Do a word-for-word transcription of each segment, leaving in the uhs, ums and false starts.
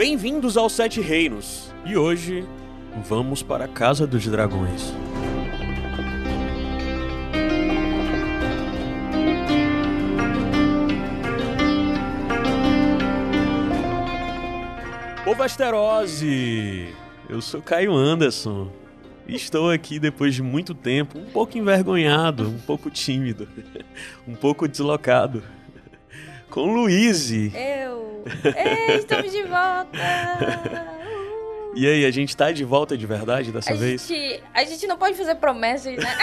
Bem-vindos aos Sete Reinos, e hoje vamos para a Casa dos Dragões. Povo Asterose! Eu sou Caio Anderson e estou aqui depois de muito tempo, um pouco envergonhado, um pouco tímido, um pouco deslocado, com Luíse. Eu! Ei, estamos de volta! E aí, a gente tá de volta de verdade dessa a vez? Gente, a gente não pode fazer promessas, né?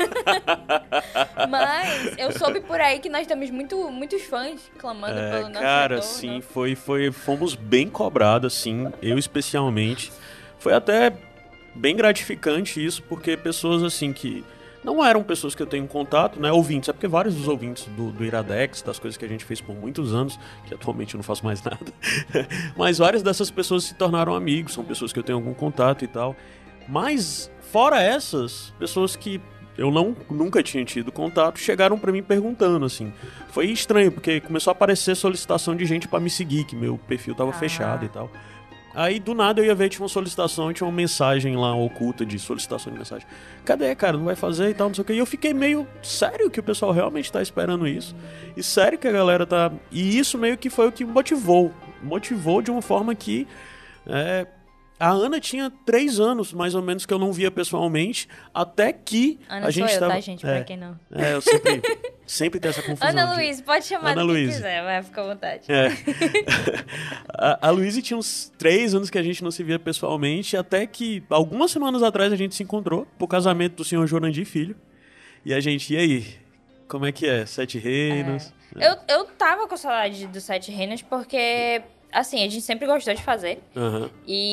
Mas eu soube por aí que nós temos muito, muitos fãs clamando é, pelo nosso Cara, retorno. sim, foi, foi, fomos bem cobrados, assim, eu especialmente. Foi até bem gratificante isso, porque pessoas assim que não eram pessoas que eu tenho contato, né, ouvintes, é porque vários dos ouvintes do, do Iradex, das coisas que a gente fez por muitos anos, que atualmente eu não faço mais nada, mas várias dessas pessoas se tornaram amigos, são pessoas que eu tenho algum contato e tal. Mas, fora essas, pessoas que eu não, nunca tinha tido contato, chegaram pra mim perguntando, assim. Foi estranho, porque começou a aparecer solicitação de gente pra me seguir, que meu perfil tava ah. fechado e tal. Aí, do nada, eu ia ver, tinha uma solicitação, tinha uma mensagem lá oculta de solicitação de mensagem. Cadê, cara? Não vai fazer e tal, não sei o que. E eu fiquei meio, sério que o pessoal realmente tá esperando isso? E sério que a galera tá... E isso meio que foi o que motivou. Motivou de uma forma que... É... A Ana tinha três anos, mais ou menos, que eu não via pessoalmente, até que Ana a gente sou eu, tava... tá, gente? É, pra quem não... É, eu sempre... Sempre tem essa confusão. Ana de... Luíse, pode chamar Ana do que Luíse. quiser, vai, fica à vontade. É. a a Luíse tinha uns três anos que a gente não se via pessoalmente, até que algumas semanas atrás a gente se encontrou pro casamento do senhor Jurandir Filho. E a gente, e aí? Como é que é? Sete Reinos? É. É. Eu, eu tava com saudade dos Sete Reinos porque... Assim, a gente sempre gostou de fazer. Uhum.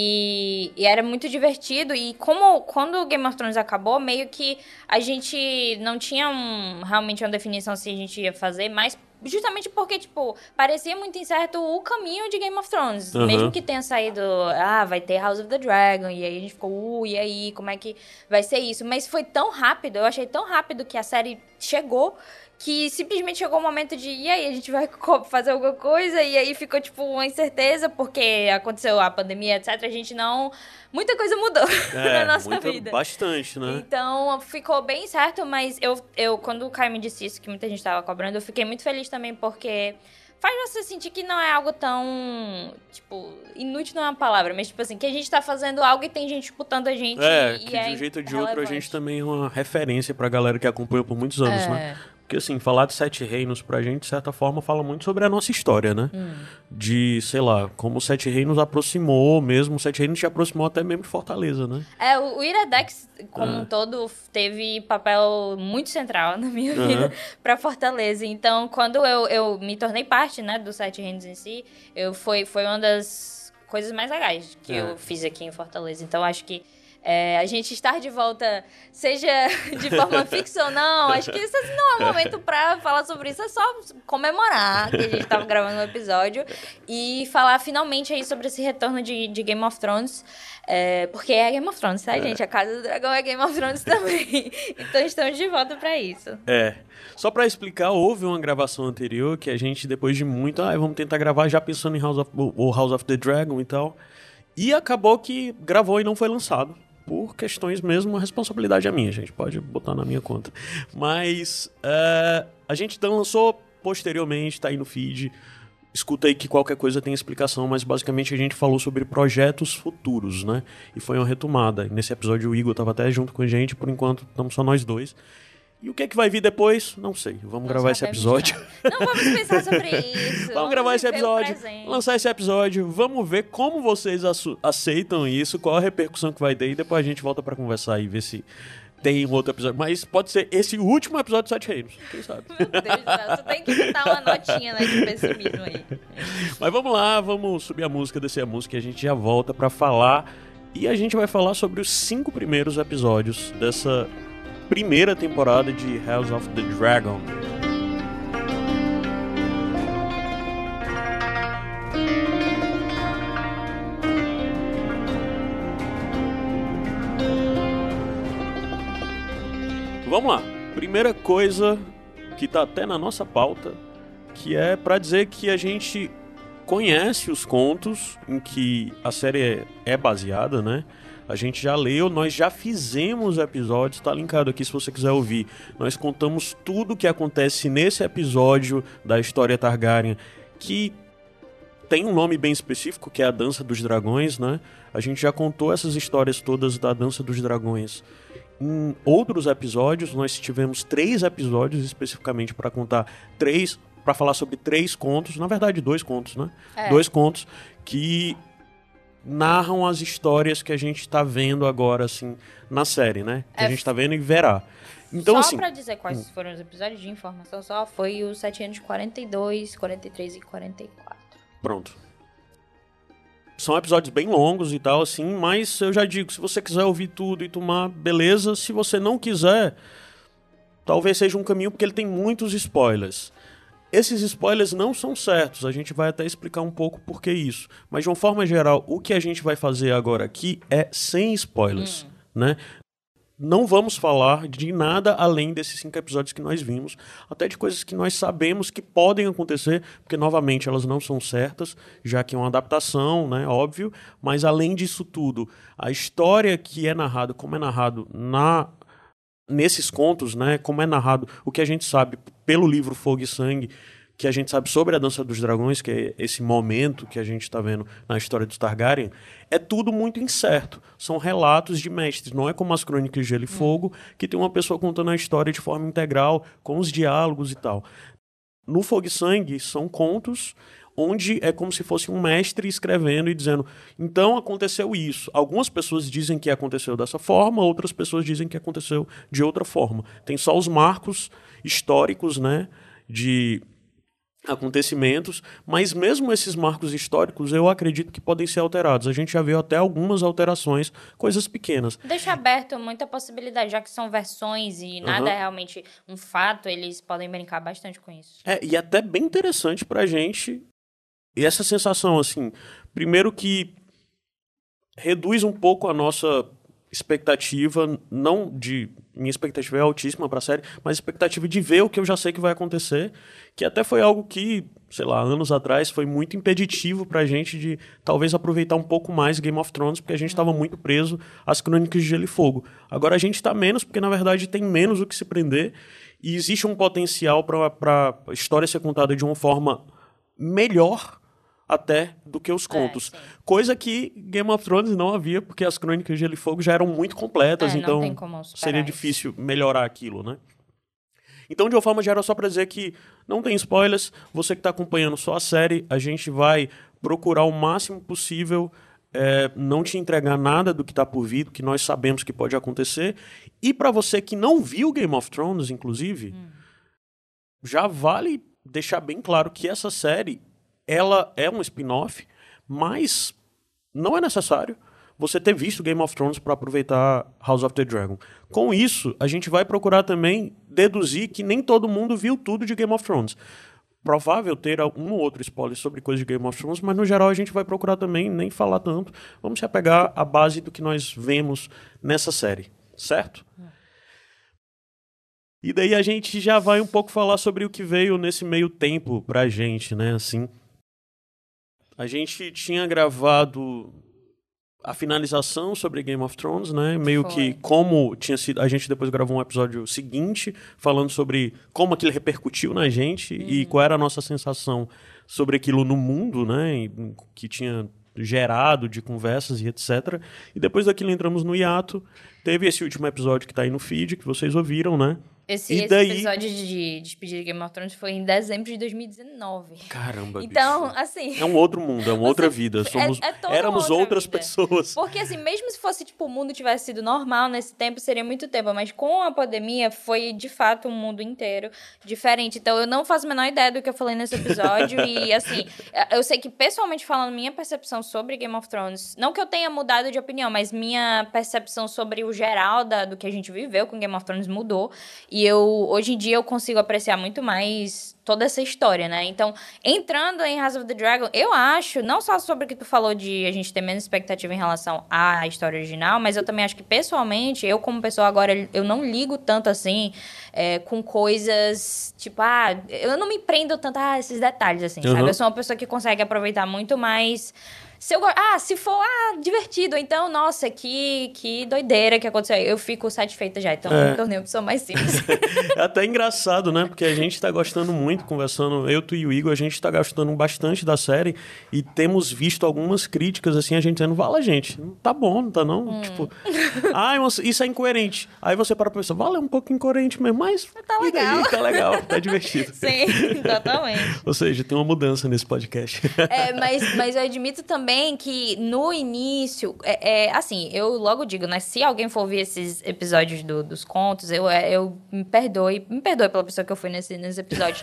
E, e era muito divertido. E como quando o Game of Thrones acabou, meio que a gente não tinha um, realmente uma definição se a gente ia fazer, mas justamente porque, tipo, parecia muito incerto o caminho de Game of Thrones. Uhum. Mesmo que tenha saído, ah, vai ter House of the Dragon, e aí a gente ficou, uh, e aí, como é que vai ser isso? Mas foi tão rápido, eu achei tão rápido que a série chegou, que simplesmente chegou o momento de, e aí, a gente vai fazer alguma coisa? E aí ficou, tipo, uma incerteza, porque aconteceu a pandemia, etcétera. A gente não... Muita coisa mudou é, na nossa muita, vida. Bastante, né? Então, ficou bem certo, mas eu, eu quando o Caio me disse isso, que muita gente tava cobrando, eu fiquei muito feliz também, porque faz você sentir que não é algo tão, tipo, inútil não é uma palavra, mas, tipo assim, que a gente tá fazendo algo e tem gente escutando a gente. É, e que é de um jeito ou de relevante. outro a gente também é uma referência pra galera que acompanhou por muitos anos, é. né? Porque, assim, falar de Sete Reinos pra gente, de certa forma, fala muito sobre a nossa história, né? Hum. De, sei lá, como o Sete Reinos aproximou mesmo, o Sete Reinos te aproximou até mesmo de Fortaleza, né? É, o Iradex, como é. um todo, teve papel muito central na minha uhum. vida pra Fortaleza. Então, quando eu, eu me tornei parte, né, do Sete Reinos em si, eu, foi, foi uma das coisas mais legais que é. eu fiz aqui em Fortaleza. Então, acho que É, a gente estar de volta, seja de forma fixa ou não, acho que esse não é o momento pra falar sobre isso, é só comemorar que a gente tava gravando um episódio e falar finalmente aí sobre esse retorno de, de Game of Thrones, é, porque é Game of Thrones, tá, é. gente? A Casa do Dragão é Game of Thrones também, então estamos de volta pra isso. É, só pra explicar, houve uma gravação anterior que a gente, depois de muito, ah, vamos tentar gravar já pensando em House of, o House of the Dragon e tal, e acabou que gravou e não foi lançado. Por questões mesmo, a responsabilidade é minha, gente. Pode botar na minha conta. Mas uh, a gente lançou posteriormente, tá aí no feed. Escuta aí que qualquer coisa tem explicação, mas basicamente a gente falou sobre projetos futuros, né? E foi uma retomada. Nesse episódio o Igor tava até junto com a gente, por enquanto estamos só nós dois. E o que é que vai vir depois? Não sei. Vamos não gravar esse episódio. Não vamos pensar sobre isso. Vamos, vamos gravar esse episódio, lançar esse episódio. Vamos ver como vocês aceitam isso, qual a repercussão que vai ter. E depois a gente volta pra conversar e ver se tem um outro episódio. Mas pode ser esse último episódio do Sete Reinos. Quem sabe? Meu Deus do céu. Tu tem que botar uma notinha, né, de pessimismo aí. Mas vamos lá, vamos subir a música, descer a música e a gente já volta pra falar. E a gente vai falar sobre os cinco primeiros episódios dessa primeira temporada de House of the Dragon. Vamos lá. Primeira coisa que tá até na nossa pauta, que é pra dizer que a gente conhece os contos em que a série é, é baseada, né? A gente já leu, nós já fizemos episódios, tá linkado aqui se você quiser ouvir. Nós contamos tudo o que acontece nesse episódio da história Targaryen, que tem um nome bem específico, que é a Dança dos Dragões, né? A gente já contou essas histórias todas da Dança dos Dragões em outros episódios. Nós tivemos três episódios especificamente para contar três, para falar sobre três contos, na verdade dois contos, né? É. Dois contos que narram as histórias que a gente está vendo agora, assim, na série, né? Que é. a gente está vendo e verá. Então, só assim, pra dizer quais hum. foram os episódios de informação, só foi os sete anos de quarenta e dois, quarenta e três e quarenta e quatro. Pronto. São episódios bem longos e tal, assim, mas eu já digo, se você quiser ouvir tudo e tomar, beleza. Se você não quiser, talvez seja um caminho, porque ele tem muitos spoilers. Esses spoilers não são certos, a gente vai até explicar um pouco por que isso. Mas, de uma forma geral, o que a gente vai fazer agora aqui é sem spoilers, hum. né? Não vamos falar de nada além desses cinco episódios que nós vimos, até de coisas que nós sabemos que podem acontecer, porque, novamente, elas não são certas, já que é uma adaptação, né, óbvio, mas, além disso tudo, a história que é narrada, como é narrado na... nesses contos, né, como é narrado, o que a gente sabe pelo livro Fogo e Sangue, que a gente sabe sobre a Dança dos Dragões, que é esse momento que a gente está vendo na história dos Targaryen, é tudo muito incerto. São relatos de mestres, não é como as Crônicas de Gelo e Fogo, que tem uma pessoa contando a história de forma integral, com os diálogos e tal. No Fogo e Sangue, são contos onde é como se fosse um mestre escrevendo e dizendo, então aconteceu isso. Algumas pessoas dizem que aconteceu dessa forma, outras pessoas dizem que aconteceu de outra forma. Tem só os marcos históricos, né, de acontecimentos, mas mesmo esses marcos históricos eu acredito que podem ser alterados. A gente já viu até algumas alterações, coisas pequenas. Deixa aberto muita possibilidade, já que são versões e nada uhum. é realmente um fato, eles podem brincar bastante com isso. É, e até bem interessante pra gente. E essa sensação, assim, primeiro que reduz um pouco a nossa expectativa, não de... Minha expectativa é altíssima pra série, mas expectativa de ver o que eu já sei que vai acontecer, que até foi algo que, sei lá, anos atrás foi muito impeditivo pra gente de talvez aproveitar um pouco mais Game of Thrones, porque a gente estava muito preso às Crônicas de Gelo e Fogo. Agora a gente tá menos, porque na verdade tem menos o que se prender, e existe um potencial pra, pra história ser contada de uma forma melhor até do que os contos. É, coisa que Game of Thrones não havia, porque as Crônicas de Gelo e Fogo já eram muito completas, é, então seria difícil isso. melhorar aquilo, né? Então, de uma forma geral, só para dizer que não tem spoilers, você que está acompanhando só a série, a gente vai procurar o máximo possível é, não te entregar nada do que está por vir, do que nós sabemos que pode acontecer. E para você que não viu Game of Thrones, inclusive, hum. já vale deixar bem claro que essa série ela é um spin-off, mas não é necessário você ter visto Game of Thrones para aproveitar House of the Dragon. Com isso, a gente vai procurar também deduzir que nem todo mundo viu tudo de Game of Thrones. Provável ter um ou outro spoiler sobre coisas de Game of Thrones, mas no geral a gente vai procurar também nem falar tanto. Vamos se apegar à base do que nós vemos nessa série, certo? E daí a gente já vai um pouco falar sobre o que veio nesse meio tempo pra gente, né, assim... A gente tinha gravado a finalização sobre Game of Thrones, né? Meio Foi. que como tinha sido... A gente depois gravou um episódio seguinte, falando sobre como aquilo repercutiu na gente uhum. e qual era a nossa sensação sobre aquilo no mundo, né? E, que tinha gerado de conversas e etcétera. E depois daquilo entramos no hiato. Teve esse último episódio que tá aí no feed, que vocês ouviram, né? Esse, esse daí... episódio de despedida de Game of Thrones foi em dezembro de dois mil e dezenove. Caramba, então, bicho. assim... É um outro mundo, é uma outra vida. Somos, é, é éramos outra outras vida. pessoas. Porque, assim, mesmo se fosse, tipo, o mundo tivesse sido normal nesse tempo, seria muito tempo. Mas com a pandemia, foi, de fato, um mundo inteiro diferente. Então, eu não faço a menor ideia do que eu falei nesse episódio. E, assim, eu sei que, pessoalmente falando, minha percepção sobre Game of Thrones... Não que eu tenha mudado de opinião, mas minha percepção sobre o geral da, do que a gente viveu com Game of Thrones mudou. E E eu, hoje em dia eu consigo apreciar muito mais toda essa história, né? Então, entrando em House of the Dragon, eu acho, não só sobre o que tu falou de a gente ter menos expectativa em relação à história original, mas eu também acho que, pessoalmente, eu como pessoa agora, eu não ligo tanto assim é, com coisas, tipo, ah, eu não me prendo tanto a esses detalhes, assim, uhum. sabe? Eu sou uma pessoa que consegue aproveitar muito mais... Se eu, ah, se for, ah, divertido, então, nossa, que, que doideira que aconteceu. Eu fico satisfeita já, então é. me tornei uma pessoa mais simples. É até engraçado, né? Porque a gente tá gostando muito, conversando, eu, tu e o Igor, a gente tá gostando bastante da série e temos visto algumas críticas, assim, a gente dizendo, vala, gente, tá bom, não tá não? Hum. Tipo, ah, isso é incoerente. Aí você para pra pensar, vale, é um pouco incoerente mesmo, mas... Tá legal. Daí, tá legal, tá divertido. Sim, exatamente. Ou seja, tem uma mudança nesse podcast. É, mas, mas eu admito também que no início, é, é, assim, eu logo digo, né? Se alguém for ouvir esses episódios do, dos contos, eu, eu me perdoe, me perdoe pela pessoa que eu fui nesse, nesse episódio.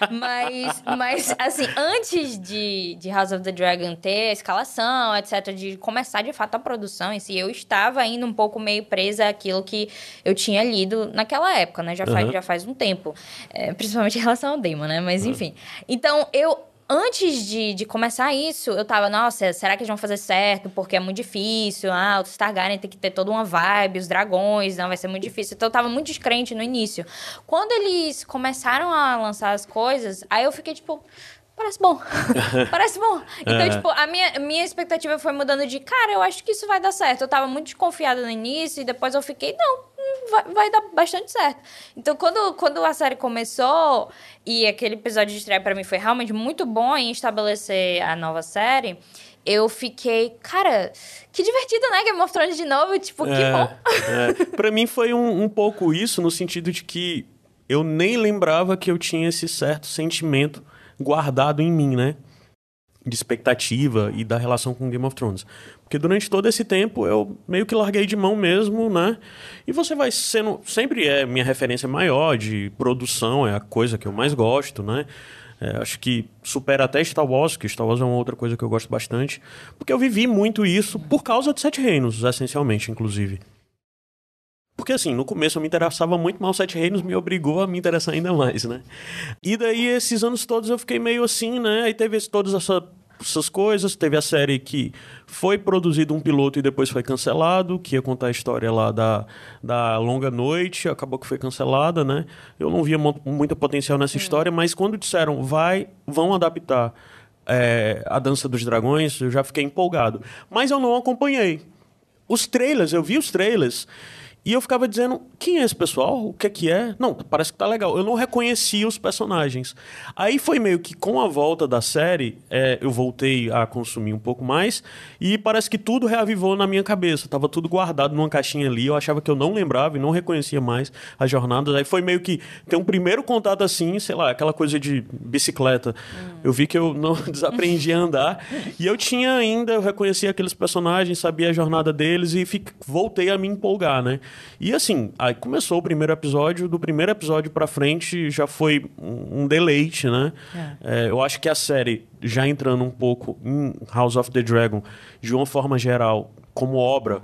mas, mas, assim, antes de, de House of the Dragon ter a escalação, etcétera, de começar de fato a produção em si, eu estava ainda um pouco meio presa àquilo que eu tinha lido naquela época, né? Já, uhum. faz, já faz um tempo. É, principalmente em relação ao Daemon, né? Mas, uhum. enfim. Então, eu... Antes de, de começar isso, eu tava, nossa, será que eles vão fazer certo? Porque é muito difícil. Ah, os Targaryen tem que ter toda uma vibe, os dragões, não, vai ser muito difícil. Então eu tava muito descrente no início. Quando eles começaram a lançar as coisas, aí eu fiquei tipo... Parece bom. Parece bom. Então, é. tipo, a minha, minha expectativa foi mudando de... Cara, eu acho que isso vai dar certo. Eu tava muito desconfiada no início e depois eu fiquei... Não, vai, vai dar bastante certo. Então, quando, quando a série começou e aquele episódio de estreia pra mim foi realmente muito bom em estabelecer a nova série... Eu fiquei, cara, que divertido, né? Game of Thrones de novo. Tipo, é, que bom. É. Pra mim foi um, um pouco isso, no sentido de que eu nem lembrava que eu tinha esse certo sentimento guardado em mim, né? De expectativa e da relação com Game of Thrones. Porque durante todo esse tempo eu meio que larguei de mão mesmo, né? E você vai sendo... Sempre é minha referência maior de produção, é a coisa que eu mais gosto, né? É, acho que supera até Star Wars, que Star Wars é uma outra coisa que eu gosto bastante. Porque eu vivi muito isso por causa de Sete Reinos, essencialmente, inclusive. Porque, assim, no começo eu me interessava muito, mas o Sete Reinos me obrigou a me interessar ainda mais, né? E daí, esses anos todos eu fiquei meio assim, né? Aí teve todas essa, essas coisas. Teve a série que foi produzido um piloto e depois foi cancelado, que ia contar a história lá da, da Longa Noite. Acabou que foi cancelada, né? Eu não via muito potencial nessa hum. história, mas quando disseram, vai, vão adaptar é, a Dança dos Dragões, eu já fiquei empolgado. Mas eu não acompanhei. Os trailers, eu vi os trailers... E eu ficava dizendo, quem é esse pessoal? O que é que é? Não, parece que tá legal. Eu não reconhecia os personagens. Aí foi meio que com a volta da série, é, eu voltei a consumir um pouco mais e parece que tudo reavivou na minha cabeça. Tava tudo guardado numa caixinha ali. Eu achava que eu não lembrava e não reconhecia mais as jornadas. Aí foi meio que ter um primeiro contato assim, sei lá, aquela coisa de bicicleta. Hum. Eu vi que eu não desaprendi a andar. E eu tinha ainda, eu reconhecia aqueles personagens, sabia a jornada deles e fico, voltei a me empolgar, né? E assim, aí começou o primeiro episódio, do primeiro episódio pra frente já foi um deleite, né? É. É, eu acho que a série, já entrando um pouco em House of the Dragon, de uma forma geral, como obra,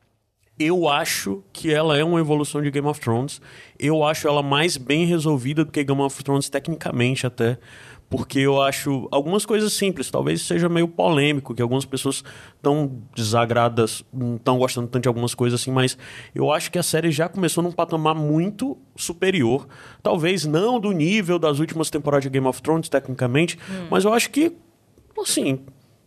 eu acho que ela é uma evolução de Game of Thrones. Eu acho ela mais bem resolvida do que Game of Thrones, tecnicamente até. Porque eu acho algumas coisas simples, talvez seja meio polêmico, que algumas pessoas estão desagradas, não estão gostando tanto de algumas coisas assim, mas eu acho que a série já começou num patamar muito superior. Talvez não do nível das últimas temporadas de Game of Thrones, tecnicamente, hum. mas eu acho que, assim,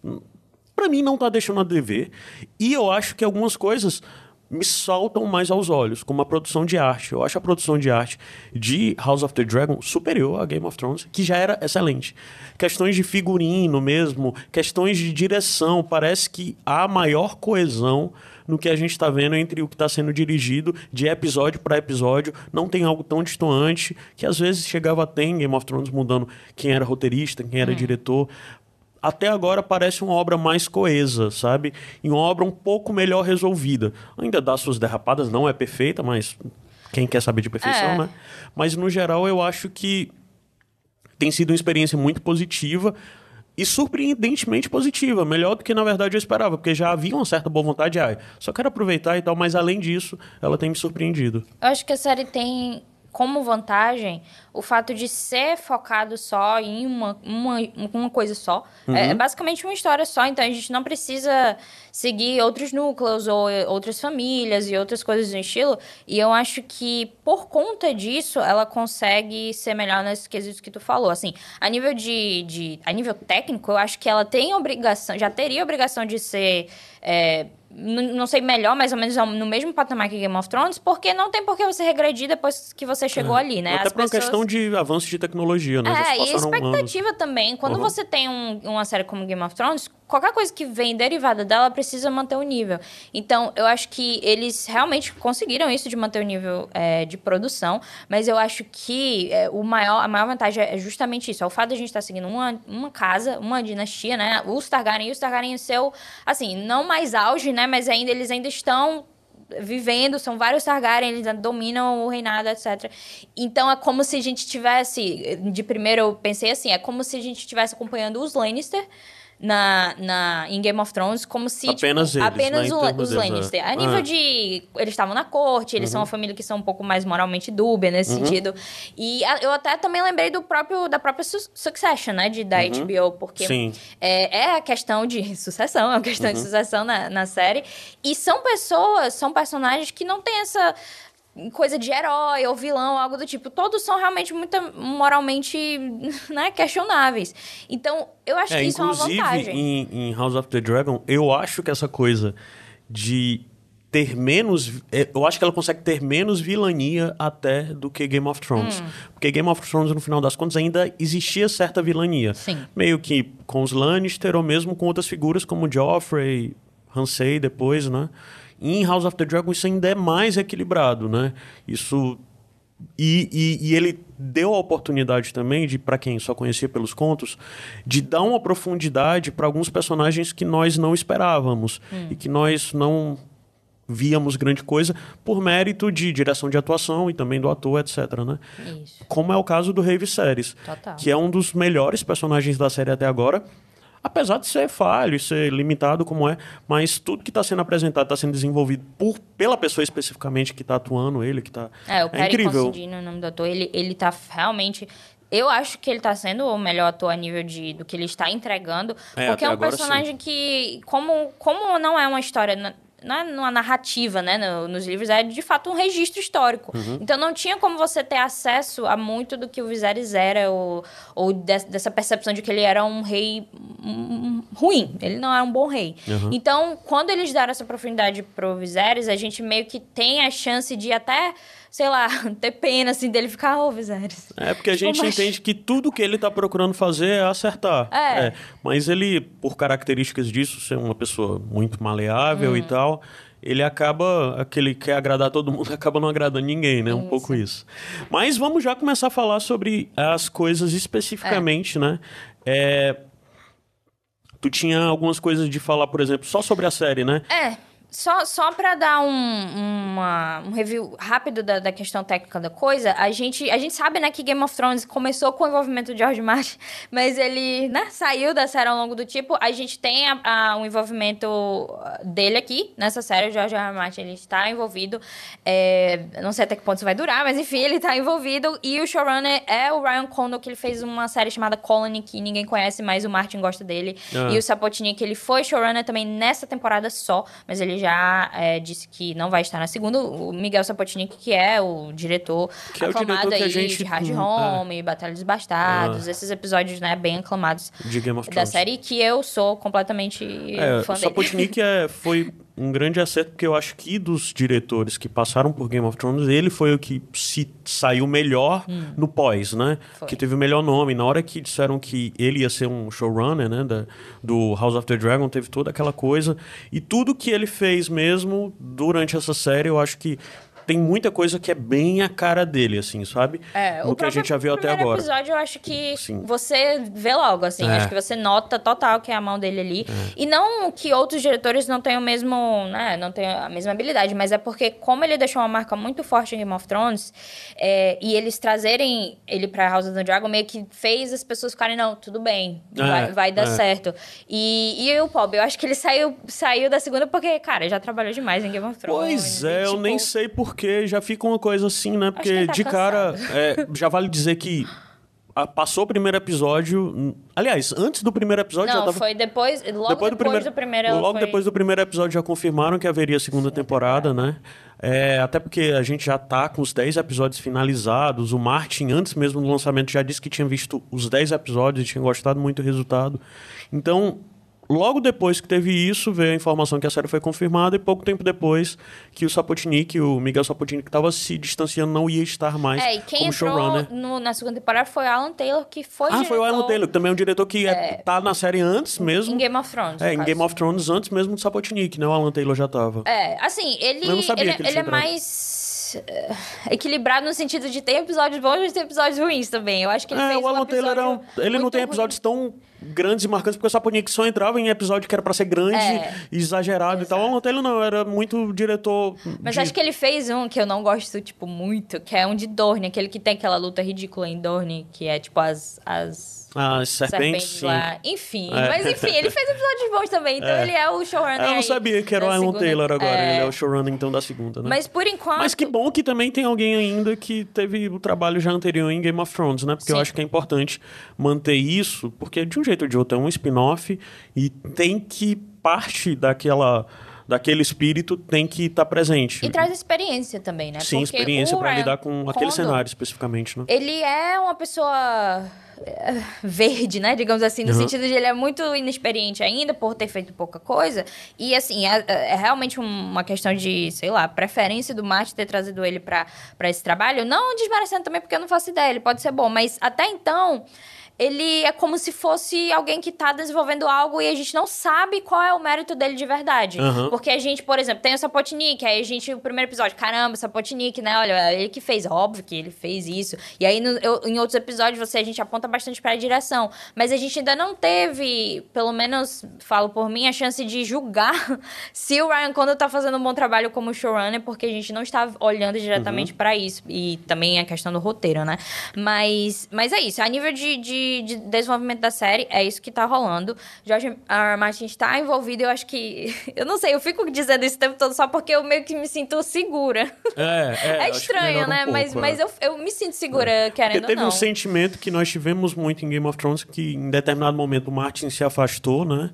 pra mim não tá deixando a dever. E eu acho que algumas coisas me saltam mais aos olhos, como a produção de arte. Eu acho a produção de arte de House of the Dragon superior a Game of Thrones, que já era excelente. Questões de figurino mesmo, questões de direção, parece que há maior coesão no que a gente está vendo entre o que está sendo dirigido de episódio para episódio. Não tem algo tão distoante que às vezes chegava a ter em Game of Thrones mudando quem era roteirista, quem era hum. diretor. Até agora parece uma obra mais coesa, sabe? E uma obra um pouco melhor resolvida. Ainda dá suas derrapadas, não é perfeita, mas quem quer saber de perfeição, é. né? Mas, no geral, eu acho que tem sido uma experiência muito positiva e surpreendentemente positiva. Melhor do que, na verdade, eu esperava, porque já havia uma certa boa vontade. Ah, só quero aproveitar e tal, mas, além disso, ela tem me surpreendido. Eu acho que a série tem como vantagem o fato de ser focado só em uma, uma, uma coisa só. Uhum. É, é basicamente uma história só, então a gente não precisa seguir outros núcleos ou outras famílias e outras coisas do estilo. E eu acho que, por conta disso, ela consegue ser melhor nesses quesitos que tu falou. Assim, a nível de, de... A nível técnico, eu acho que ela tem obrigação... Já teria obrigação de ser... É, não sei, melhor, mais ou menos no mesmo patamar que Game of Thrones, porque não tem por que você regredir depois que você chegou é. ali, né? Até As por uma pessoas... questão de avanço de tecnologia, né? É, e a expectativa anos. também. Quando uhum. você tem um, uma série como Game of Thrones, qualquer coisa que vem derivada dela precisa manter o nível. Então, eu acho que eles realmente conseguiram isso de manter o nível é, de produção, mas eu acho que é, o maior, a maior vantagem é justamente isso. É o fato de a gente estar seguindo uma, uma casa, uma dinastia, né? Os Targaryen e os Targaryen seu, assim, não mais auge, né? Mas ainda eles ainda estão vivendo, são vários Targaryen, eles dominam o reinado, etcétera. Então, é como se a gente tivesse... De primeiro, eu pensei assim, é como se a gente estivesse acompanhando os Lannister na, na, em Game of Thrones, como se... Apenas tipo, eles, apenas né, o, os Lannister. É. A nível ah. de... Eles estavam na corte, eles uhum. são uma família que são um pouco mais moralmente dúbia nesse uhum. sentido. E a, eu até também lembrei do próprio, da própria su Succession, né, de, da uhum. H B O, porque é, é a questão de sucessão, é uma questão uhum. de sucessão na, na série. E são pessoas, são personagens que não têm essa... coisa de herói ou vilão, algo do tipo. Todos são realmente muito moralmente, né, questionáveis. Então, eu acho é, que isso é uma vantagem. Inclusive, em, em House of the Dragon, eu acho que essa coisa de ter menos... Eu acho que ela consegue ter menos vilania até do que Game of Thrones. Hum. Porque Game of Thrones, no final das contas, ainda existia certa vilania. Sim. Meio que com os Lannister ou mesmo com outras figuras como Joffrey, Ramsay depois, né? E em House of the Dragon isso ainda é mais equilibrado, né? Isso... E, e, e ele deu a oportunidade também, de para quem só conhecia pelos contos, de dar uma profundidade para alguns personagens que nós não esperávamos. Hum. E que nós não víamos grande coisa por mérito de direção de atuação e também do ator, etcétera, né? Isso. Como é o caso do Rey Viserys, Total. Que é um dos melhores personagens da série até agora. Apesar de ser falho e ser limitado como é, mas tudo que está sendo apresentado está sendo desenvolvido por, pela pessoa especificamente que está atuando ele, que está é, o é incrível. Considine, o nome do ator, ele, ele tá realmente... Eu acho que ele está sendo o melhor ator a nível de, do que ele está entregando, é, porque é um agora, personagem sim. que, como, como não é uma história... Não é uma narrativa, né, no, nos livros, é de fato um registro histórico. Uhum. Então não tinha como você ter acesso a muito do que o Viserys era, ou, ou de, dessa percepção de que ele era um rei um, ruim. Ele não era um bom rei. Uhum. Então, quando eles deram essa profundidade pro Viserys, a gente meio que tem a chance de até, sei lá, ter pena, assim, dele ficar, ô, oh, Viserys. É, porque a gente tipo, mas... entende que tudo que ele tá procurando fazer é acertar. É. é. Mas ele, por características disso, ser uma pessoa muito maleável hum. e tal, ele acaba, aquele que quer agradar todo mundo, acaba não agradando ninguém, né? Isso. Um pouco isso. Mas vamos já começar a falar sobre as coisas especificamente, é. né? É... Tu tinha algumas coisas de falar, por exemplo, só sobre a série, né? É. Só, só para dar um, uma, um review rápido da, da questão técnica da coisa, a gente, a gente sabe, né, que Game of Thrones começou com o envolvimento de George Martin, mas ele, né, saiu da série ao longo do tipo. A gente tem a, a, o envolvimento dele aqui, nessa série. O George R. R. Martin, ele está envolvido. É, não sei até que ponto isso vai durar, mas enfim, ele está envolvido. E o showrunner é o Ryan Condal, que ele fez uma série chamada Colony, que ninguém conhece, mas o Martin gosta dele. Ah. E o Sapotnik, ele foi showrunner também nessa temporada só, mas ele já é, disse que não vai estar na segunda. O Miguel Sapotnik, que é o diretor que aclamado é o diretor que aí a gente... de Hard Home, é. Batalha dos Bastardos, ah. esses episódios, né, bem aclamados de Game of da série, que eu sou completamente é, fã o dele. Sapotnik é, foi um grande acerto, porque eu acho que dos diretores que passaram por Game of Thrones, ele foi o que se saiu melhor hum. no pós, né? Foi. Que teve o melhor nome. Na hora que disseram que ele ia ser um showrunner, né, da, do House of the Dragon, teve toda aquela coisa. E tudo que ele fez mesmo durante essa série, eu acho que tem muita coisa que é bem a cara dele, assim, sabe? É, o que a gente já viu até agora. O episódio, eu acho que Sim. você vê logo, assim. É. Acho que você nota total que é a mão dele ali. É. E não que outros diretores não tenham o mesmo, né, não tenham a mesma habilidade, mas é porque, como ele deixou uma marca muito forte em Game of Thrones, é, e eles trazerem ele pra House of the Dragon, meio que fez as pessoas ficarem, não, tudo bem, é. vai, vai dar é. certo. E, e o Pob, eu acho que ele saiu, saiu da segunda porque, cara, já trabalhou demais em Game of Thrones. Pois é, e, tipo... eu nem sei por porque já fica uma coisa assim, né? Porque tá de cara, é, já vale dizer que a, passou o primeiro episódio... Aliás, antes do primeiro episódio Não, já tava... foi depois, logo depois, depois do, do primeiro, do primeiro... Ela logo foi... depois do primeiro episódio já confirmaram que haveria segunda Sim, temporada, temporada, né? É, até porque a gente já tá com os dez episódios finalizados. O Martin, antes mesmo do lançamento, já disse que tinha visto os dez episódios e tinha gostado muito do resultado. Então... Logo depois que teve isso, veio a informação que a série foi confirmada e pouco tempo depois que o Sapochnik, o Miguel Sapochnik, estava se distanciando, não ia estar mais é, e quem como showrunner. No, na segunda temporada foi o Alan Taylor, que foi Ah, diretor... foi o Alan Taylor, que também é um diretor que é, tá na série antes mesmo. Em Game of Thrones. É, em caso. Game of Thrones antes mesmo do Sapochnik, né? O Alan Taylor já tava. É, assim, ele, Eu não sabia ele, que ele, ele é mais... equilibrado no sentido de ter episódios bons e ter episódios ruins também. Eu acho que ele é, fez o Alan um Taylor é um, ele não tem episódios ruim. tão grandes e marcantes, porque o Sapochnik só entrava em episódio que era pra ser grande, é, exagerado exato. E tal. O Alan Taylor não, era muito diretor... Mas de... acho que ele fez um que eu não gosto, tipo, muito, que é um de Dorne, aquele que tem aquela luta ridícula em Dorne, que é, tipo, as... as... Ah, serpentes, serpentes lá. Enfim, é. mas enfim, ele fez episódios bons também, então é. ele é o showrunner. Eu não sabia que era o Alan segunda... Taylor agora, é... ele é o showrunner então da segunda, né? Mas por enquanto... Mas que bom que também tem alguém ainda que teve o trabalho já anterior em Game of Thrones, né? Porque Sim. eu acho que é importante manter isso, porque de um jeito ou de outro é um spin-off e tem que parte daquela... daquele espírito tem que estar tá presente. E traz experiência também, né? Sim, Porque experiência para lidar com aquele Condor, cenário especificamente, né? Ele é uma pessoa verde, né? Digamos assim, no uhum. sentido de ele é muito inexperiente ainda por ter feito pouca coisa. E, assim, é, é realmente uma questão de, sei lá, preferência do Martin ter trazido ele para esse trabalho. Não desmerecendo também, porque eu não faço ideia. Ele pode ser bom, mas até então... ele é como se fosse alguém que está desenvolvendo algo e a gente não sabe qual é o mérito dele de verdade. Uhum. Porque a gente, por exemplo, tem o Sapochnik, aí a gente, o primeiro episódio, caramba, Sapochnik, né? Olha, ele que fez, óbvio que ele fez isso. E aí, no, eu, em outros episódios, você, a gente aponta bastante para a direção. Mas a gente ainda não teve, pelo menos, falo por mim, a chance de julgar se o Ryan Condal tá fazendo um bom trabalho como showrunner, porque a gente não está olhando diretamente uhum. para isso. E também a questão do roteiro, né? Mas, mas é isso, a nível de, de de desenvolvimento da série, é isso que tá rolando. George R. R. Martin está envolvido, eu acho que... Eu não sei, eu fico dizendo isso o tempo todo só porque eu meio que me sinto segura. É, é, é estranho, né? Um pouco, mas, é. mas eu, eu me sinto segura, é. querendo porque teve ou não. um sentimento que nós tivemos muito em Game of Thrones, que em determinado momento o Martin se afastou, né?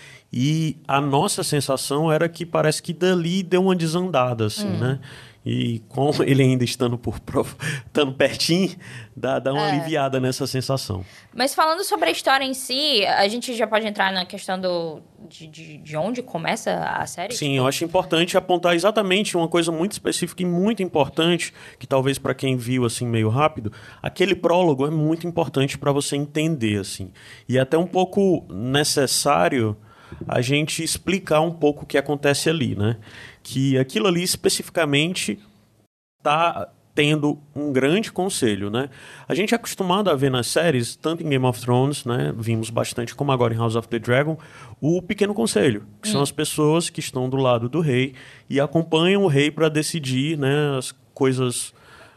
E a nossa sensação era que parece que dali deu uma desandada, assim, hum. né? E com ele ainda estando por estando pertinho, dá, dá uma é. aliviada nessa sensação. Mas falando sobre a história em si, a gente já pode entrar na questão do, de, de, de onde começa a série? Sim, tipo... eu acho importante apontar exatamente uma coisa muito específica e muito importante, que talvez para quem viu assim meio rápido, aquele prólogo é muito importante para você entender, assim. E é até um pouco necessário a gente explicar um pouco o que acontece ali, né? Que aquilo ali especificamente está tendo um grande conselho, né? A gente é acostumado a ver nas séries, tanto em Game of Thrones, né? Vimos bastante, como agora em House of the Dragon, o Pequeno Conselho, que hum. são as pessoas que estão do lado do rei e acompanham o rei para decidir, né, as coisas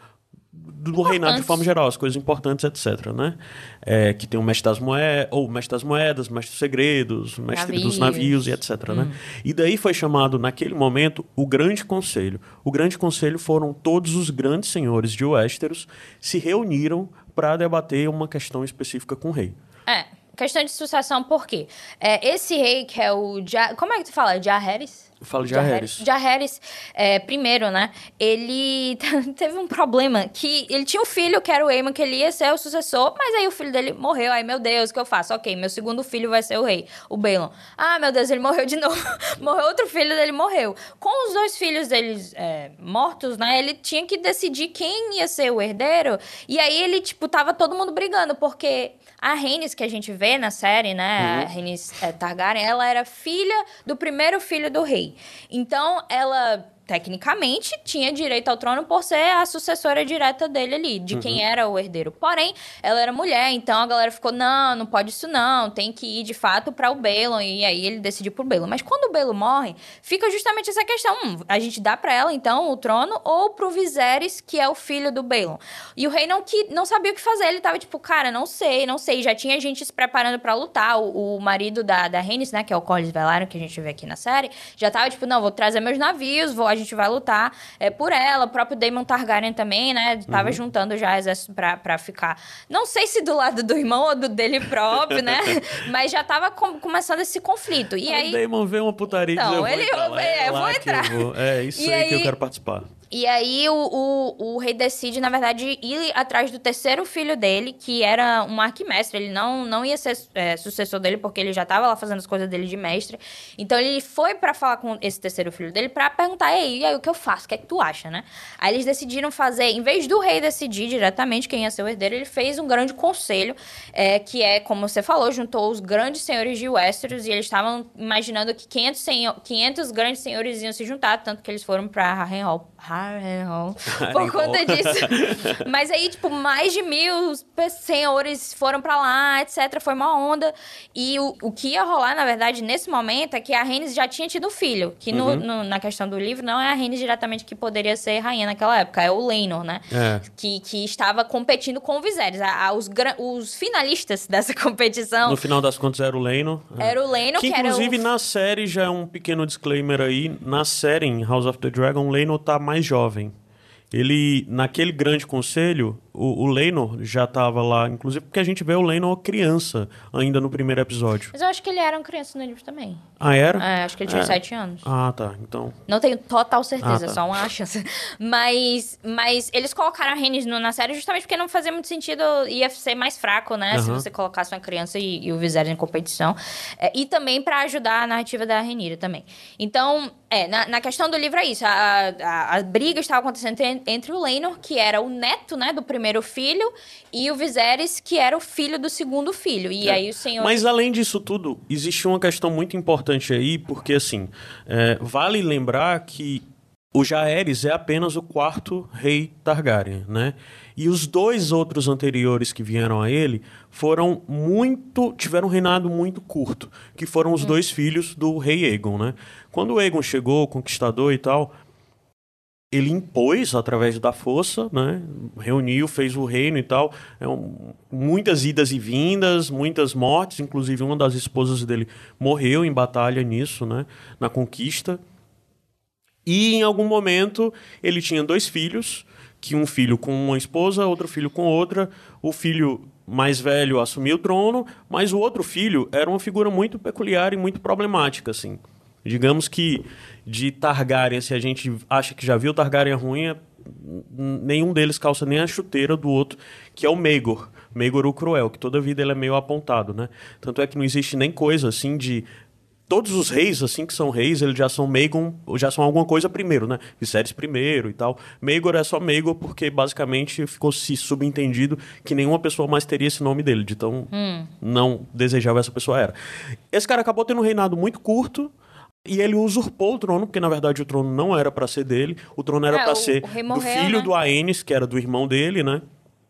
do reinado de forma geral, as coisas importantes, etc, né? É, que tem o mestre das moedas, ou mestre das moedas, mestre dos segredos, mestre navios. dos navios e etc, hum. né? E daí foi chamado, naquele momento, o Grande Conselho. O Grande Conselho foram todos os grandes senhores de Westeros se reuniram para debater uma questão específica com o rei. É, questão de sucessão, por quê? É, esse rei que é o... Ja... Como é que tu fala? Jaehaerys? Eu falo de Jaehaerys. Jaehaerys, é, primeiro, né? Ele teve um problema que ele tinha um filho, que era o Aemon, que ele ia ser o sucessor, mas aí o filho dele morreu. Aí, meu Deus, o que eu faço? Ok, meu segundo filho vai ser o rei, o Balon. Ah, meu Deus, ele morreu de novo. Morreu outro filho dele, morreu. Com os dois filhos deles é, mortos, né? Ele tinha que decidir quem ia ser o herdeiro. E aí ele, tipo, tava todo mundo brigando, porque a Rhaenys, que a gente vê na série, né? Uhum. A Rhaenys é, Targaryen, ela era filha do primeiro filho do rei. Então, ela, tecnicamente, tinha direito ao trono por ser a sucessora direta dele ali, de uhum. quem era o herdeiro. Porém, ela era mulher, então a galera ficou, não, não pode isso não, tem que ir, de fato, para o Balon, e aí ele decidiu por Balon. Mas quando o Balon morre, fica justamente essa questão, hum, a gente dá para ela, então, o trono, ou pro Viserys, que é o filho do Balon. E o rei não, que, não sabia o que fazer, ele tava tipo, cara, não sei, não sei, já tinha gente se preparando para lutar, o, o marido da, da Rhaenys, né, que é o Corlys Velaryon, que a gente vê aqui na série, já tava tipo, não, vou trazer meus navios, vou, a gente vai lutar é, por ela. O próprio Daemon Targaryen também, né? Tava uhum. juntando já exército pra, pra ficar... Não sei se do lado do irmão ou do dele próprio, né? Mas já tava com, começando esse conflito. E aí... O Daemon vê uma putaria então, e diz, eu vou ele, entrar lá, é, é eu vou entrar. Eu vou. É isso aí, aí que eu quero participar. E aí o, o, o rei decide, na verdade, ir atrás do terceiro filho dele, que era um arquimestre. Ele não, não ia ser é, sucessor dele, porque ele já estava lá fazendo as coisas dele de mestre. Então ele foi pra falar com esse terceiro filho dele pra perguntar, ei, e aí o que eu faço? O que é que tu acha, né? Aí eles decidiram fazer, em vez do rei decidir diretamente quem ia ser o herdeiro, ele fez um grande conselho, é, que é, como você falou, juntou os grandes senhores de Westeros, e eles estavam imaginando que quinhentos, senho, quinhentos grandes senhores iam se juntar, tanto que eles foram pra Harrenhal. Harrenhal. Por conta disso. Mas aí, tipo, mais de mil senhores foram pra lá, etcétera. Foi uma onda. E o, o que ia rolar, na verdade, nesse momento, é que a Rhaenys já tinha tido filho. Que no, uhum. no, na questão do livro, não é a Rhaenys diretamente que poderia ser rainha naquela época. É o Laenor, né? É. Que, que estava competindo com o Viserys. A, a, os, os finalistas dessa competição... No final das contas, era o Laenor. Era o Laenor, que, que inclusive, era o... na série, já é um pequeno disclaimer aí. Na série, em House of the Dragon, o Laenor tá mais jovem. Ele, naquele grande conselho, o, o Laenor já estava lá, inclusive porque a gente vê o Laenor criança ainda no primeiro episódio. Mas eu acho que ele era uma criança no livro também. Ah, era? É, acho que ele tinha é. sete anos. Ah, tá. Então... Não tenho total certeza, ah, tá. só uma chance. Mas, mas eles colocaram a Rhaenys na série justamente porque não fazia muito sentido, ia ser mais fraco, né? Uhum. Se você colocasse uma criança e, e o Viserys em competição. É, e também para ajudar a narrativa da Rhaenyra também. Então, é, na, na questão do livro é isso. A, a, a briga estava acontecendo entre, entre o Laenor, que era o neto, né, do primeiro filho, e o Viserys, que era o filho do segundo filho. E é. aí o senhor... Mas além disso tudo, existe uma questão muito importante aí, porque assim, é, vale lembrar que o Jaehaerys é apenas o quarto rei Targaryen, né? E os dois outros anteriores que vieram a ele foram muito... tiveram um reinado muito curto, que foram os hum. dois filhos do rei Aegon, né? Quando o Aegon chegou, conquistador e tal... ele impôs através da força, né? Reuniu, fez o reino e tal. É um, muitas idas e vindas, muitas mortes. Inclusive, uma das esposas dele morreu em batalha nisso, né? Na conquista. E, em algum momento, ele tinha dois filhos, que um filho com uma esposa, outro filho com outra. O filho mais velho assumiu o trono, mas o outro filho era uma figura muito peculiar e muito problemática, assim. Digamos que de Targaryen, se a gente acha que já viu Targaryen ruim, nenhum deles calça nem a chuteira do outro, que é o Maegor. Maegor o Cruel, que toda vida ele é meio apontado, né? Tanto é que não existe nem coisa assim de... Todos os reis, assim, que são reis, eles já são Maegor, já são alguma coisa primeiro, né? Viserys primeiro e tal. Maegor é só Maegor porque, basicamente, ficou se subentendido que nenhuma pessoa mais teria esse nome dele, de tão hum. não desejável essa pessoa era. Esse cara acabou tendo um reinado muito curto, e ele usurpou o trono, porque na verdade o trono não era para ser dele, o trono era é, para ser do morreu, filho né? do Aenys, que era do irmão dele, né?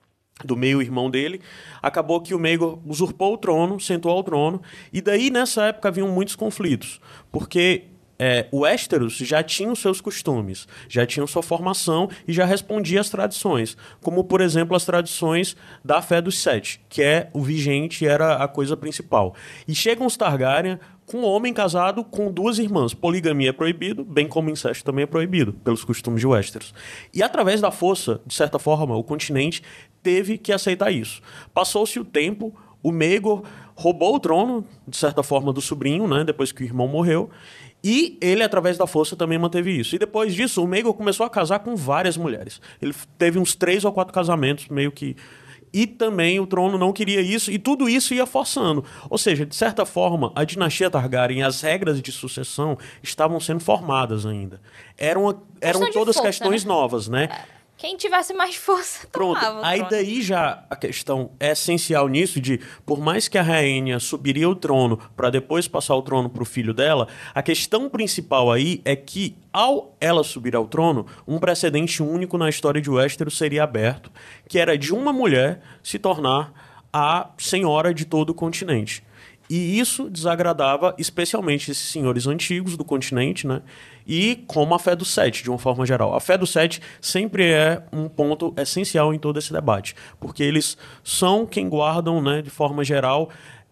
Do meio-irmão dele. Acabou que o Maegor usurpou o trono, sentou ao trono, e daí nessa época haviam muitos conflitos, porque é, o Westeros já tinha os seus costumes, já tinha sua formação e já respondia às tradições, como por exemplo as tradições da fé dos sete, que é o vigente, era a coisa principal. E chegam os Targaryen com um homem casado com duas irmãs. Poligamia é proibido, bem como incesto também é proibido, pelos costumes de Westeros. E através da força, de certa forma, o continente teve que aceitar isso. Passou-se o tempo, o Maegor roubou o trono, de certa forma, do sobrinho, né, depois que o irmão morreu, e ele, através da força, também manteve isso. E depois disso, o Maegor começou a casar com várias mulheres. Ele teve uns três ou quatro casamentos, meio que... E também o trono não queria isso, e tudo isso ia forçando. Ou seja, de certa forma, a dinastia Targaryen e as regras de sucessão estavam sendo formadas ainda. Eram, eram todas força, questões né? novas, né? Quem tivesse mais força Pronto, tomava o aí trono. Daí já a questão é essencial nisso de, por mais que a rainha subiria o trono para depois passar o trono para o filho dela, a questão principal aí é que, ao ela subir ao trono, um precedente único na história de Westeros seria aberto, que era de uma mulher se tornar a senhora de todo o continente. E isso desagradava especialmente esses senhores antigos do continente, né? E como a fé do Sete, de uma forma geral. A fé do Sete sempre é um ponto essencial em todo esse debate, porque eles são quem guardam, né, de forma geral,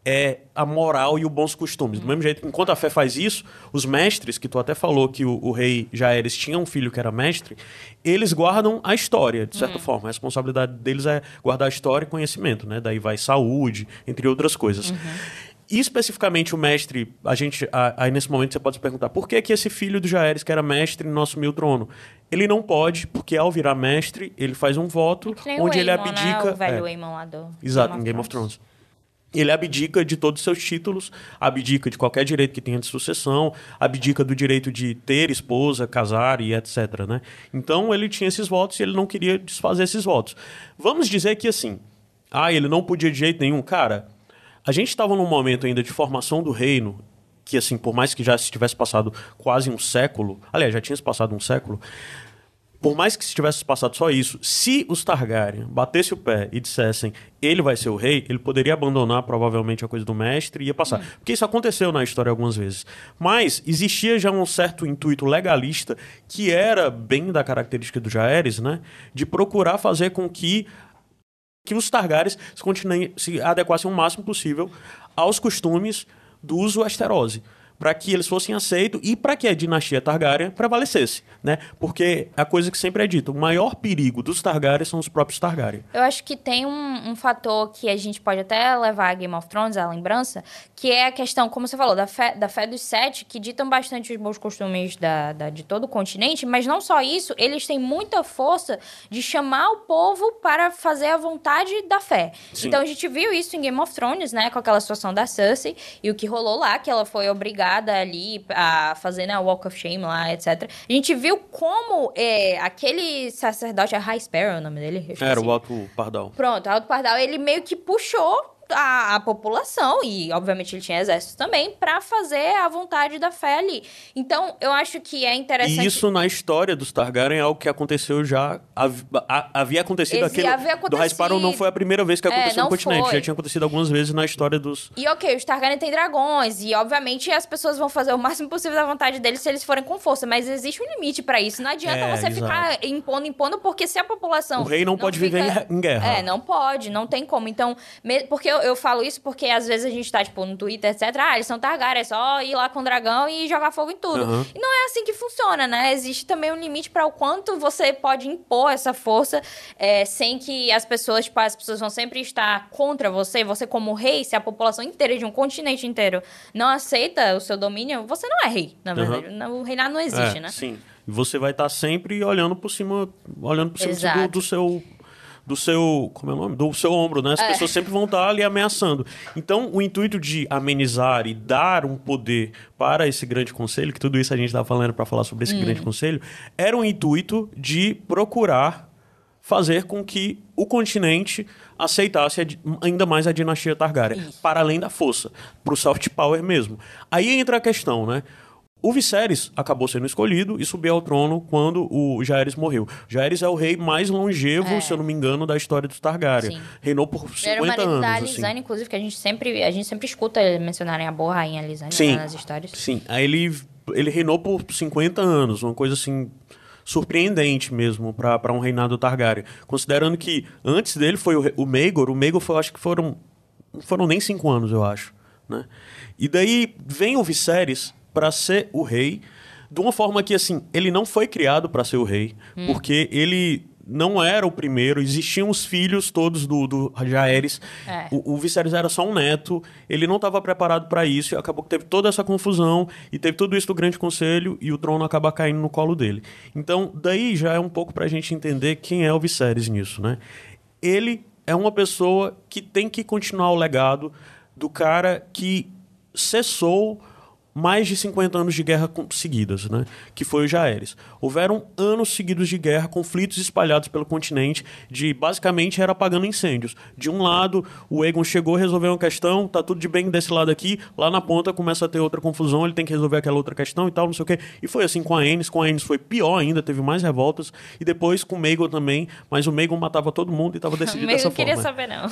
é a moral e os bons costumes. Do mesmo jeito, enquanto a fé faz isso, os mestres, que tu até falou que o, o rei Jaehaerys tinha um filho que era mestre, eles guardam a história, de certa uhum. forma. A responsabilidade deles é guardar a história e conhecimento, né? Daí vai saúde, entre outras coisas. Uhum. E especificamente o mestre, a gente, aí nesse momento você pode se perguntar, por que que esse filho do Jaehaerys, que era mestre, não assumiu o trono? Ele não pode, porque ao virar mestre, ele faz um voto onde ele Aemon, abdica... Né? O velho é, Aemon lá do exato, Game em Game of of Thrones. Ele abdica de todos os seus títulos, abdica de qualquer direito que tenha de sucessão, abdica do direito de ter esposa, casar e etcétera. Né? Então ele tinha esses votos e ele não queria desfazer esses votos. Vamos dizer que assim, ah, ele não podia de jeito nenhum. Cara, a gente estava num momento ainda de formação do reino, que assim, por mais que já se tivesse passado quase um século, aliás, já tinha se passado um século, por mais que se tivesse passado só isso, se os Targaryen batessem o pé e dissessem ele vai ser o rei, ele poderia abandonar provavelmente a coisa do mestre e ia passar. Hum. Porque isso aconteceu na história algumas vezes. Mas existia já um certo intuito legalista que era bem da característica do Jaehaerys, né? De procurar fazer com que, que os Targaryens se, continuem, se adequassem o máximo possível aos costumes do uso Westerosi, para que eles fossem aceitos e para que a dinastia Targaryen prevalecesse, né? Porque a coisa que sempre é dita, o maior perigo dos Targaryen são os próprios Targaryen. Eu acho que tem um, um fator que a gente pode até levar a Game of Thrones, a lembrança, que é a questão, como você falou, da fé, da fé dos sete, que ditam bastante os bons costumes da, da, de todo o continente, mas não só isso, eles têm muita força de chamar o povo para fazer a vontade da fé. Sim. Então a gente viu isso em Game of Thrones, né? Com aquela situação da Cersei e o que rolou lá, que ela foi obrigada ali a fazer, né, a Walk of Shame lá, etcétera. A gente viu como é, aquele sacerdote, é High Sparrow o nome dele? Era o Alto Pardal. Pronto, o Alto Pardal, ele meio que puxou A, a população, e obviamente ele tinha exército também, para fazer a vontade da fé ali. Então, eu acho que é interessante... E isso na história dos Targaryen é algo que aconteceu já... Havia, havia acontecido Esse aquele... havia acontecido. Do High Sparrow não foi a primeira vez que aconteceu é, no continente. foi. Já tinha acontecido algumas vezes na história dos... E ok, os Targaryen têm dragões, e obviamente as pessoas vão fazer o máximo possível da vontade deles se eles forem com força, mas existe um limite para isso. Não adianta é, você exato. ficar impondo, impondo, porque se a população... O rei não, não pode fica... viver em guerra. É, não pode, não tem como. Então, me... porque eu, eu falo isso porque Porque às vezes a gente tá, tipo, no Twitter, etcétera. Ah, eles são Targaryen, é só ir lá com o dragão e jogar fogo em tudo. Uhum. E não é assim que funciona, né? Existe também um limite para o quanto você pode impor essa força é, sem que as pessoas, tipo, as pessoas vão sempre estar contra você. Você como rei, se a população inteira de um continente inteiro não aceita o seu domínio, você não é rei, na verdade. Uhum. O reinado não existe, é, né? Sim. Você vai estar sempre olhando por cima, olhando por cima do, do seu... do seu, como é o nome? Do seu ombro, né? As é. pessoas sempre vão estar ali ameaçando. Então, o intuito de amenizar e dar um poder para esse grande conselho, que tudo isso a gente estava falando para falar sobre esse hum. grande conselho, era um intuito de procurar fazer com que o continente aceitasse ainda mais a dinastia Targaryen, isso. para além da força, para o soft power mesmo. Aí entra a questão, né? O Viserys acabou sendo escolhido e subiu ao trono quando o Jaehaerys morreu. Jaehaerys é o rei mais longevo, é. se eu não me engano, da história dos Targaryen. Sim. Reinou por cinquenta anos. Era o marido da Alysanne, assim. inclusive, que a gente sempre, a gente sempre escuta mencionarem a boa rainha Alysanne sim, nas histórias. Sim, aí ele, ele reinou por cinquenta anos, uma coisa assim... surpreendente mesmo para um reinado Targaryen. Considerando que antes dele foi o, o Maegor, o Maegor foi, acho que foram, não foram nem cinco anos, eu acho. Né? E daí vem o Viserys para ser o rei, de uma forma que, assim, ele não foi criado para ser o rei, hum. porque ele não era o primeiro, existiam os filhos todos do, do Jaehaerys, é. o, o Viserys era só um neto, ele não estava preparado para isso, e acabou que teve toda essa confusão, e teve tudo isso do Grande Conselho, e o trono acaba caindo no colo dele. Então, daí já é um pouco para a gente entender quem é o Viserys nisso, né? Ele é uma pessoa que tem que continuar o legado do cara que cessou mais de cinquenta anos de guerra seguidas, né? Que foi o Jaehaerys. Houveram anos seguidos de guerra, conflitos espalhados pelo continente, de basicamente era apagando incêndios. De um lado, o Aegon chegou, resolveu uma questão, tá tudo de bem desse lado aqui, lá na ponta começa a ter outra confusão, ele tem que resolver aquela outra questão e tal, não sei o quê. E foi assim com a Aenys, com a Aenys foi pior ainda, teve mais revoltas, e depois com o Maegor também, mas o Maegor matava todo mundo e estava decidido dessa forma. O Maegor queria saber, não.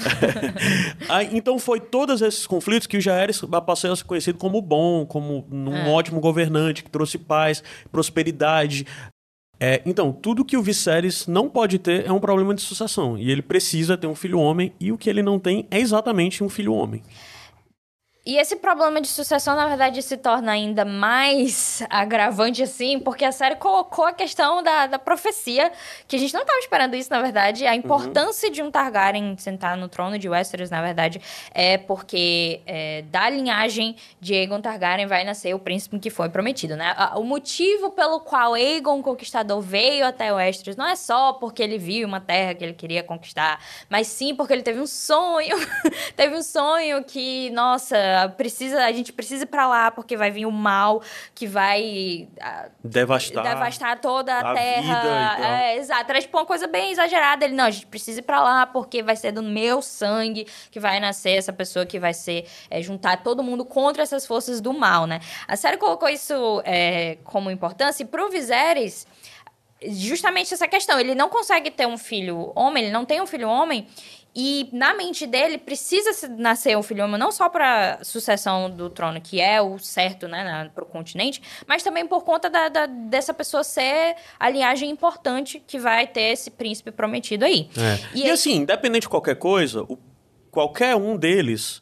Aí, então foi todos esses conflitos que o Jaehaerys passou a ser conhecido como bom, como um é. ótimo governante que trouxe paz, prosperidade. É, então, tudo que o Viserys não pode ter é um problema de sucessão. E ele precisa ter um filho homem, e o que ele não tem é exatamente um filho homem. E esse problema de sucessão, na verdade, se torna ainda mais agravante, assim, porque a série colocou a questão da, da profecia, que a gente não estava esperando isso, na verdade. A importância uhum. de um Targaryen sentar no trono de Westeros, na verdade, é porque é, da linhagem de Aegon Targaryen vai nascer o príncipe que foi prometido, né? O motivo pelo qual Aegon Conquistador veio até Westeros não é só porque ele viu uma terra que ele queria conquistar, mas sim porque ele teve um sonho. Teve um sonho que, nossa... Precisa, a gente precisa ir pra lá, porque vai vir o mal que vai a, devastar, devastar toda a, a terra. Vida e tal. É, exato. Era tipo uma coisa bem exagerada. Ele, não, a gente precisa ir pra lá, porque vai ser do meu sangue que vai nascer essa pessoa que vai ser é, juntar todo mundo contra essas forças do mal, né? A série colocou isso é, como importância, e pro Viserys, justamente essa questão. Ele não consegue ter um filho homem, ele não tem um filho homem. E na mente dele precisa nascer um filho homem, não só para sucessão do trono, que é o certo, né, para o continente, mas também por conta da, da, dessa pessoa ser a linhagem importante que vai ter esse príncipe prometido aí. É. E, e aí... assim, independente de qualquer coisa, o, qualquer um deles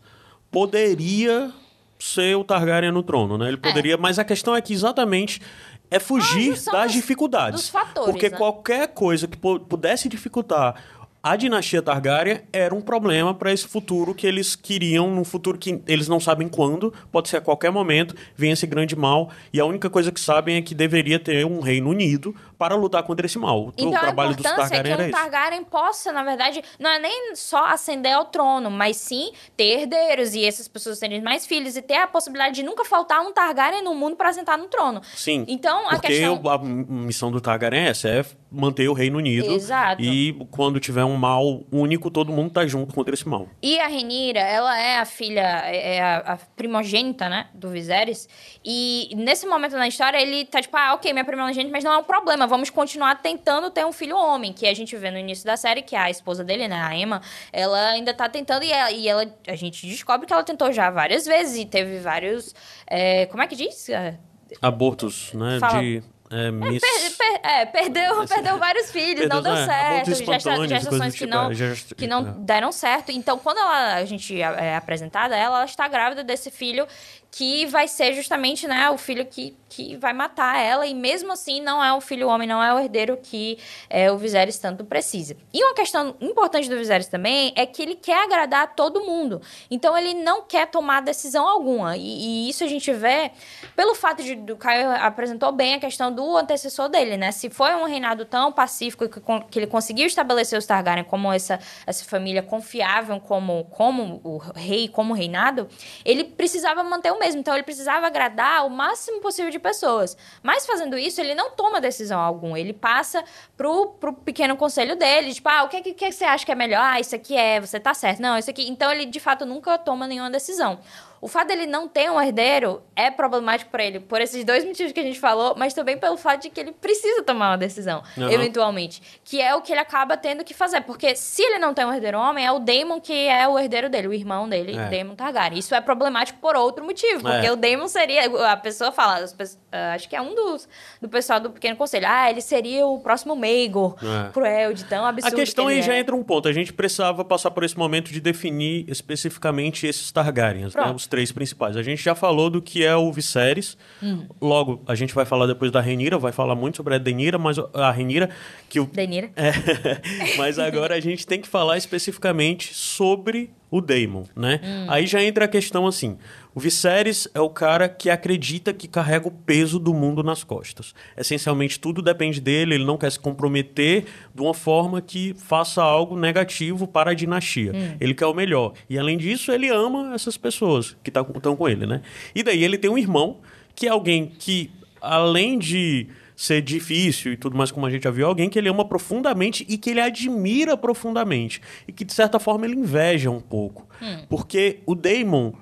poderia ser o Targaryen no trono, né? Ele poderia, é. Mas a questão é que exatamente é fugir ah, das dificuldades. Dos fatores, porque né? qualquer coisa que pudesse dificultar a dinastia Targaryen era um problema para esse futuro que eles queriam, num futuro que eles não sabem quando, pode ser a qualquer momento, vem esse grande mal, e a única coisa que sabem é que deveria ter um reino unido para lutar contra esse mal. Então, o trabalho dos Targaryen é que era um isso. Targaryen possa, na verdade, não é nem só ascender ao trono, mas sim ter herdeiros e essas pessoas terem mais filhos e ter a possibilidade de nunca faltar um Targaryen no mundo para sentar no trono. Sim, então, a porque questão... a missão do Targaryen é essa, é manter o reino unido. Exato. E quando tiver um mal único, todo mundo tá junto contra esse mal. E a Rhaenyra, ela é a filha, é a, a primogênita, né, do Viserys. E nesse momento na história, ele tá tipo, ah, ok, minha primogênita, mas não é um problema, vamos continuar tentando ter um filho homem, que a gente vê no início da série, que é a esposa dele, né, a Aemma, ela ainda tá tentando, e ela, e ela a gente descobre que ela tentou já várias vezes, e teve vários, é, como é que diz? Abortos, né, Fala. de... É, miss... é, per, per, é, perdeu, perdeu vários filhos, perdeu, não deu é, certo, gesta, gestações que não, tipo, que não é. deram certo. Então, quando ela, a gente é apresentada, ela, ela está grávida desse filho que vai ser justamente, né, o filho que, que vai matar ela, e mesmo assim não é o filho homem, não é o herdeiro que é, o Viserys tanto precisa. E uma questão importante do Viserys também é que ele quer agradar todo mundo, então ele não quer tomar decisão alguma, e, e isso a gente vê pelo fato de o Caio apresentou bem a questão do antecessor dele, né, se foi um reinado tão pacífico que, que ele conseguiu estabelecer os Targaryen como essa, essa família confiável, como, como o rei, como o reinado, ele precisava manter o mesmo, então ele precisava agradar o máximo possível de pessoas. Mas fazendo isso, ele não toma decisão alguma, ele passa pro, pro pequeno conselho dele, tipo, ah, o que, que, que você acha que é melhor? Ah, isso aqui é, você tá certo. Não, isso aqui... Então ele, de fato, nunca toma nenhuma decisão. O fato dele não ter um herdeiro é problemático para ele, por esses dois motivos que a gente falou, mas também pelo fato de que ele precisa tomar uma decisão, uhum. eventualmente. Que é o que ele acaba tendo que fazer. Porque se ele não tem um herdeiro homem, é o Daemon que é o herdeiro dele, o irmão dele, é. Daemon Targaryen. Isso é problemático por outro motivo, porque é. o Daemon seria... A pessoa fala, acho que é um dos do pessoal do Pequeno Conselho, ah, ele seria o próximo Maegor, é. cruel, de tão absurdo. A questão que aí ele já é. entra um ponto. A gente precisava passar por esse momento de definir especificamente esses Targaryens, né? Os três principais. A gente já falou do que é o Viserys. Hum. Logo, a gente vai falar depois da Rhaenyra, vai falar muito sobre a Rhaenyra, mas a Rhaenyra... Que o... Rhaenyra. É, mas agora a gente tem que falar especificamente sobre o Daemon, né? Hum. Aí já entra a questão assim... O Viserys é o cara que acredita que carrega o peso do mundo nas costas. Essencialmente, tudo depende dele, ele não quer se comprometer de uma forma que faça algo negativo para a dinastia. Hum. Ele quer o melhor. E, além disso, ele ama essas pessoas que estão com ele, né? E daí ele tem um irmão, que é alguém que, além de ser difícil e tudo mais, como a gente já viu, alguém que ele ama profundamente e que ele admira profundamente. E que, de certa forma, ele inveja um pouco. Hum. Porque o Daemon...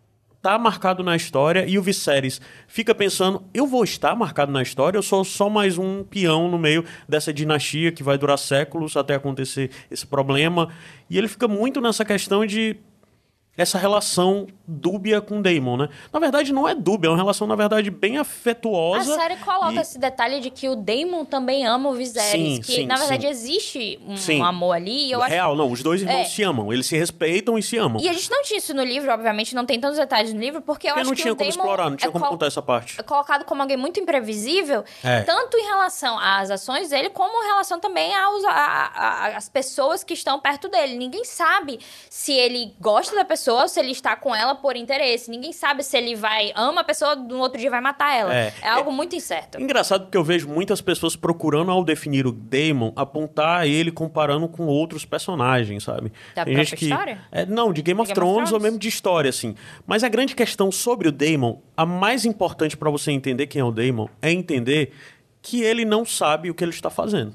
tá marcado na história e o Viserys fica pensando, eu vou estar marcado na história, eu sou só mais um peão no meio dessa dinastia que vai durar séculos até acontecer esse problema. E ele fica muito nessa questão de, essa relação dúbia com Daemon, né? Na verdade, não é dúbia, é uma relação, na verdade, bem afetuosa. A série coloca e... esse detalhe de que o Daemon também ama o Viserys. Sim, que, sim, na verdade, sim. existe um sim. amor ali. Eu Real, acho... não. Os dois irmãos é. se amam. Eles se respeitam e se amam. E a gente não tinha isso no livro, obviamente, não tem tantos detalhes no livro, porque eu porque acho não que tinha o como Daemon explorar, não tinha é como col... contar essa parte. É colocado como alguém muito imprevisível, é. tanto em relação às ações dele, como em relação também aos, a, a, às pessoas que estão perto dele. Ninguém sabe se ele gosta da pessoa ou se ele está com ela por interesse. Ninguém sabe se ele vai ama a pessoa, no outro dia vai matar ela. É, é algo é, muito incerto. Engraçado porque eu vejo muitas pessoas procurando, ao definir o Daemon, apontar ele comparando com outros personagens, sabe? Da Tem própria gente que, história? É, não, de Game, de of, Game Thrones, of Thrones ou mesmo de história, assim. Mas a grande questão sobre o Daemon, a mais importante para você entender quem é o Daemon, é entender que ele não sabe o que ele está fazendo.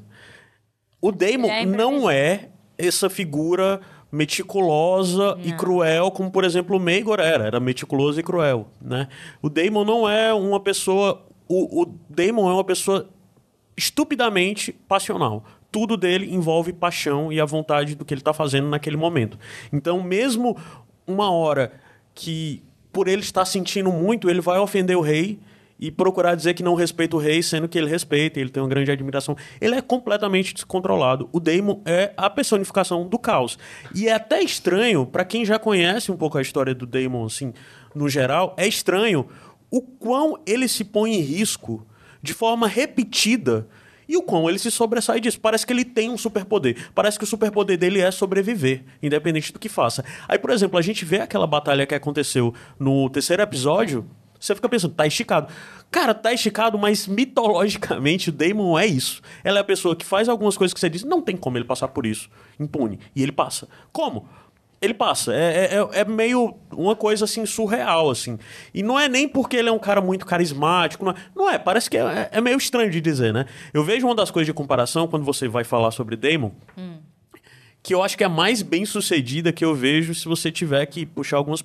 O Daemon é não é essa figura meticulosa não. e cruel, como, por exemplo, o Maegor era. Era meticuloso e cruel, né? O Daemon não é uma pessoa... O, o Daemon é uma pessoa estupidamente passional. Tudo dele envolve paixão e a vontade do que ele está fazendo naquele momento. Então, mesmo uma hora que, por ele estar sentindo muito, ele vai ofender o rei e procurar dizer que não respeita o rei, sendo que ele respeita, ele tem uma grande admiração. Ele é completamente descontrolado. O Daemon é a personificação do caos. E é até estranho, para quem já conhece um pouco a história do Daemon, assim, no geral, é estranho o quão ele se põe em risco de forma repetida e o quão ele se sobressai disso. Parece que ele tem um superpoder. Parece que o superpoder dele é sobreviver, independente do que faça. Aí, por exemplo, a gente vê aquela batalha que aconteceu no terceiro episódio... Você fica pensando, tá esticado. Cara, tá esticado, mas mitologicamente o Daemon é isso. Ela é a pessoa que faz algumas coisas que você diz, não tem como ele passar por isso, impune. E ele passa. Como? Ele passa. É, é, é meio uma coisa assim surreal, assim. E não é nem porque ele é um cara muito carismático. Não é, não é parece que é, é meio estranho de dizer, né? Eu vejo uma das coisas de comparação, quando você vai falar sobre Daemon, hum. que eu acho que é a mais bem sucedida que eu vejo se você tiver que puxar algumas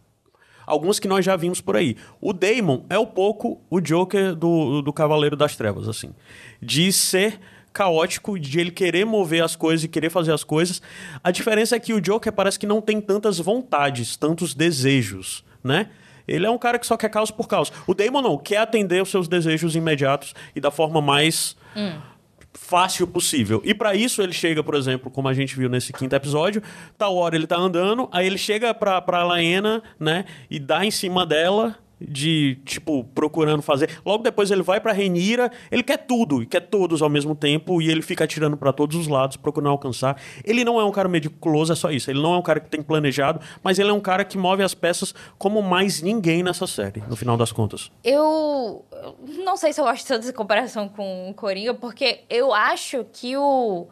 Alguns que nós já vimos por aí. O Daemon é um pouco o Joker do, do Cavaleiro das Trevas, assim. De ser caótico, de ele querer mover as coisas e querer fazer as coisas. A diferença é que o Joker parece que não tem tantas vontades, tantos desejos, né? Ele é um cara que só quer caos por caos. O Daemon não, quer atender os seus desejos imediatos e da forma mais... Hum. fácil possível. E pra isso ele chega, por exemplo, como a gente viu nesse quinto episódio, tal hora ele tá andando, aí ele chega pra, pra Laena, né, e dá em cima dela, de, tipo, procurando fazer. Logo depois ele vai pra Rhaenyra, ele quer tudo, e quer todos ao mesmo tempo, e ele fica atirando pra todos os lados, procurando alcançar. Ele não é um cara meticuloso, é só isso. Ele não é um cara que tem planejado, mas ele é um cara que move as peças como mais ninguém nessa série, no final das contas. Eu não sei se eu gosto tanto dessa comparação com o Coringa, porque eu acho que o,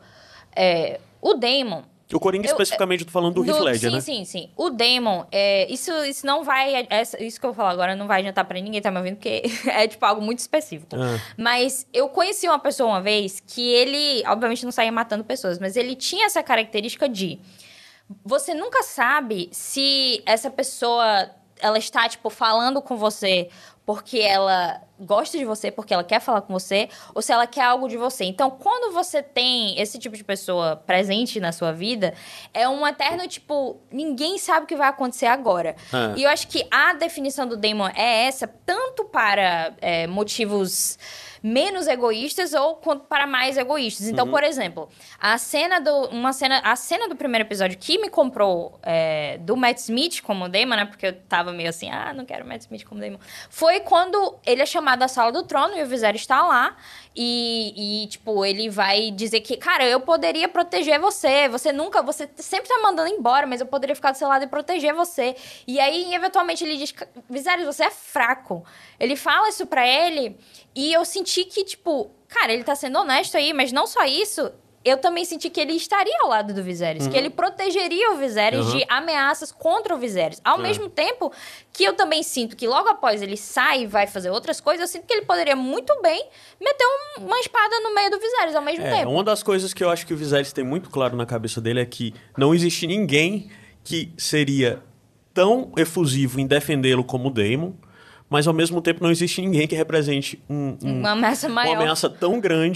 é, o Daemon... O Coringa, eu, especificamente, eu tô falando do, do Heath Ledger, sim, né? Sim, sim, sim. O Daemon, é, isso, isso não vai... Essa, isso que eu vou falar agora não vai adiantar pra ninguém tá me ouvindo, porque é, tipo, algo muito específico. Ah. Mas eu conheci uma pessoa uma vez que ele, obviamente, não saía matando pessoas, mas ele tinha essa característica de... Você nunca sabe se essa pessoa, ela está, tipo, falando com você porque ela gosta de você, porque ela quer falar com você, ou se ela quer algo de você. Então, quando você tem esse tipo de pessoa presente na sua vida, é um eterno, tipo, ninguém sabe o que vai acontecer agora. Ah. E eu acho que a definição do Daemon é essa, tanto para é, motivos menos egoístas ou para mais egoístas. Então, uhum. por exemplo, a cena do uma cena, a cena do primeiro episódio que me comprou é, do Matt Smith como Daemon, né? Porque eu tava meio assim, ah, não quero Matt Smith como Daemon. Foi quando ele é chamado à sala do trono e o Viserys está lá e, e, tipo, ele vai dizer que, cara, eu poderia proteger você, você nunca, você sempre tá mandando embora, mas eu poderia ficar do seu lado e proteger você. E aí, eventualmente, ele diz, Viserys, você é fraco. Ele fala isso pra ele e eu senti que, tipo, cara, ele tá sendo honesto aí, mas não só isso, eu também senti que ele estaria ao lado do Viserys, uhum. que ele protegeria o Viserys uhum. de ameaças contra o Viserys. Ao é. mesmo tempo que eu também sinto que logo após ele sai e vai fazer outras coisas, eu sinto que ele poderia muito bem meter um, uma espada no meio do Viserys ao mesmo é, tempo. Uma das coisas que eu acho que o Viserys tem muito claro na cabeça dele é que não existe ninguém que seria tão efusivo em defendê-lo como o Daemon, mas ao mesmo tempo não existe ninguém que represente um, um, uma ameaça maior. Uma ameaça tão grande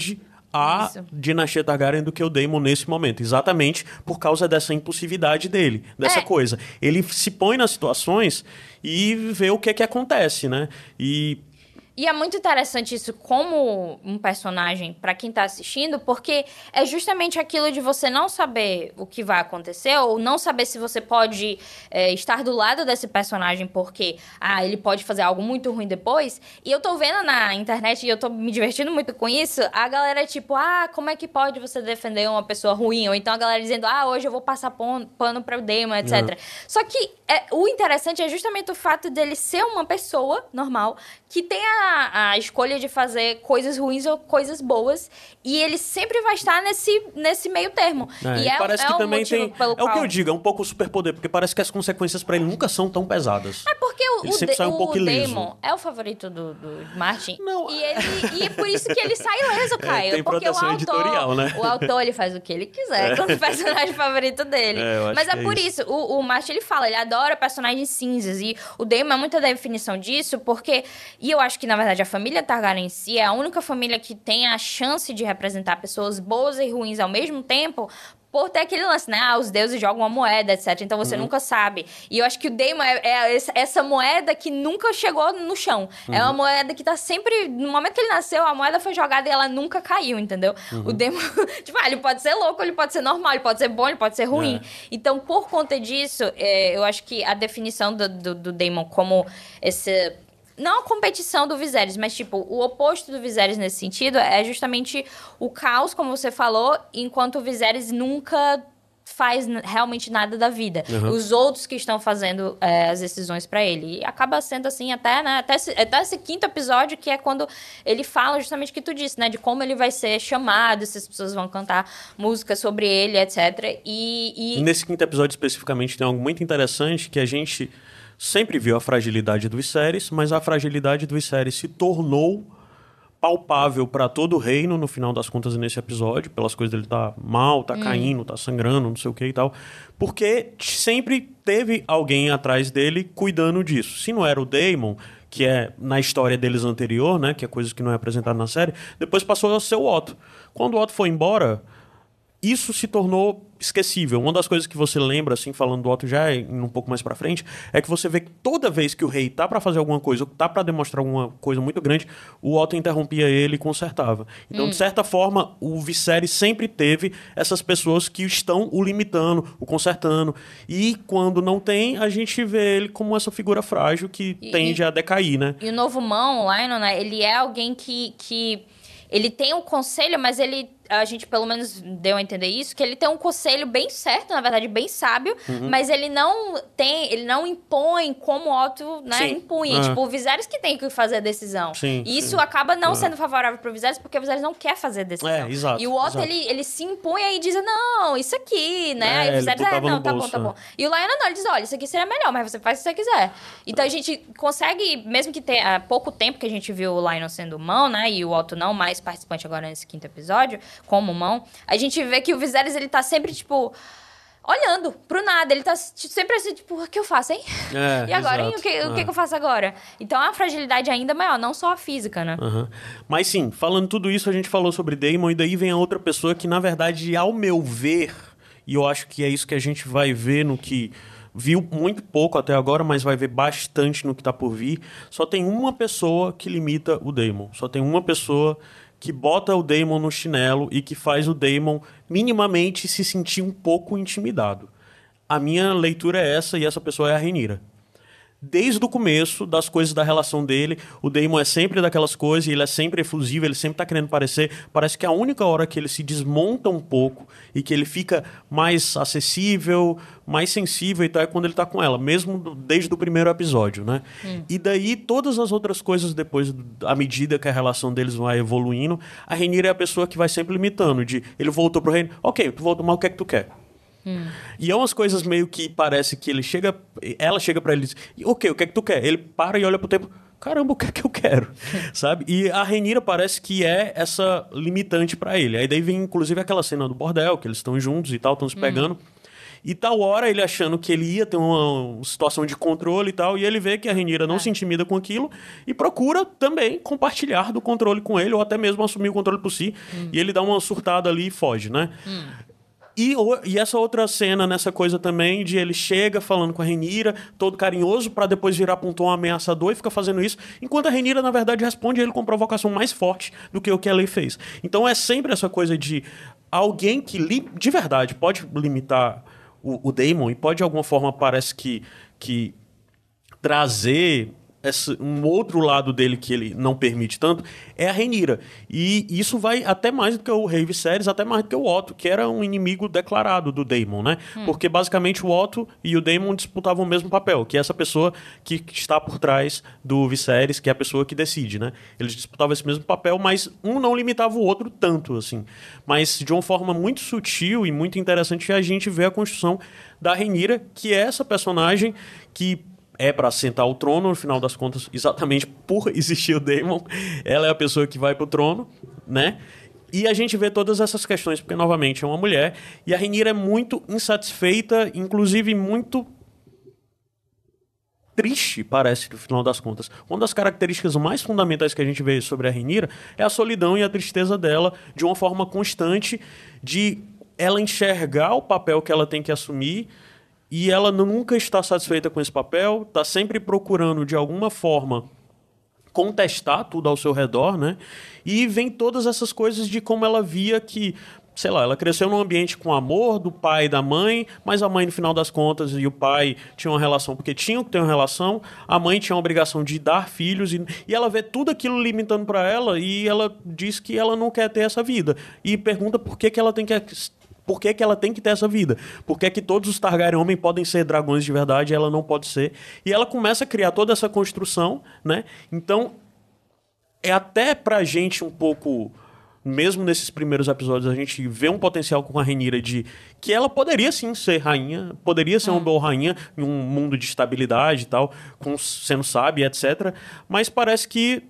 a Isso. dinastia Targaryen do que o Daemon nesse momento. Exatamente por causa dessa impulsividade dele, dessa É. coisa. Ele se põe nas situações e vê o que é que acontece, né? E... E é muito interessante isso como um personagem pra quem tá assistindo, porque é justamente aquilo de você não saber o que vai acontecer, ou não saber se você pode é, estar do lado desse personagem, porque ah, ele pode fazer algo muito ruim depois. E eu tô vendo na internet, e eu tô me divertindo muito com isso, a galera tipo, ah, como é que pode você defender uma pessoa ruim? Ou então a galera dizendo, ah, hoje eu vou passar pano, pano pra o Daemon, etcétera. Uhum. Só que é, o interessante é justamente o fato dele ser uma pessoa normal, que tem a, a escolha de fazer coisas ruins ou coisas boas, e ele sempre vai estar nesse, nesse meio termo. É, e é, parece é que um também motivo tem... pelo É qual... o que eu digo, é um pouco o superpoder, porque parece que as consequências pra ele nunca são tão pesadas. É porque o, ele o, sempre de, sai um o pouco ileso. Daemon é o favorito do, do Martin. Não, e, ele, e é por isso que ele sai ileso, Caio. É, tem porque o proteção autor, editorial, né? o autor, ele faz o que ele quiser É. com o personagem favorito dele. É, eu acho Mas é que é por isso. isso, o, o Martin, ele fala, ele adora personagens cinzas. E o Daemon é muita definição disso, porque... E eu acho que, na verdade, a família Targaryen em si é a única família que tem a chance de representar pessoas boas e ruins ao mesmo tempo, por ter aquele lance, né? Ah, os deuses jogam uma moeda, etcétera. Então você uhum. nunca sabe. E eu acho que o Daemon é, é essa moeda que nunca chegou no chão. Uhum. É uma moeda que tá sempre... No momento que ele nasceu, a moeda foi jogada e ela nunca caiu, entendeu? Uhum. O Daemon... tipo, ah, ele pode ser louco, ele pode ser normal, ele pode ser bom, ele pode ser ruim. É. Então, por conta disso, é, eu acho que a definição do, do, do Daemon como esse... Não a competição do Viserys, mas, tipo, o oposto do Viserys nesse sentido é justamente o caos, como você falou, enquanto o Viserys nunca faz realmente nada da vida. Uhum. Os outros que estão fazendo é, as decisões pra ele. E acaba sendo assim até, né, até esse, até esse quinto episódio, que é quando ele fala justamente o que tu disse, né, de como ele vai ser chamado, se as pessoas vão cantar música sobre ele, etcétera. E, e... Nesse quinto episódio, especificamente, tem algo muito interessante que a gente... sempre viu a fragilidade do Viserys, mas a fragilidade do Viserys se tornou palpável para todo o reino, no final das contas, nesse episódio, pelas coisas dele tá mal, tá hum. caindo, tá sangrando, não sei o que e tal, porque sempre teve alguém atrás dele cuidando disso. Se não era o Daemon, que é na história deles anterior, né, que é coisa que não é apresentada na série, depois passou a ser o Otto. Quando o Otto foi embora, isso se tornou esquecível. Uma das coisas que você lembra, assim, falando do Otto já indo um pouco mais pra frente, é que você vê que toda vez que o rei tá pra fazer alguma coisa, ou tá pra demonstrar alguma coisa muito grande, o Otto interrompia ele e consertava. Então, hum. de certa forma, o Viserys sempre teve essas pessoas que estão o limitando, o consertando. E quando não tem, a gente vê ele como essa figura frágil que e, tende e, a decair, né? E o novo mão, o Lionel, né, ele é alguém que... que... Ele tem um conselho, mas ele... A gente pelo menos deu a entender isso, que ele tem um conselho bem certo, na verdade, bem sábio, uhum. mas ele não tem, ele não impõe como o Otto, né, sim. impunha. Uhum. Tipo, o Viserys que tem que fazer a decisão. Sim, e isso sim. acaba não uhum. sendo favorável pro Viserys, porque o Viserys não quer fazer a decisão. É, exato. E o Otto, exato. ele, ele se impunha e diz, não, isso aqui, né? É, Aí o Viserys, é, não, tá bolso, bom, tá né? bom. E o Lionel não, ele diz, olha, isso aqui seria melhor, mas você faz o que você quiser. Então a gente consegue, mesmo que tenha há pouco tempo que a gente viu o Lionel sendo mão, né, e o Otto não mais participante agora nesse quinto episódio, como mão, a gente vê que o Viserys, ele tá sempre, tipo, olhando pro nada. Ele tá sempre assim, tipo, o que eu faço, hein? É, e agora, exato. hein? O, que, é. o que, que eu faço agora? Então, é uma fragilidade ainda maior, não só a física, né? Uhum. Mas sim, falando tudo isso, a gente falou sobre Daemon, e daí vem a outra pessoa que, na verdade, ao meu ver, e eu acho que é isso que a gente vai ver no que... Viu muito pouco até agora, mas vai ver bastante no que tá por vir. Só tem uma pessoa que limita o Daemon. Só tem uma pessoa que bota o Daemon no chinelo e que faz o Daemon minimamente se sentir um pouco intimidado. A minha leitura é essa, e essa pessoa é a Rhaenyra. Desde o começo das coisas da relação dele, o Daemon é sempre daquelas coisas, ele é sempre efusivo, ele sempre tá querendo parecer. Parece que a única hora que ele se desmonta um pouco e que ele fica mais acessível, mais sensível e tal, é quando ele tá com ela, mesmo desde o primeiro episódio, né? Hum. E daí, todas as outras coisas depois, à medida que a relação deles vai evoluindo, a Rhaenyra é a pessoa que vai sempre limitando, de ele voltou pro reino, ok, tu voltou, mas o que é que tu quer? Hum. E é umas coisas meio que parece que ele chega, ela chega pra ele e diz, ok, o que é que tu quer? Ele para e olha pro tempo, caramba, o que é que eu quero? Sabe? E a Rhaenyra parece que é essa limitante pra ele. Aí daí vem inclusive aquela cena do bordel, que eles estão juntos e tal, estão se pegando. Hum. E tal hora ele achando que ele ia ter uma situação de controle e tal, e ele vê que a Rhaenyra não é. se intimida com aquilo e procura também compartilhar do controle com ele, ou até mesmo assumir o controle por si. Hum. E ele dá uma surtada ali e foge, né? Hum. E, e essa outra cena, nessa coisa também, de ele chega falando com a Rhaenyra, todo carinhoso, pra depois virar pra um tom ameaçador e fica fazendo isso, enquanto a Rhaenyra, na verdade, responde ele com provocação mais forte do que o que a Lei fez. Então é sempre essa coisa de alguém que, li, de verdade, pode limitar o, o Daemon e pode, de alguma forma, parece que, que trazer... Esse, um outro lado dele que ele não permite tanto é a Rhaenyra. E isso vai até mais do que o Rei Viserys, até mais do que o Otto, que era um inimigo declarado do Daemon, né? Hum. Porque basicamente o Otto e o Daemon disputavam o mesmo papel, que é essa pessoa que está por trás do Viserys, que é a pessoa que decide, né? Eles disputavam esse mesmo papel, mas um não limitava o outro tanto, assim. Mas de uma forma muito sutil e muito interessante a gente vê a construção da Rhaenyra, que é essa personagem que é para assentar o trono, no final das contas, exatamente por existir o Daemon. Ela é a pessoa que vai pro trono, né? E a gente vê todas essas questões, porque, novamente, é uma mulher. E a Rhaenyra é muito insatisfeita, inclusive muito triste, parece, no final das contas. Uma das características mais fundamentais que a gente vê sobre a Rhaenyra é a solidão e a tristeza dela, de uma forma constante, de ela enxergar o papel que ela tem que assumir. E ela nunca está satisfeita com esse papel, está sempre procurando, de alguma forma, contestar tudo ao seu redor, né? E vem todas essas coisas de como ela via que, sei lá, ela cresceu num ambiente com amor do pai e da mãe, mas a mãe, no final das contas, e o pai tinham uma relação porque tinham que ter uma relação, a mãe tinha a obrigação de dar filhos, e, e ela vê tudo aquilo limitando para ela, e ela diz que ela não quer ter essa vida. E pergunta por que, que ela tem que... Por que, que ela tem que ter essa vida? Por que, que todos os Targaryen homens podem ser dragões de verdade e ela não pode ser? E ela começa a criar toda essa construção, né? Então, é até pra gente um pouco... Mesmo nesses primeiros episódios, a gente vê um potencial com a Rhaenyra de que ela poderia sim ser rainha, poderia ser hum. uma boa rainha em um mundo de estabilidade e tal, com, sendo sábia, etcétera. Mas parece que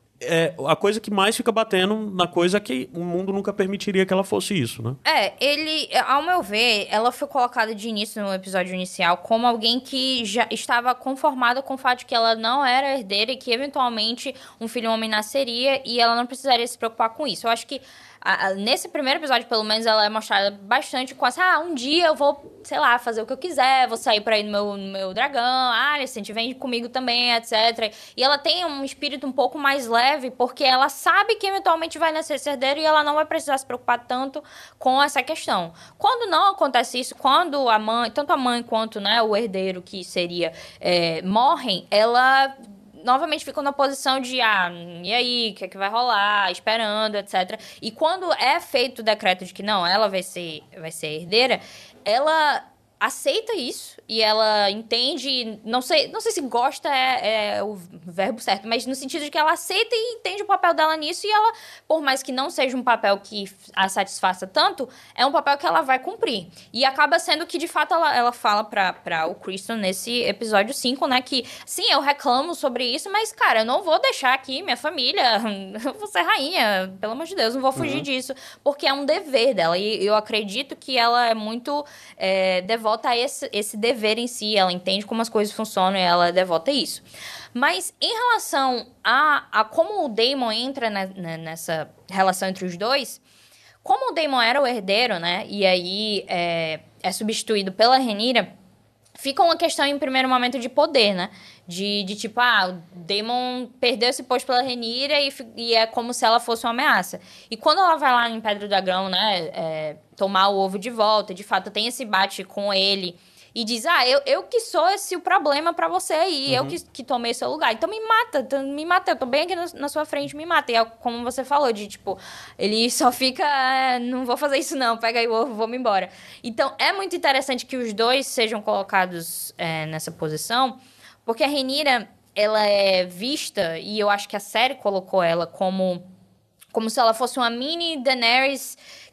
é, a coisa que mais fica batendo na coisa é que o mundo nunca permitiria que ela fosse isso, né? É, ele, ao meu ver, ela foi colocada de início no episódio inicial como alguém que já estava conformada com o fato de que ela não era herdeira e que eventualmente um filho homem nasceria e ela não precisaria se preocupar com isso. Eu acho que A, a, nesse primeiro episódio, pelo menos, ela é mostrada bastante com essa... Ah, um dia eu vou, sei lá, fazer o que eu quiser, vou sair por aí no meu, no meu dragão, ah, Alicent, vem comigo também, etcétera. E ela tem um espírito um pouco mais leve, porque ela sabe que eventualmente vai nascer esse herdeiro e ela não vai precisar se preocupar tanto com essa questão. Quando não acontece isso, quando a mãe, tanto a mãe quanto, né, o herdeiro, que seria, é, morrem, ela... novamente ficam na posição de, ah, e aí, o que é que vai rolar, esperando, etcétera. E quando é feito o decreto de que não, ela vai ser, vai ser herdeira, ela aceita isso e ela entende, não sei, não sei se gosta é, é o verbo certo, mas no sentido de que ela aceita e entende o papel dela nisso e ela, por mais que não seja um papel que a satisfaça tanto, é um papel que ela vai cumprir. E acaba sendo que, de fato, ela, ela fala pra, pra o Criston nesse episódio cinco, né, que, sim, eu reclamo sobre isso, mas, cara, eu não vou deixar aqui minha família, eu vou ser rainha, pelo amor de Deus, não vou fugir uhum. disso, porque é um dever dela, e eu acredito que ela é muito é, devota a esse, esse dever em si, ela entende como as coisas funcionam e ela é devota a isso. Mas em relação a, a como o Daemon entra na, na, nessa relação entre os dois, como o Daemon era o herdeiro, né, e aí é, é substituído pela Rhaenyra, fica uma questão em primeiro momento de poder, né? De, de tipo, ah, o Daemon perdeu esse posto pela Rhaenyra e, e é como se ela fosse uma ameaça. E quando ela vai lá em Pedra do Dragão, né, é, tomar o ovo de volta, de fato tem esse bate com ele e diz, ah, eu, eu que sou esse o problema pra você aí, uhum. eu que, que tomei seu lugar. Então me mata, me mata, eu tô bem aqui na, na sua frente, me mata. E é como você falou, de tipo, ele só fica, ah, não vou fazer isso não, pega aí o ovo, vou-me embora. Então é muito interessante que os dois sejam colocados é, nessa posição, porque a Rhaenyra, ela é vista, e eu acho que a série colocou ela como, como se ela fosse uma mini Daenerys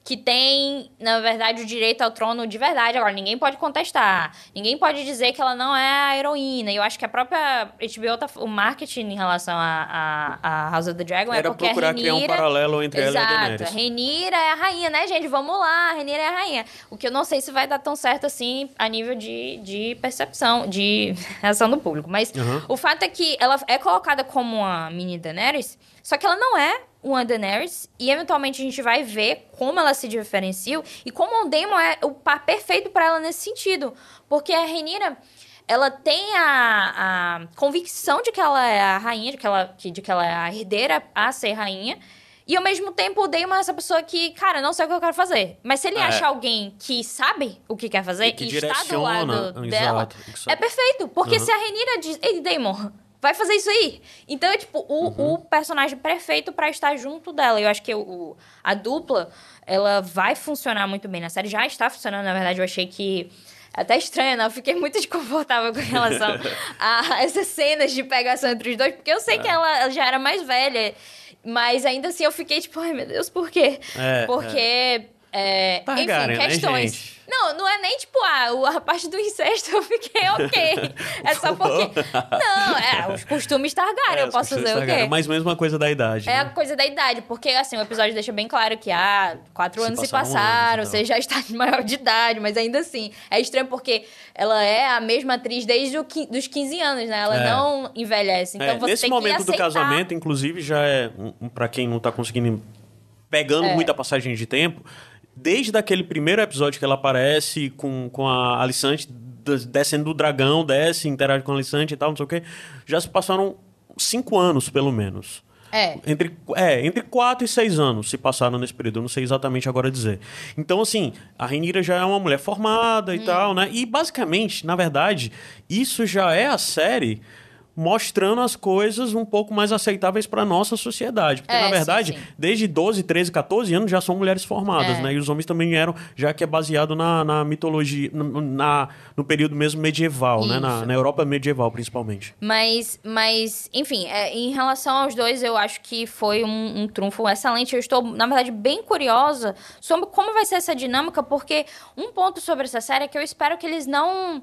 que tem, na verdade, o direito ao trono de verdade. Agora, ninguém pode contestar. Ninguém pode dizer que ela não é a heroína. E eu acho que a própria H B O, tá, o marketing em relação a, a, a House of the Dragon Era é porque procurar a Rhaenyra... criar um paralelo entre Exato, ela e a Daenerys. a Rhaenyra é a rainha, né, gente? Vamos lá, a Rhaenyra é a rainha. O que eu não sei se vai dar tão certo assim a nível de, de percepção, de reação do público. Mas uhum. o fato é que ela é colocada como uma mini Daenerys, só que ela não é uma Daenerys, e eventualmente a gente vai ver como ela se diferencia e como o Daemon é o par perfeito para ela nesse sentido. Porque a Rhaenyra, ela tem a, a convicção de que ela é a rainha, de que ela, de que ela é a herdeira a ser rainha, e ao mesmo tempo o Daemon é essa pessoa que, cara, não sei o que eu quero fazer. Mas se ele é. achar alguém que sabe o que quer fazer e, que e está do lado exato, dela, é perfeito. Porque uhum. se a Rhaenyra diz, ei, Daemon, vai fazer isso aí. Então, é tipo, o, uhum. o personagem perfeito pra estar junto dela. Eu acho que o, a dupla, ela vai funcionar muito bem na série. Já está funcionando, na verdade. Eu achei que... Até estranho, né? Eu fiquei muito desconfortável com relação a essas cenas de pegação entre os dois. Porque eu sei é. que ela, ela já era mais velha. Mas ainda assim, eu fiquei tipo... Ai, meu Deus, por quê? É, porque... É. É, Targaryen, enfim, questões. Né, gente? Não, não é nem tipo, ah, a parte do incesto eu fiquei ok. É só porque... Não, é os costumes Targaryen, é, eu posso dizer o quê? Mas mesmo a coisa da idade. É né? a coisa da idade, porque assim, o episódio deixa bem claro que, ah, quatro se anos se passaram, anos, então. Você já está maior de idade, mas ainda assim, é estranho porque ela é a mesma atriz desde os quinze anos, né? Ela é. não envelhece, então é, você nesse tem momento que aceitar... do casamento, inclusive, já é, um, pra quem não tá conseguindo, pegando é. muita passagem de tempo... Desde aquele primeiro episódio que ela aparece com, com a Alicante descendo do dragão, desce, interage com a Alicante e tal, não sei o quê, já se passaram cinco anos, pelo menos. É. Entre, é, entre quatro e seis anos se passaram nesse período, eu não sei exatamente agora dizer. Então, assim, a Rhaenyra já é uma mulher formada e hum. tal, né? E, basicamente, na verdade, isso já é a série... mostrando as coisas um pouco mais aceitáveis para nossa sociedade. Porque, é, na verdade, sim, sim. desde doze, treze, catorze anos já são mulheres formadas, é. né? E os homens também eram, já que é baseado na, na mitologia, no, na, no período mesmo medieval, Isso. né? Na, na Europa medieval, principalmente. Mas, mas enfim, é, em relação aos dois, eu acho que foi um, um trunfo excelente. Eu estou, na verdade, bem curiosa sobre como vai ser essa dinâmica, porque um ponto sobre essa série é que eu espero que eles não...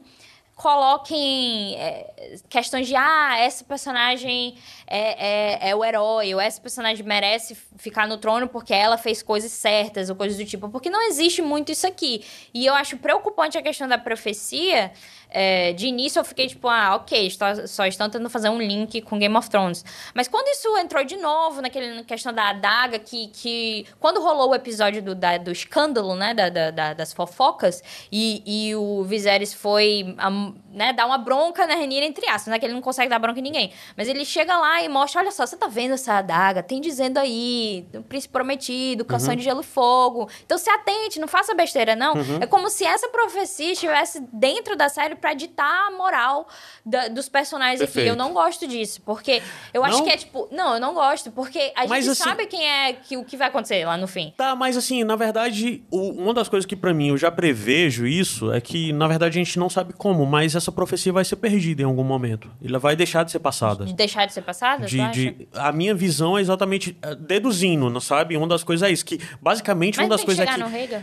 coloquem é, questões de ah, essa personagem é, é, é o herói, ou essa personagem merece ficar no trono porque ela fez coisas certas, ou coisas do tipo, porque não existe muito isso aqui. E eu acho preocupante a questão da profecia. É, de início eu fiquei tipo, ah, ok, só, só estão tentando fazer um link com Game of Thrones. Mas quando isso entrou de novo, naquela questão da adaga, que, que quando rolou o episódio do, da, do escândalo, né, da, da, das fofocas, e, e o Viserys foi, um, né, dar uma bronca na Rhaenyra, entre aspas, né, que ele não consegue dar bronca em ninguém. Mas ele chega lá e mostra, olha só, você tá vendo essa adaga? Tem dizendo aí, o príncipe prometido, canção uhum. de gelo e fogo. Então se atente, não faça besteira, não. Uhum. É como se essa profecia estivesse dentro da série pra ditar a moral da, dos personagens Perfeito. aqui. Eu não gosto disso, porque eu não? acho que é tipo... Não, eu não gosto, porque a mas, gente assim, sabe quem é, que, o que vai acontecer lá no fim. Tá, mas assim, na verdade, o, uma das coisas que pra mim eu já prevejo isso é que, na verdade, a gente não sabe como, mas essa profecia vai ser perdida em algum momento. Ela vai deixar de ser passada. De deixar de ser passada? De, de, a minha visão é exatamente deduzindo, não sabe? Uma das coisas é isso, que basicamente mas uma das tem coisas que é chegar que... no Rhaegar?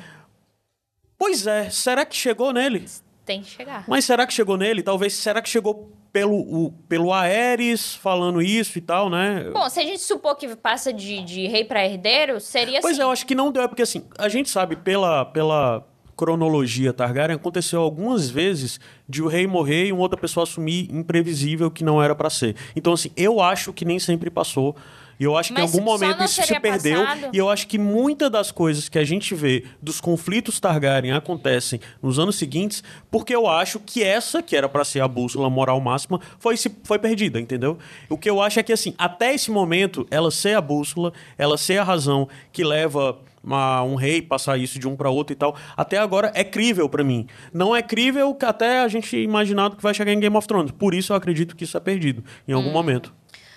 Pois é, será que chegou nele? Tem que chegar. Mas será que chegou nele? Talvez, será que chegou pelo, o, pelo Aerys falando isso e tal, né? Bom, se a gente supor que passa de, de rei pra herdeiro, seria Pois assim. é, eu acho que não deu, porque assim, a gente sabe pela, pela cronologia Targaryen, aconteceu algumas vezes de o rei morrer e uma outra pessoa assumir imprevisível que não era pra ser. Então assim, eu acho que nem sempre passou. E eu acho que Mas em algum momento isso se perdeu. Passado? E eu acho que muitas das coisas que a gente vê dos conflitos Targaryen acontecem nos anos seguintes, porque eu acho que essa, que era pra ser a bússola moral máxima, foi, foi perdida, entendeu? O que eu acho é que, assim, até esse momento, ela ser a bússola, ela ser a razão que leva... Uma, um rei passar isso de um para outro e tal, até agora é crível para mim. Não é crível que até a gente imaginado que vai chegar em Game of Thrones. Por isso eu acredito que isso é perdido em algum hum. momento.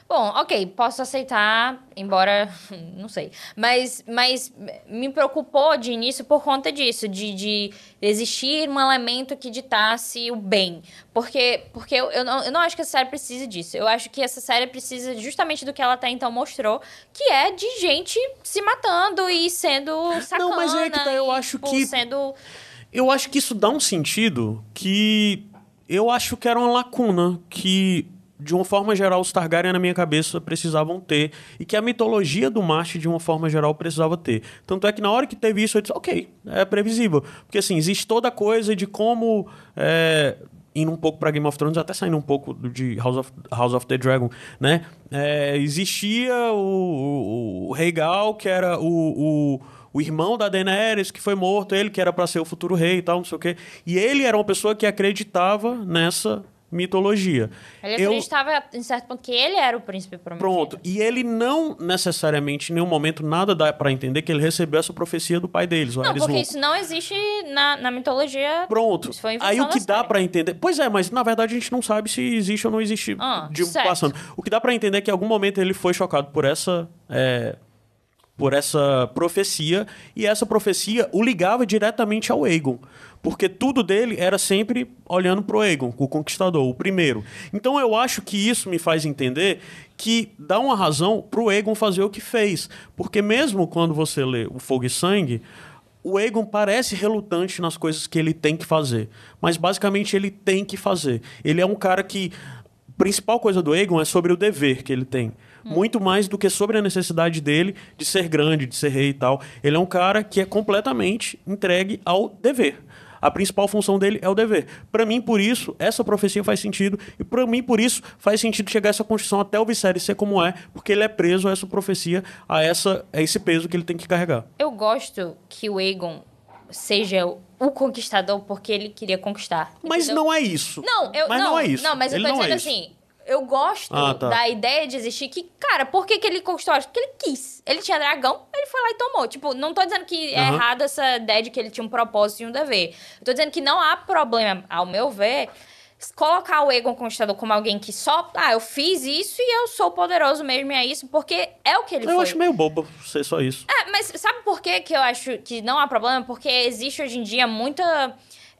Bom, ok, posso aceitar, embora, não sei. Mas, mas me preocupou de início por conta disso, de, de existir um elemento que ditasse o bem. Porque, porque eu, eu, não, eu não acho que essa série precise disso. Eu acho que essa série precisa justamente do que ela até então mostrou, que é de gente se matando e sendo sacana. Não, mas é que tá, eu e, acho tipo, que... sendo... Eu acho que isso dá um sentido que... Eu acho que era uma lacuna que... de uma forma geral, os Targaryen, na minha cabeça, precisavam ter. E que a mitologia do Martin, de uma forma geral, precisava ter. Tanto é que na hora que teve isso, eu disse, ok, é previsível. Porque, assim, existe toda a coisa de como... É, indo um pouco para Game of Thrones, até saindo um pouco de House of, House of the Dragon, né? É, existia o, o, o Rhaegal, que era o... o O irmão da Daenerys, que foi morto, ele que era para ser o futuro rei e tal, não sei o quê. E ele era uma pessoa que acreditava nessa mitologia. Ele acreditava, eu... em certo ponto, que ele era o príncipe prometido. Pronto. E ele não, necessariamente, em nenhum momento, nada dá para entender que ele recebeu essa profecia do pai deles, o Não, Aerys porque Louco. isso não existe na, na mitologia. Pronto. Isso foi Aí o que dá série. para entender... Pois é, mas na verdade a gente não sabe se existe ou não existe Ah, de certo. passando. O que dá para entender é que em algum momento ele foi chocado por essa... É... por essa profecia, e essa profecia o ligava diretamente ao Aegon, porque tudo dele era sempre olhando pro Aegon, o Conquistador, o primeiro. Então eu acho que isso me faz entender que dá uma razão pro Aegon fazer o que fez, porque mesmo quando você lê o Fogo e Sangue, o Aegon parece relutante nas coisas que ele tem que fazer, mas basicamente ele tem que fazer. Ele é um cara que... A principal coisa do Aegon é sobre o dever que ele tem. Muito mais do que sobre a necessidade dele de ser grande, de ser rei e tal. Ele é um cara que é completamente entregue ao dever. A principal função dele é o dever. Para mim, por isso, essa profecia faz sentido. E para mim, por isso, faz sentido chegar a essa construção até o Viserys ser como é, porque ele é preso a essa profecia, a, essa, a esse peso que ele tem que carregar. Eu gosto que o Aegon seja o conquistador porque ele queria conquistar. Mas entendeu? não é isso. Não, eu mas não, não é isso. Não, mas eu ele tô não dizendo é isso. assim, eu gosto Ah, tá. da ideia de existir que, cara, por que, que ele conquistou? Porque ele quis. Ele tinha dragão, ele foi lá e tomou. Tipo, não tô dizendo que é Uhum. errado essa ideia de que ele tinha um propósito e um dever. Eu tô dizendo que não há problema, ao meu ver, colocar o Aegon Conquistador como alguém que só... Ah, eu fiz isso e eu sou poderoso mesmo e é isso, porque é o que ele Eu foi. acho meio bobo ser só isso. É, mas sabe por que que eu acho que não há problema? Porque existe hoje em dia muita...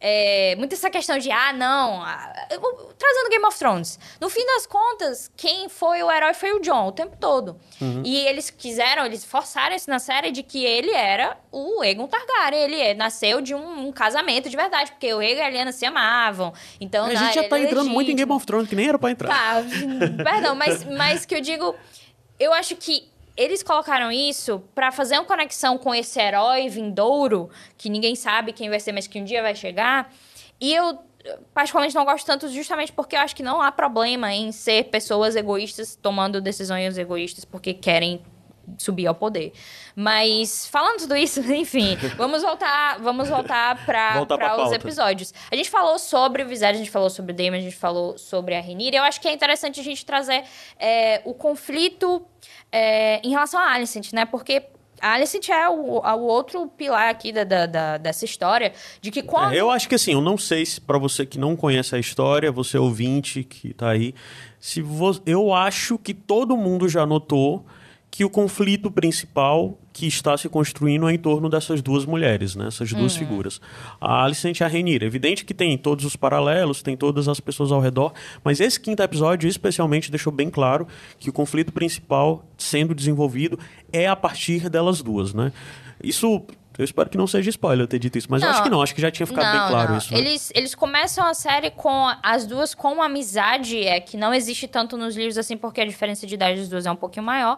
É, muita essa questão de, ah, não... Ah, eu vou- trazendo Game of Thrones. No fim das contas, quem foi o herói foi o Jon, o tempo todo. Uhum. E eles quiseram, eles forçaram isso na série de que ele era o Aegon Targaryen. Ele é- nasceu de um, um casamento de verdade, porque o Aegon e a Lyanna se amavam. Então, a né, gente já ele tá é entrando muito em legítimo. Game of Thrones, que nem era pra entrar. Tá, perdão, mas, mas que eu digo... Eu acho que eles colocaram isso pra fazer uma conexão com esse herói vindouro, que ninguém sabe quem vai ser, mas que um dia vai chegar. E eu, particularmente, não gosto tanto justamente porque eu acho que não há problema em ser pessoas egoístas tomando decisões egoístas porque querem subir ao poder. Mas, falando tudo isso, enfim, vamos voltar, vamos voltar para Voltar pra os pauta. episódios. A gente falou sobre o Viserys, a gente falou sobre o Daemon, a gente falou sobre a Rhaenyra. Eu acho que é interessante a gente trazer é, o conflito é, em relação a Alicent, né? Porque a Alicent é o, o outro pilar aqui da, da, da- dessa história, de que quando... É, eu acho que assim, eu não sei se pra você que não conhece a história, você ouvinte que tá aí, se vo... eu acho que todo mundo já notou que o conflito principal que está se construindo é em torno dessas duas mulheres, né? Essas duas figuras. A Alicent e a Rhaenyra. Evidente que tem todos os paralelos, tem todas as pessoas ao redor, mas esse quinto episódio especialmente deixou bem claro que o conflito principal sendo desenvolvido é a partir delas duas, né? Isso... Eu espero que não seja spoiler eu ter dito isso, mas eu Não. acho que não, acho que já tinha ficado Não, bem claro não. isso. Né? Eles, eles começam a série com as duas com uma amizade é, que não existe tanto nos livros assim, porque a diferença de idade das duas é um pouquinho maior.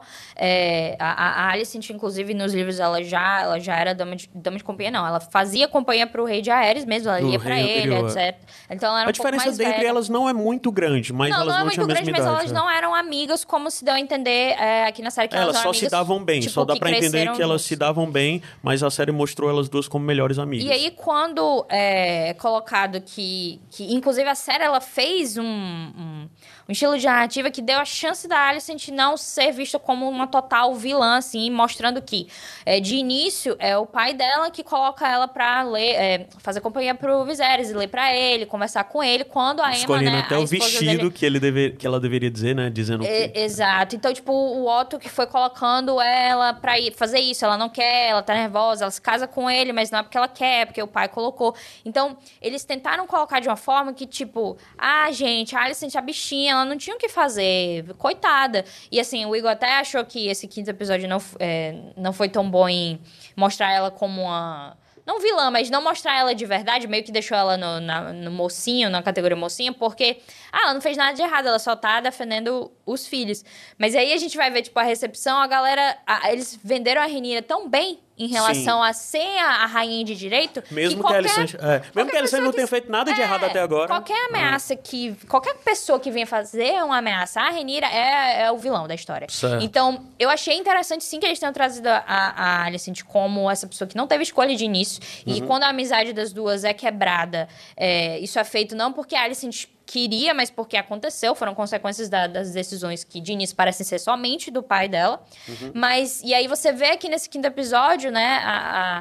É, a, a Alicent, inclusive, nos livros, ela já, ela já era dama de, dama de companhia, não. Ela fazia companhia pro rei de Aerys mesmo, ela Do ia pra rei ele, anterior, etcétera. Então ela era A um pouco diferença mais dentre velha. elas não é muito grande, mas Não, elas não não, é tinham muito a mesma grande, mas idade. elas é. não eram amigas como se deu a entender é, aqui na série, que elas, Elas eram só se amigas, davam bem, tipo, só dá que pra entender cresceram que elas juntos. se davam bem, mas a série mostrou elas duas como melhores amigas. E aí, quando é colocado que, que... Inclusive, a série, ela fez um, um, um estilo de narrativa que deu a chance da Alicent não ser vista como uma total vilã, assim, mostrando que, é, de início, é o pai dela que coloca ela pra ler, é, fazer companhia pro Viserys, ler pra ele, conversar com ele, quando a Aemma, escolhendo né, até a o esposa vestido dele... que, ele deve, que ela deveria dizer, né, dizendo É, que... Exato. Então, tipo, o Otto que foi colocando ela pra ir fazer isso, ela não quer, ela tá nervosa, ela se casa com ele, mas não é porque ela quer, é porque o pai colocou. Então, eles tentaram colocar de uma forma que, tipo, ah, gente, a Alicent, a bichinha, ela não tinha o que fazer, coitada. E, assim, o Igor até achou que esse quinto episódio não, é, não foi tão bom em mostrar ela como uma... Não vilã, mas não mostrar ela de verdade, meio que deixou ela no, na, no mocinho, na categoria mocinho, porque, ah, ela não fez nada de errado, ela só tá defendendo os filhos. Mas aí a gente vai ver, tipo, a recepção, a galera, a, eles venderam a Rhaenyra tão bem em relação Sim. a ser a, a rainha de direito... Mesmo que, que a Alicent, é, mesmo que a Alicent não tenha feito nada de é, errado até agora. Qualquer ameaça ah. que... Qualquer pessoa que venha fazer uma ameaça a Rhaenyra é, é o vilão da história. Certo. Então, eu achei interessante, sim, que eles tenham trazido a, a Alicent como essa pessoa que não teve escolha de início. Uhum. E quando a amizade das duas é quebrada, é, isso é feito não porque a Alicent queria, mas porque aconteceu, foram consequências da, das decisões que de início parecem ser somente do pai dela. Uhum. Mas, e aí você vê aqui nesse quinto episódio, né, a... a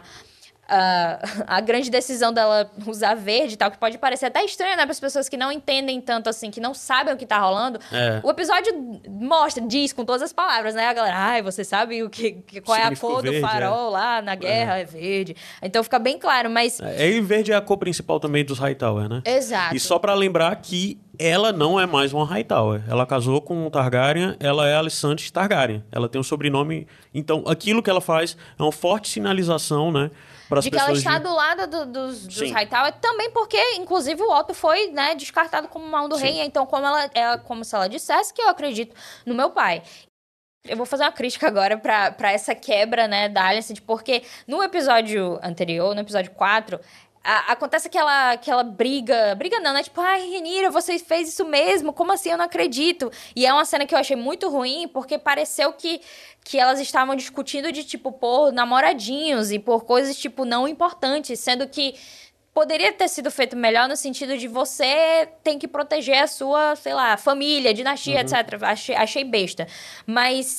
A, a grande decisão dela usar verde e tal, que pode parecer até estranho, né, para as pessoas que não entendem tanto assim, que não sabem o que tá rolando. É. O episódio mostra, diz com todas as palavras, né, a galera, ai, você sabe o que, que qual é a cor verde, do farol é. lá na guerra, é. é verde. Então fica bem claro, mas... É, e verde é a cor principal também dos Hightower, né? Exato. E só para lembrar que ela não é mais uma Hightower. Ela casou com um Targaryen, ela é Alicent Targaryen. Ela tem um sobrenome... Então, aquilo que ela faz é uma forte sinalização, né? De que ela está de... do lado do, dos, dos Hightower, também porque, inclusive, o Otto foi, né, descartado como mão do Sim. rei. Então, como, ela, é como se ela dissesse que eu acredito no meu pai. Eu vou fazer uma crítica agora pra, pra essa quebra, né, da Alicent, porque no episódio anterior, no episódio quatro... A, acontece aquela, aquela briga... Briga não, né? Tipo, ai, Rhaenyra, você fez isso mesmo? Como assim? Eu não acredito. E é uma cena que eu achei muito ruim, porque pareceu que, que elas estavam discutindo de, tipo, por namoradinhos e por coisas, tipo, não importantes. Sendo que poderia ter sido feito melhor no sentido de você tem que proteger a sua, sei lá, família, dinastia, uhum. etcétera. Achei, achei besta. Mas...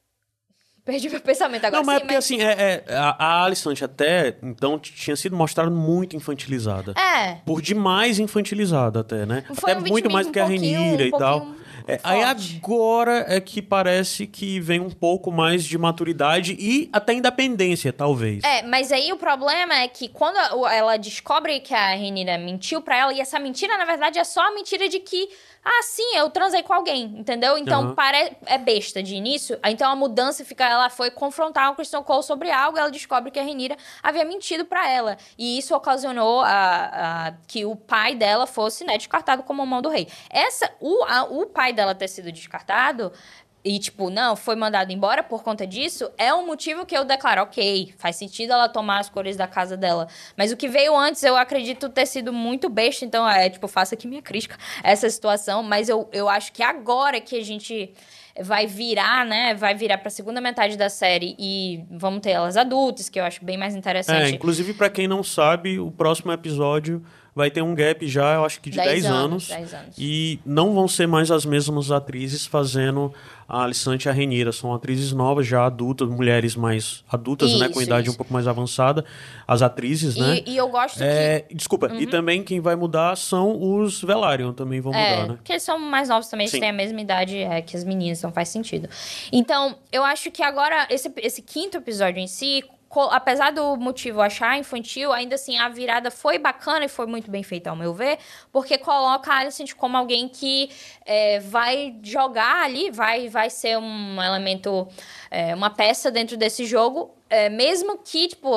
Perdi meu pensamento agora. Não, mas sim, é porque mas... assim, é, é, a, a Alicent até, então, tinha sido mostrada muito infantilizada. É. Por demais infantilizada até, né? Foi até um muito mais do que a Rhaenyra um e tal. É, aí agora é que parece que vem um pouco mais de maturidade e até independência, talvez. É, mas aí o problema é que quando ela descobre que a Rhaenyra mentiu pra ela, e essa mentira, na verdade, é só a mentira de que ah, sim, eu transei com alguém, entendeu? Então, uhum. pare... é besta de início. Então, a mudança fica... Ela foi confrontar o Criston Cole sobre algo, ela descobre que a Rhaenyra havia mentido pra ela. E isso ocasionou a, a, que o pai dela fosse, né, descartado como mão do rei. Essa, o, a, o pai dela ter sido descartado... E, tipo, não, foi mandado embora por conta disso, é um motivo que eu declaro, ok, faz sentido ela tomar as cores da casa dela. Mas o que veio antes, eu acredito ter sido muito besta, então, é, tipo, faça aqui minha crítica a essa situação. Mas eu, eu acho que agora que a gente vai virar, né, vai virar pra segunda metade da série e vamos ter elas adultas, que eu acho bem mais interessante. É, inclusive, pra quem não sabe, o próximo episódio... vai ter um gap já, eu acho que de dez anos. dez anos. E não vão ser mais as mesmas atrizes fazendo a Alicent e a Rhaenyra. São atrizes novas, já adultas, mulheres mais adultas, isso, né? Com idade isso. um pouco mais avançada. As atrizes, e, né? E eu gosto é, que... Desculpa. Uhum. E também quem vai mudar são os Velaryon, também vão é, mudar, né? Porque eles são mais novos também, eles Sim. têm a mesma idade é, que as meninas, então faz sentido. Então, eu acho que agora, esse, esse quinto episódio em si... apesar do motivo achar infantil, ainda assim a virada foi bacana e foi muito bem feita, ao meu ver, porque coloca a Alicent como alguém que é, vai jogar ali, vai, vai ser um elemento, é, uma peça dentro desse jogo, é, mesmo que, tipo,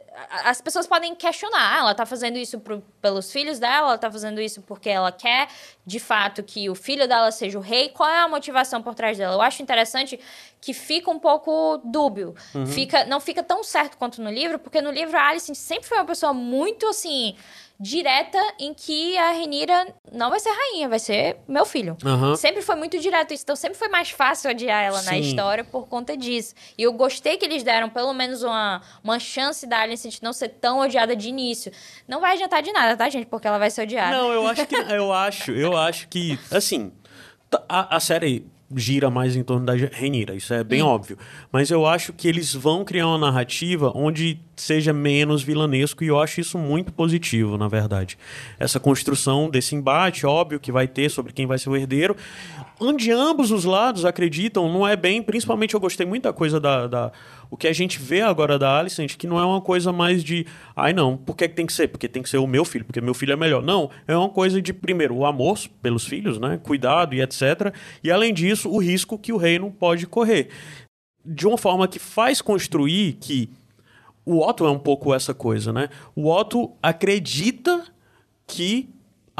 as pessoas podem questionar, ah, ela tá fazendo isso pro, pelos filhos dela, ela tá fazendo isso porque ela quer, de fato, que o filho dela seja o rei, qual é a motivação por trás dela? Eu acho interessante que fica um pouco dúbio, uhum. fica, não fica tão certo quanto no livro, porque no livro a Alicent sempre foi uma pessoa muito, assim... direta em que a Rhaenyra não vai ser rainha, vai ser meu filho. Uhum. Sempre foi muito direto isso, então sempre foi mais fácil odiar ela Sim. na história por conta disso. E eu gostei que eles deram pelo menos uma, uma chance da Alicent não ser tão odiada de início. Não vai adiantar de nada, tá, gente? Porque ela vai ser odiada. Não, eu acho que... eu acho, eu acho que... Assim... A, a série gira mais em torno da Rhaenyra, isso é bem hum. óbvio. Mas eu acho que eles vão criar uma narrativa onde seja menos vilanesco, e eu acho isso muito positivo, na verdade. Essa construção desse embate, óbvio, que vai ter sobre quem vai ser o herdeiro, onde ambos os lados acreditam, não é bem... Principalmente eu gostei muito da coisa da... da o que a gente vê agora da Alicent, que não é uma coisa mais de... Ai, não, por que tem que ser? Porque tem que ser o meu filho, porque meu filho é melhor. Não, é uma coisa de, primeiro, o amor pelos filhos, né? Cuidado e etcétera. E, além disso, o risco que o reino pode correr. De uma forma que faz construir que... O Otto é um pouco essa coisa, né? O Otto acredita que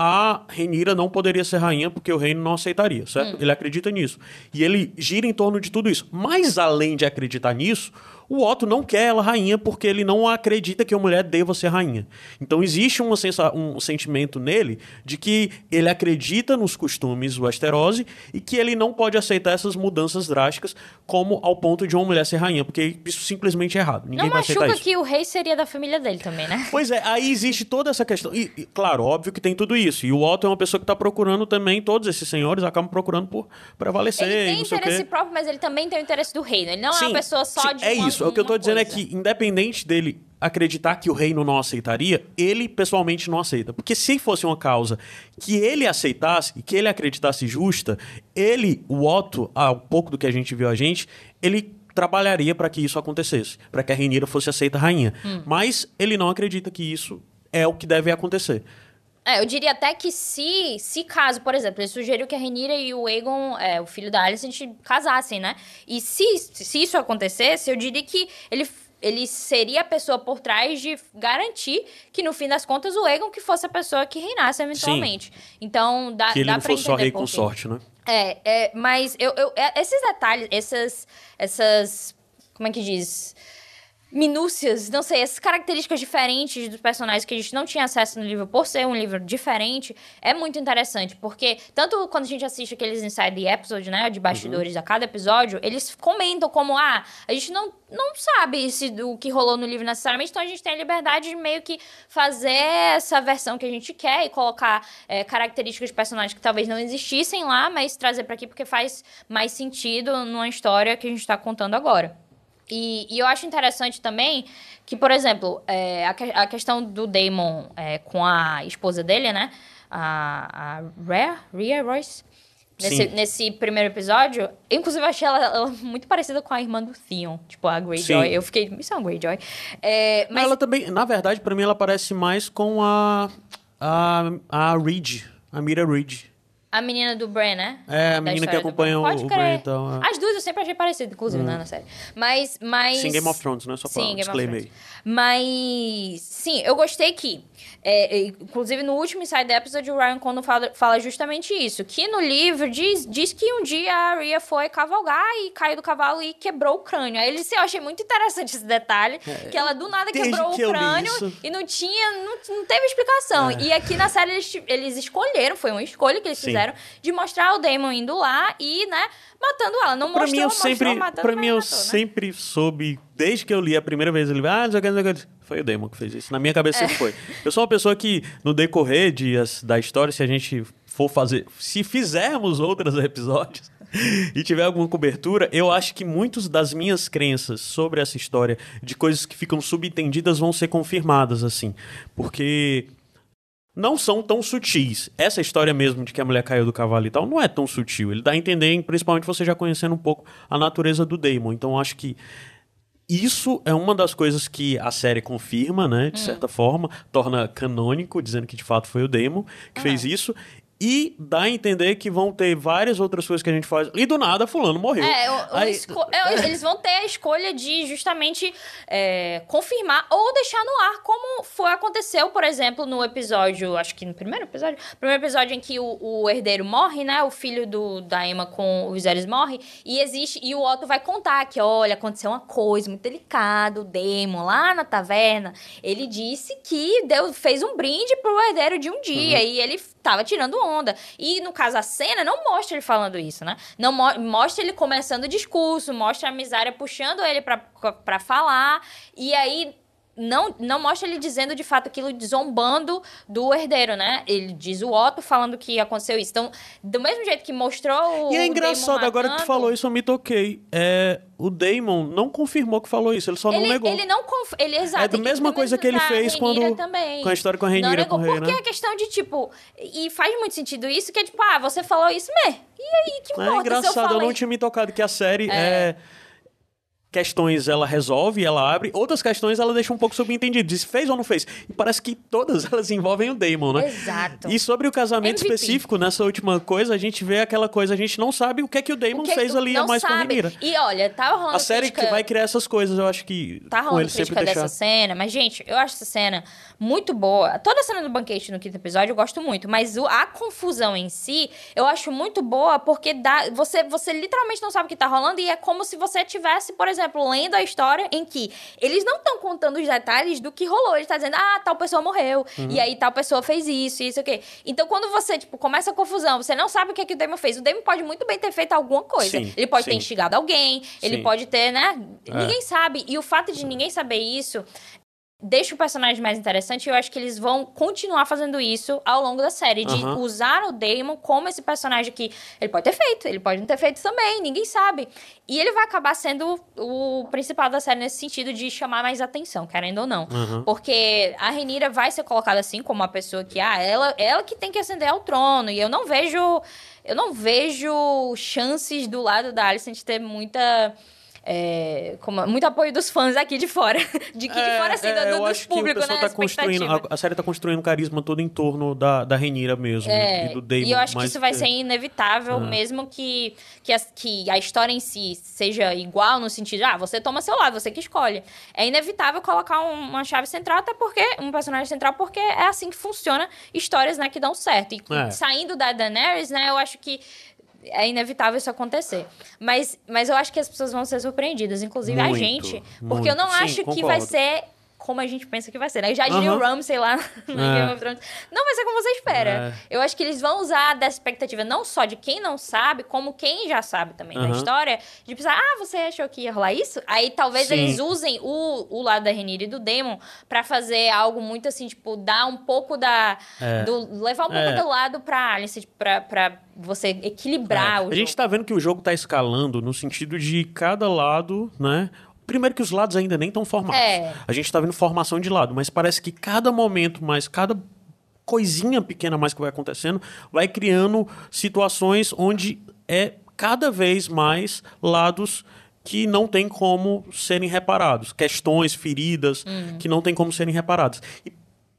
a Rhaenyra não poderia ser rainha porque o reino não aceitaria, certo? Hum. Ele acredita nisso. E ele gira em torno de tudo isso. Mas, além de acreditar nisso, o Otto não quer ela rainha porque ele não acredita que a mulher deva ser rainha. Então, existe uma sensa- um sentimento nele de que ele acredita nos costumes Westerosi e que ele não pode aceitar essas mudanças drásticas como ao ponto de uma mulher ser rainha, porque isso simplesmente é errado. Ninguém não vai aceitar isso. Não machuca que o rei seria da família dele também, né? Pois é, aí existe toda essa questão. E, e, claro, óbvio que tem tudo isso. E o Otto é uma pessoa que está procurando também, todos esses senhores acabam procurando por prevalecer. Ele tem não sei interesse o quê. próprio, mas ele também tem o interesse do reino. Ele não sim, é uma pessoa só sim, de é uma, isso. O que eu tô dizendo coisa. é que, independente dele acreditar que o reino não aceitaria, ele pessoalmente não aceita. Porque se fosse uma causa que ele aceitasse e que ele acreditasse justa, ele, o Otto, ao pouco do que a gente viu a gente, ele trabalharia para que isso acontecesse, para que a Rhaenyra fosse aceita rainha. Hum. Mas ele não acredita que isso é o que deve acontecer. É, eu diria até que se, se caso, por exemplo, ele sugeriu que a Rhaenyra e o Aegon, é, o filho da Alicent, casassem, né? E se, se isso acontecesse, eu diria que ele, ele seria a pessoa por trás de garantir que, no fim das contas, o Aegon que fosse a pessoa que reinasse eventualmente. Sim. Então, dá, que ele dá não pra fosse só rei por consorte, né? É, é mas eu, eu, esses detalhes, essas, essas, como é que diz... minúcias, não sei, essas características diferentes dos personagens que a gente não tinha acesso no livro por ser um livro diferente, é muito interessante, porque tanto quando a gente assiste aqueles Inside the Episode, né, de bastidores uhum. a cada episódio, eles comentam como, ah, a gente não, não sabe se, o que rolou no livro necessariamente, então a gente tem a liberdade de meio que fazer essa versão que a gente quer e colocar é, características de personagens que talvez não existissem lá, mas trazer pra aqui porque faz mais sentido numa história que a gente tá contando agora. E, e eu acho interessante também que, por exemplo, é, a, a questão do Daemon é, com a esposa dele, né? A, a Rhea, Rhea Royce. Nesse, nesse primeiro episódio, inclusive eu achei ela, ela muito parecida com a irmã do Theon, tipo a Greyjoy. Sim. Eu fiquei, isso é uma Greyjoy. É, mas... Ela também, na verdade, pra mim, ela parece mais com a, a, a Reed, a Mira Reed. A menina do Bran, né? É, a menina que acompanha o, o Bran, então... É. As duas eu sempre achei parecidas, inclusive, hum. né, na série. Mas, mas... Sim, Game of Thrones, né? Só pra disclaimer aí. Mas, sim, eu gostei que... É, inclusive, no último Inside Episode, o Ryan Condon fala, fala justamente isso. Que no livro diz, diz que um dia a Arya foi cavalgar e caiu do cavalo e quebrou o crânio. Aí eu achei muito interessante esse detalhe. É, que ela do nada quebrou que o crânio e não tinha... Não, não teve explicação. É. E aqui na série eles, eles escolheram, foi uma escolha que eles sim. fizeram, de mostrar o Daemon indo lá e, né, matando ela. Não pra mostrou, mim, eu mostrou, sempre, matando, Pra mim, eu matou, sempre né? soube, desde que eu li a primeira vez, ele ah, foi o Daemon que fez isso. Na minha cabeça é. sempre foi. Eu sou uma pessoa que, no decorrer de, da história, se a gente for fazer... Se fizermos outros episódios e tiver alguma cobertura, eu acho que muitas das minhas crenças sobre essa história, de coisas que ficam subentendidas, vão ser confirmadas, assim. Porque... não são tão sutis. Essa história mesmo de que a mulher caiu do cavalo e tal, não é tão sutil. Ele dá a entender, principalmente você já conhecendo um pouco a natureza do Daemon. Então, acho que isso é uma das coisas que a série confirma, né? De hum. certa forma. Torna canônico, dizendo que de fato foi o Daemon que ah. fez isso. E dá a entender que vão ter várias outras coisas que a gente faz. E do nada, fulano morreu. É, o, o Aí... esco... é, eles vão ter a escolha de justamente é, confirmar ou deixar no ar, como foi, aconteceu, por exemplo, no episódio, acho que no primeiro episódio, primeiro episódio em que o, o herdeiro morre, né? O filho do, da Aemma com o Viserys morre. E existe, e o Otto vai contar que, olha, aconteceu uma coisa muito delicada. O Daemon, lá na taverna, ele disse que deu, fez um brinde pro herdeiro de um dia. Uhum. E ele tava tirando onda. E, no caso, a cena não mostra ele falando isso, né? Não mo- mostra ele começando o discurso, mostra a Mysaria puxando ele pra, pra falar. E aí, não, não mostra ele dizendo de fato aquilo, zombando do herdeiro, né? Ele diz o Otto falando que aconteceu isso. Então, do mesmo jeito que mostrou o E é engraçado, agora que tu falou isso, eu me toquei. É, o Daemon não confirmou que falou isso, ele só ele, não negou. Ele não conf... ele exato. É da mesma coisa que ele fez quando também. com a história com a Rhaenyra com o rei, porque né? é questão de, tipo... E faz muito sentido isso, que é tipo, ah, você falou isso mesmo. E aí, que importa É engraçado, se eu, falei... eu não tinha me tocado que a série é... é... questões ela resolve, ela abre, outras questões ela deixa um pouco subentendido, diz fez ou não fez. E parece que todas elas envolvem o Daemon, né? Exato. E sobre o casamento M V P. específico, nessa última coisa, a gente vê aquela coisa, a gente não sabe o que é que o Daemon o que fez ali a mais sabe. com a Rhaenyra. E olha, tá rolando a série crítica... que vai criar essas coisas, eu acho que tá com rolando ele sempre crítica deixar... dessa cena, mas gente, eu acho essa cena muito boa. Toda a cena do banquete no quinto episódio eu gosto muito, mas o, a confusão em si, eu acho muito boa porque dá, você, você literalmente não sabe o que tá rolando e é como se você tivesse, por exemplo, lendo a história em que eles não estão contando os detalhes do que rolou. Ele tá dizendo, ah, tal pessoa morreu, uhum. e aí tal pessoa fez isso, isso, o quê. Então, quando você, tipo, começa a confusão, você não sabe o que é que o Daemon fez. O Daemon pode muito bem ter feito alguma coisa. Sim, ele pode sim. ter instigado alguém, sim. ele pode ter, né? É. Ninguém sabe. E o fato de ninguém saber isso... deixa o personagem mais interessante e eu acho que eles vão continuar fazendo isso ao longo da série, de uhum. usar o Daemon como esse personagem que ele pode ter feito, ele pode não ter feito também, ninguém sabe. E ele vai acabar sendo o principal da série nesse sentido de chamar mais atenção, querendo ou não. Uhum. Porque a Rhaenyra vai ser colocada assim como uma pessoa que, ah, ela, ela que tem que ascender ao trono, e eu não vejo, eu não vejo chances do lado da Alicent ter muita... É, como, muito apoio dos fãs aqui de fora. De que de fora, assim, é, do, eu dos acho públicos, que o né? Tá construindo, a, a série tá construindo um carisma todo em torno da, da Rhaenyra mesmo. É, e do Daemon. E eu acho que mas, isso vai é. ser inevitável, é. mesmo que, que, a, que a história em si seja igual, no sentido de, ah, você toma seu lado, você que escolhe. É inevitável colocar um, uma chave central, até porque, um personagem central, porque é assim que funciona histórias, né, que dão certo. E é. saindo da Daenerys, né, eu acho que é inevitável isso acontecer. Mas, mas eu acho que as pessoas vão ser surpreendidas, inclusive muito, a gente. Porque muito. eu não Sim, acho concordo. que vai ser como a gente pensa que vai ser, né? Já diria uhum. o Ramsay lá no é. Game of Thrones. Não vai ser como você espera. É. Eu acho que eles vão usar dessa expectativa, não só de quem não sabe, como quem já sabe também uhum. da história, de pensar, ah, você achou que ia rolar isso? Aí talvez Sim. eles usem o, o lado da Rhaenyra e do Daemon pra fazer algo muito assim, tipo, dar um pouco da... É. Do, levar um pouco é. do lado pra Alicent, pra... pra você equilibrar é. o jogo. A gente tá vendo que o jogo tá escalando no sentido de cada lado, né? Primeiro que os lados ainda nem estão formados. É. A gente tá vendo formação de lado, mas parece que cada momento mais, cada coisinha pequena mais que vai acontecendo, vai criando situações onde é cada vez mais lados que não tem como serem reparados. Questões, feridas, hum. que não tem como serem reparadas. E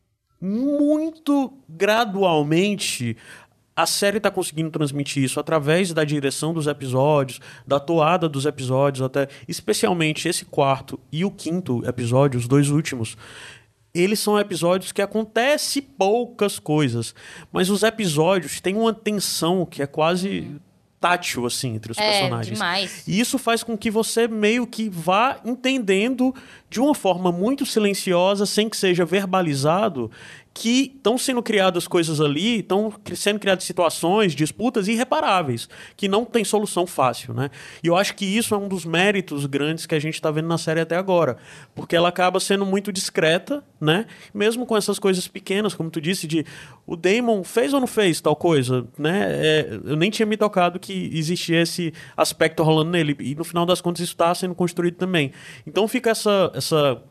muito gradualmente... a série está conseguindo transmitir isso através da direção dos episódios, da toada dos episódios, até especialmente esse quarto e o quinto episódio, os dois últimos. Eles são episódios que acontece poucas coisas, mas os episódios têm uma tensão que é quase tátil, assim, entre os é, personagens. Demais. E isso faz com que você meio que vá entendendo de uma forma muito silenciosa, sem que seja verbalizado, que estão sendo criadas coisas ali, estão sendo criadas situações, disputas irreparáveis, que não tem solução fácil, né? E eu acho que isso é um dos méritos grandes que a gente está vendo na série até agora, porque ela acaba sendo muito discreta, né? Mesmo com essas coisas pequenas, como tu disse, de o Daemon fez ou não fez tal coisa, né? É, eu nem tinha me tocado que existia esse aspecto rolando nele, e no final das contas isso está sendo construído também. Então fica essa... essa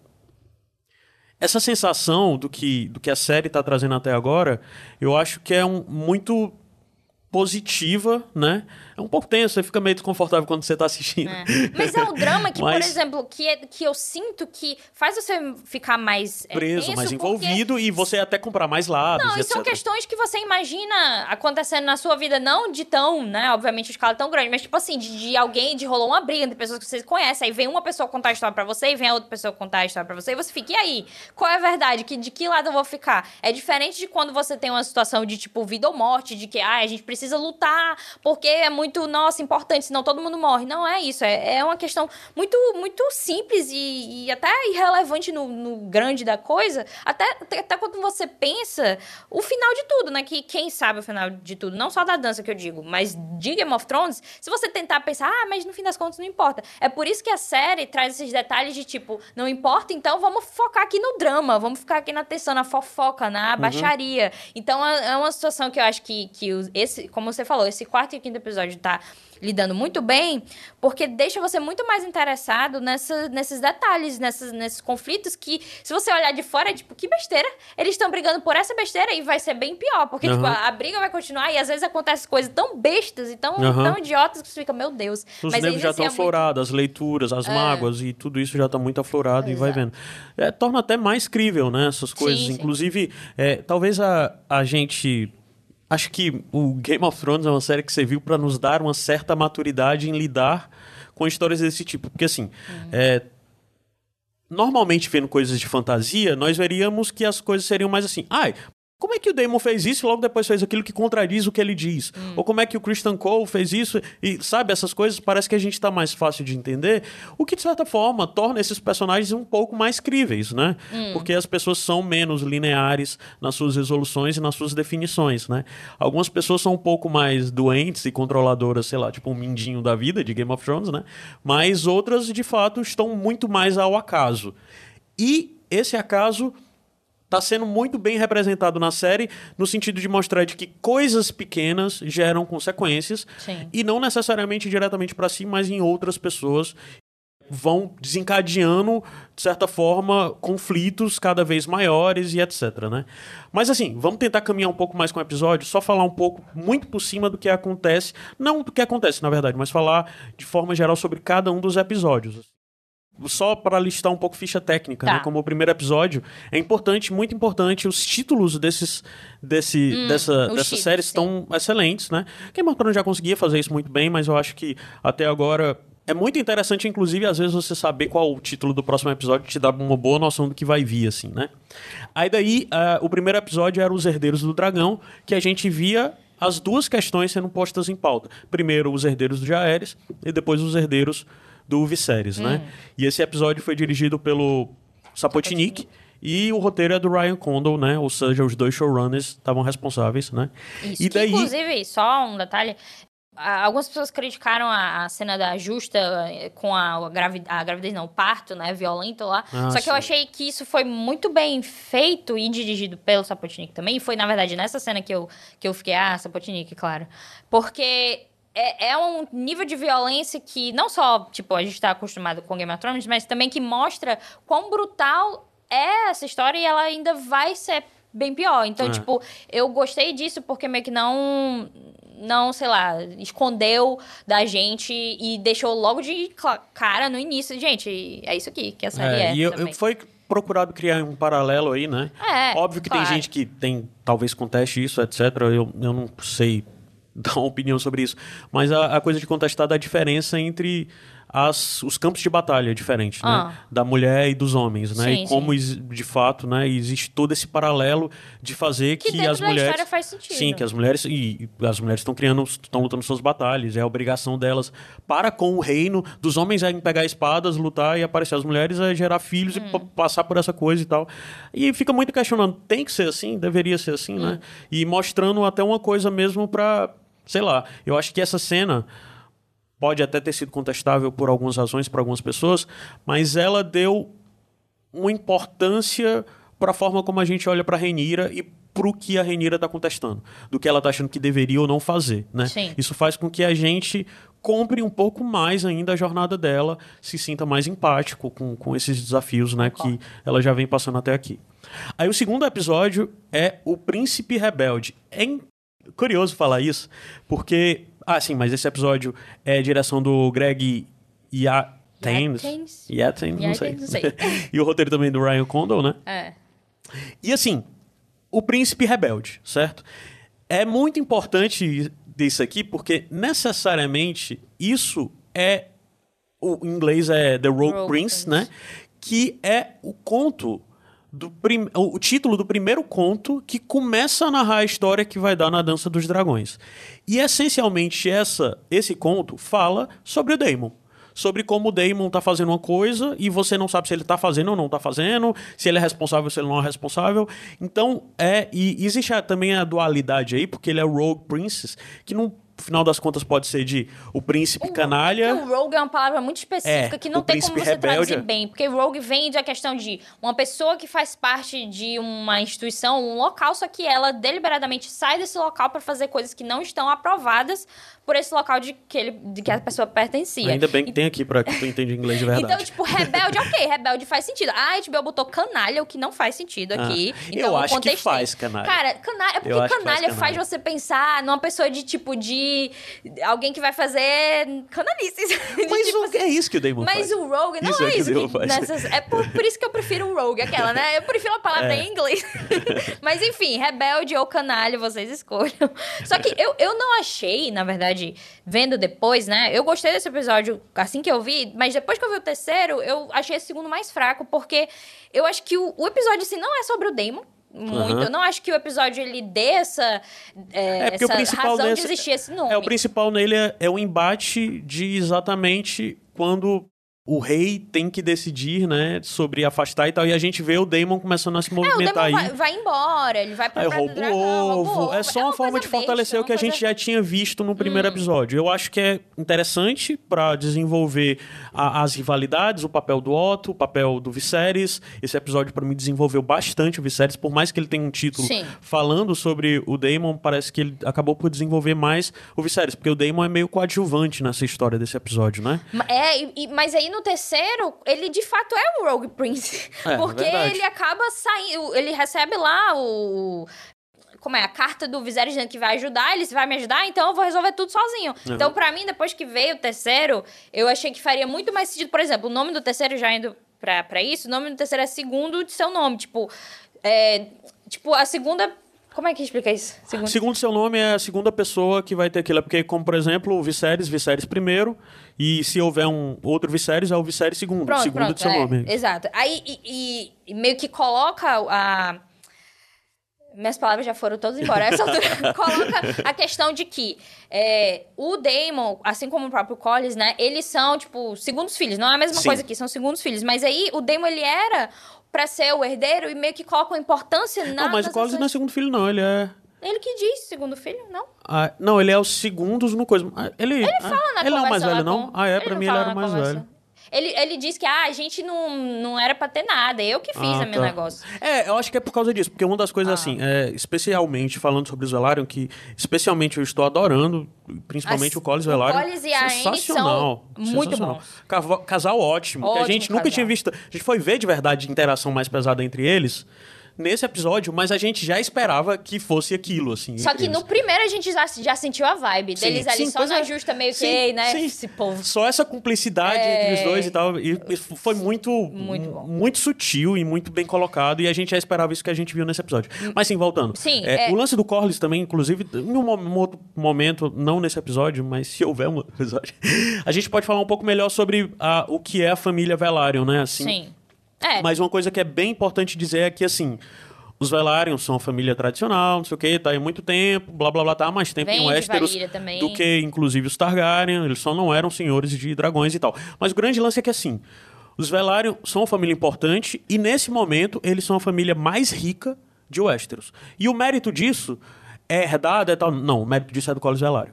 Essa sensação do que, do que a série está trazendo até agora, eu acho que é um, muito positiva, né? É um pouco tenso, você fica meio desconfortável quando você tá assistindo. É. Mas é um drama que, Mas... por exemplo, que, é, que eu sinto que faz você ficar mais é, preso, tenso, mais envolvido porque... e você até comprar mais lados. Não, e são questões que você imagina acontecendo na sua vida, não de tão, né? Obviamente, a escala é tão grande, mas tipo assim, de, de alguém, de rolou uma briga entre pessoas que você conhece, aí vem uma pessoa contar a história pra você, e vem a outra pessoa contar a história pra você, e você fica, e aí? Qual é a verdade? Que, de que lado eu vou ficar? É diferente de quando você tem uma situação de, tipo, vida ou morte, de que, ah, a gente precisa precisa lutar, porque é muito, nossa, importante, senão todo mundo morre. Não é isso, é, é uma questão muito, muito simples e, e até irrelevante no, no grande da coisa, até, até quando você pensa o final de tudo, né? Que quem sabe o final de tudo, não só da dança que eu digo, mas de Game of Thrones, se você tentar pensar, ah, mas no fim das contas não importa. É por isso que a série traz esses detalhes de tipo, não importa, então vamos focar aqui no drama, vamos ficar aqui na tensão, na fofoca, na uhum. baixaria. Então é uma situação que eu acho que, que esse, como você falou, esse quarto e quinto episódio tá lidando muito bem, porque deixa você muito mais interessado nessa, nesses detalhes, nessas, nesses conflitos que, se você olhar de fora, é tipo, que besteira. Eles estão brigando por essa besteira e vai ser bem pior, porque uhum. tipo, a, a briga vai continuar e às vezes acontecem coisas tão bestas e tão, uhum. tão idiotas que você fica, meu Deus. Os Mas nervos já estão assim, aflorados, muito... as leituras, as é. mágoas e tudo isso já está muito aflorado Exato. E vai vendo. É, torna até mais crível, né, essas coisas. Sim, Inclusive, sim. É, talvez a, a gente... Acho que o Game of Thrones é uma série que serviu para nos dar uma certa maturidade em lidar com histórias desse tipo. Porque, assim, uhum. é, normalmente vendo coisas de fantasia, nós veríamos que as coisas seriam mais assim... Ai, como é que o Daemon fez isso e logo depois fez aquilo que contradiz o que ele diz? Hum. Ou como é que o Criston Cole fez isso? E, sabe, essas coisas parece que a gente está mais fácil de entender, o que, de certa forma, torna esses personagens um pouco mais críveis, né? Hum. Porque as pessoas são menos lineares nas suas resoluções e nas suas definições, né? Algumas pessoas são um pouco mais doentes e controladoras, sei lá, tipo um mindinho da vida de Game of Thrones, né? Mas outras, de fato, estão muito mais ao acaso. E esse acaso... está sendo muito bem representado na série, no sentido de mostrar de que coisas pequenas geram consequências, Sim. e não necessariamente diretamente para si, mas em outras pessoas vão desencadeando, de certa forma, conflitos cada vez maiores e etcétera, né? Mas assim, vamos tentar caminhar um pouco mais com o episódio, só falar um pouco, muito por cima do que acontece, não do que acontece, na verdade, mas falar de forma geral sobre cada um dos episódios. Só para listar um pouco ficha técnica, tá. né? Como o primeiro episódio, é importante, muito importante, os títulos desses, desse, hum, dessa, dessa série estão excelentes, né? Game of Thrones já conseguia fazer isso muito bem, mas eu acho que até agora é muito interessante, inclusive, às vezes você saber qual o título do próximo episódio te dá uma boa noção do que vai vir, assim, né? Aí daí, uh, o primeiro episódio era Os Herdeiros do Dragão, que a gente via as duas questões sendo postas em pauta. Primeiro, os herdeiros do Jaehaerys e depois os herdeiros do Viserys, hum. né? E esse episódio foi dirigido pelo Sapochnik e o roteiro é do Ryan Condal, né? Ou seja, os dois showrunners estavam responsáveis, né? Isso. E daí... Inclusive, só um detalhe, algumas pessoas criticaram a, a cena da Justa com a, a, gravidez, a gravidez, não, o parto, né, violento lá. Ah, Só que sim. eu achei que isso foi muito bem feito e dirigido pelo Sapochnik também. E foi, na verdade, nessa cena que eu, que eu fiquei, ah, Sapochnik, claro. Porque... É, é um nível de violência que não só, tipo, a gente está acostumado com Game of Thrones, mas também que mostra quão brutal é essa história e ela ainda vai ser bem pior. Então, é. tipo, eu gostei disso porque meio que não, não, sei lá, escondeu da gente e deixou logo de cara no início. Gente, é isso aqui que a série é. é e eu, eu foi procurado criar um paralelo aí, né? É, Óbvio que claro. tem gente que tem, talvez conteste isso, etcétera. Eu, eu não sei... dar uma opinião sobre isso, mas a, a coisa de contestar da diferença entre as, os campos de batalha diferentes, ah. né? Da mulher e dos homens, né? Sim, e como sim. de fato, né, existe todo esse paralelo de fazer que, que as mulheres, história faz sentido. Sim, que as mulheres e, e as mulheres estão criando, estão lutando suas batalhas, é a obrigação delas para com o reino, dos homens é pegar espadas, lutar e aparecer, as mulheres é gerar filhos hum. e passar por essa coisa e tal. E fica muito questionando, tem que ser assim, deveria ser assim, hum. né? E mostrando até uma coisa mesmo para, sei lá, eu acho que essa cena pode até ter sido contestável por algumas razões para algumas pessoas, mas ela deu uma importância para a forma como a gente olha para a Rhaenyra e para o que a Rhaenyra está contestando, do que ela está achando que deveria ou não fazer, né? Sim. Isso faz com que a gente compre um pouco mais ainda a jornada dela, se sinta mais empático com, com esses desafios, né, que ela já vem passando até aqui. Aí o segundo episódio é O Príncipe Rebelde. É curioso falar isso, porque... Ah, sim, mas esse episódio é direção do Greg Yattens. Yattens? Yattens, não sei. Não sei. E o roteiro também do Ryan Condal, né? É. E assim, O Príncipe Rebelde, certo? É muito importante isso aqui, porque necessariamente isso é... O em inglês é The Rogue, Rogue Prince, Prince, né? Que é o conto do prim... o título do primeiro conto que começa a narrar a história que vai dar na Dança dos Dragões. E, essencialmente, essa, esse conto fala sobre o Daemon. Sobre como o Daemon tá fazendo uma coisa e você não sabe se ele tá fazendo ou não tá fazendo, se ele é responsável ou se ele não é responsável. Então, é... E existe também a dualidade aí, porque ele é o Rogue Princess, que não... No final das contas pode ser de o príncipe o, canalha. O rogue é uma palavra muito específica é, que não tem como você rebelde. traduzir bem. Porque rogue vem da questão de uma pessoa que faz parte de uma instituição, um local, só que ela deliberadamente sai desse local para fazer coisas que não estão aprovadas por esse local de que, ele, de que a pessoa pertencia. Ainda bem que e... tem aqui pra que tu entende inglês de verdade. Então, tipo, rebelde, ok, rebelde faz sentido. Ah, a H B O botou canalha, o que não faz sentido aqui. Ah, então, eu acho contextei. que faz canalha. Cara, canalha, é porque canalha faz, canalha faz você pensar numa pessoa de, tipo, de... alguém que vai fazer canalices. Mas tipo, o, assim, é isso que o Daemon mas faz. Mas o Rogue não isso é é isso. Que que nessas, é por, por isso que eu prefiro o Rogue, aquela, né? Eu prefiro a palavra é. em inglês. Mas enfim, rebelde ou canalha, vocês escolham. Só que eu, eu não achei, na verdade, vendo depois, né? Eu gostei desse episódio assim que eu vi, mas depois que eu vi o terceiro, eu achei esse segundo mais fraco, porque eu acho que o, o episódio, assim, não é sobre o Daemon. Muito. Uhum. Eu não acho que o episódio ele dê essa, é, é essa razão desse, de existir esse nome. É, o principal nele é, é o embate de exatamente quando o rei tem que decidir, né, sobre afastar e tal, e a gente vê o Daemon começando a se movimentar aí. É, o Daemon vai, vai embora, ele vai pra Praia do Dragão, rouba o ovo. É só é uma, uma forma de fortalecer besta, o que a gente coisa... já tinha visto no primeiro hum. episódio. Eu acho que é interessante pra desenvolver a, as rivalidades, o papel do Otto, o papel do Viserys. Esse episódio pra mim desenvolveu bastante o Viserys, por mais que ele tenha um título Sim. falando sobre o Daemon, parece que ele acabou por desenvolver mais o Viserys, porque o Daemon é meio coadjuvante nessa história desse episódio, né? É, e, mas aí no terceiro, ele de fato é um Rogue Prince. É, porque verdade. ele acaba saindo, ele recebe lá o... Como é? A carta do Viserys dizendo que vai ajudar, ele vai me ajudar, então eu vou resolver tudo sozinho. Uhum. Então, pra mim, depois que veio o terceiro, eu achei que faria muito mais sentido. Por exemplo, o nome do terceiro, já indo pra, pra isso, o nome do terceiro é segundo de seu nome. Tipo, é, tipo a segunda... Como é que explica isso? Segundo... Segundo seu nome é a segunda pessoa que vai ter aquilo. Porque, como por exemplo, o Viserys, Viserys primeiro, e se houver um outro Viserys, é o Viserys segundo, pronto, segundo pronto, de seu é, nome. Exato. Aí, e, e meio que coloca a... Minhas palavras já foram todas embora. Essa altura coloca a questão de que é, o Daemon, assim como o próprio Corlys, né? Eles são, tipo, segundos filhos. Não é a mesma Sim. coisa aqui, são segundos filhos. Mas aí, o Daemon, ele era pra ser o herdeiro e meio que coloca uma importância na... Não, mas o Corlys não é segundo filho, não. Ele é... Ele que diz, segundo filho, não? Ah, não, ele é o segundo no coisa. Ele, ele fala ah, na Ele não é o mais velho, com... não? Ah, é? Ele pra mim ele era o mais conversa. velho. Ele, ele diz que ah, a gente não, não era pra ter nada, eu que fiz ah, a meu tá. negócio. É, eu acho que é por causa disso, porque uma das coisas ah. assim, é, especialmente falando sobre os Velaryon, que especialmente eu estou adorando, principalmente As, o Corlys Velaryon. O Corlys e a Aenys são muito bons. Casal ótimo, ótimo, que a gente casal. nunca tinha visto. A gente foi ver de verdade interação mais pesada entre eles nesse episódio, mas a gente já esperava que fosse aquilo, assim. Só que eles. no primeiro a gente já, já sentiu a vibe sim, deles ali, sim, só na é. justa meio sim, que, né, sim. esse povo. Só essa cumplicidade é... entre os dois e tal, e, e foi muito, muito, bom. muito sutil e muito bem colocado, e a gente já esperava isso que a gente viu nesse episódio. Mas sim, voltando. Sim, é, é... O lance do Corlys também, inclusive, em um, um outro momento, não nesse episódio, mas se houver um episódio, a gente pode falar um pouco melhor sobre a, o que é a família Velaryon, né, assim. Sim. É. Mas uma coisa que é bem importante dizer é que, assim... Os Velaryon são uma família tradicional, não sei o que, tá aí há muito tempo, blá blá blá, tá há mais tempo em Westeros do que, inclusive, os Targaryen, eles só não eram senhores de dragões e tal. Mas o grande lance é que, assim, os Velaryon são uma família importante e, nesse momento, eles são a família mais rica de Westeros. E o mérito disso é herdado, é tal... Não, o mérito disso é do Corlys Velaryon.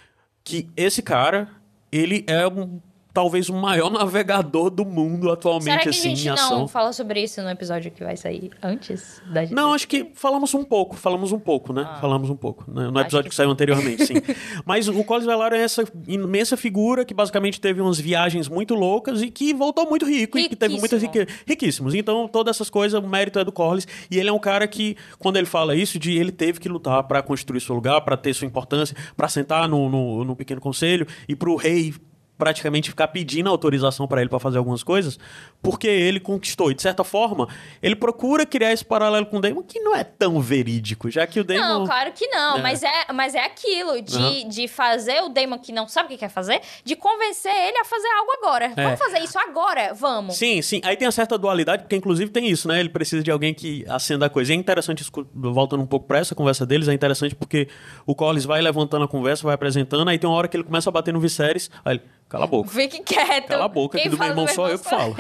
Que esse cara, ele é um... talvez o maior navegador do mundo atualmente, Será que assim, a gente em ação. não fala sobre isso no episódio que vai sair antes da gente? Não, acho que falamos um pouco, falamos um pouco, né? Ah, falamos um pouco, né? No episódio que... que saiu anteriormente, sim. Mas o Corlys Velaryon é essa imensa figura que basicamente teve umas viagens muito loucas e que voltou muito rico e que teve muitas rique... riquíssimos. Então, todas essas coisas, o mérito é do Corlys. E ele é um cara que, quando ele fala isso, de ele teve que lutar para construir seu lugar, para ter sua importância, para sentar no, no, no pequeno conselho e pro rei praticamente ficar pedindo autorização para ele para fazer algumas coisas, porque ele conquistou. E, de certa forma, ele procura criar esse paralelo com o Daemon, que não é tão verídico, já que o Daemon... Não, claro que não, é. Mas, é, mas é aquilo de, uhum. de fazer o Daemon que não sabe o que quer fazer, de convencer ele a fazer algo agora. É. Vamos fazer isso agora, vamos. Sim, sim. Aí tem uma certa dualidade, porque inclusive tem isso, né? Ele precisa de alguém que acenda a coisa. E é interessante, voltando um pouco para essa conversa deles, é interessante porque o Corlys vai levantando a conversa, vai apresentando, aí tem uma hora que ele começa a bater no Viserys, aí ele... Cala a boca. Fique quieto. Cala a boca, Quem que do meu irmão só eu que falo.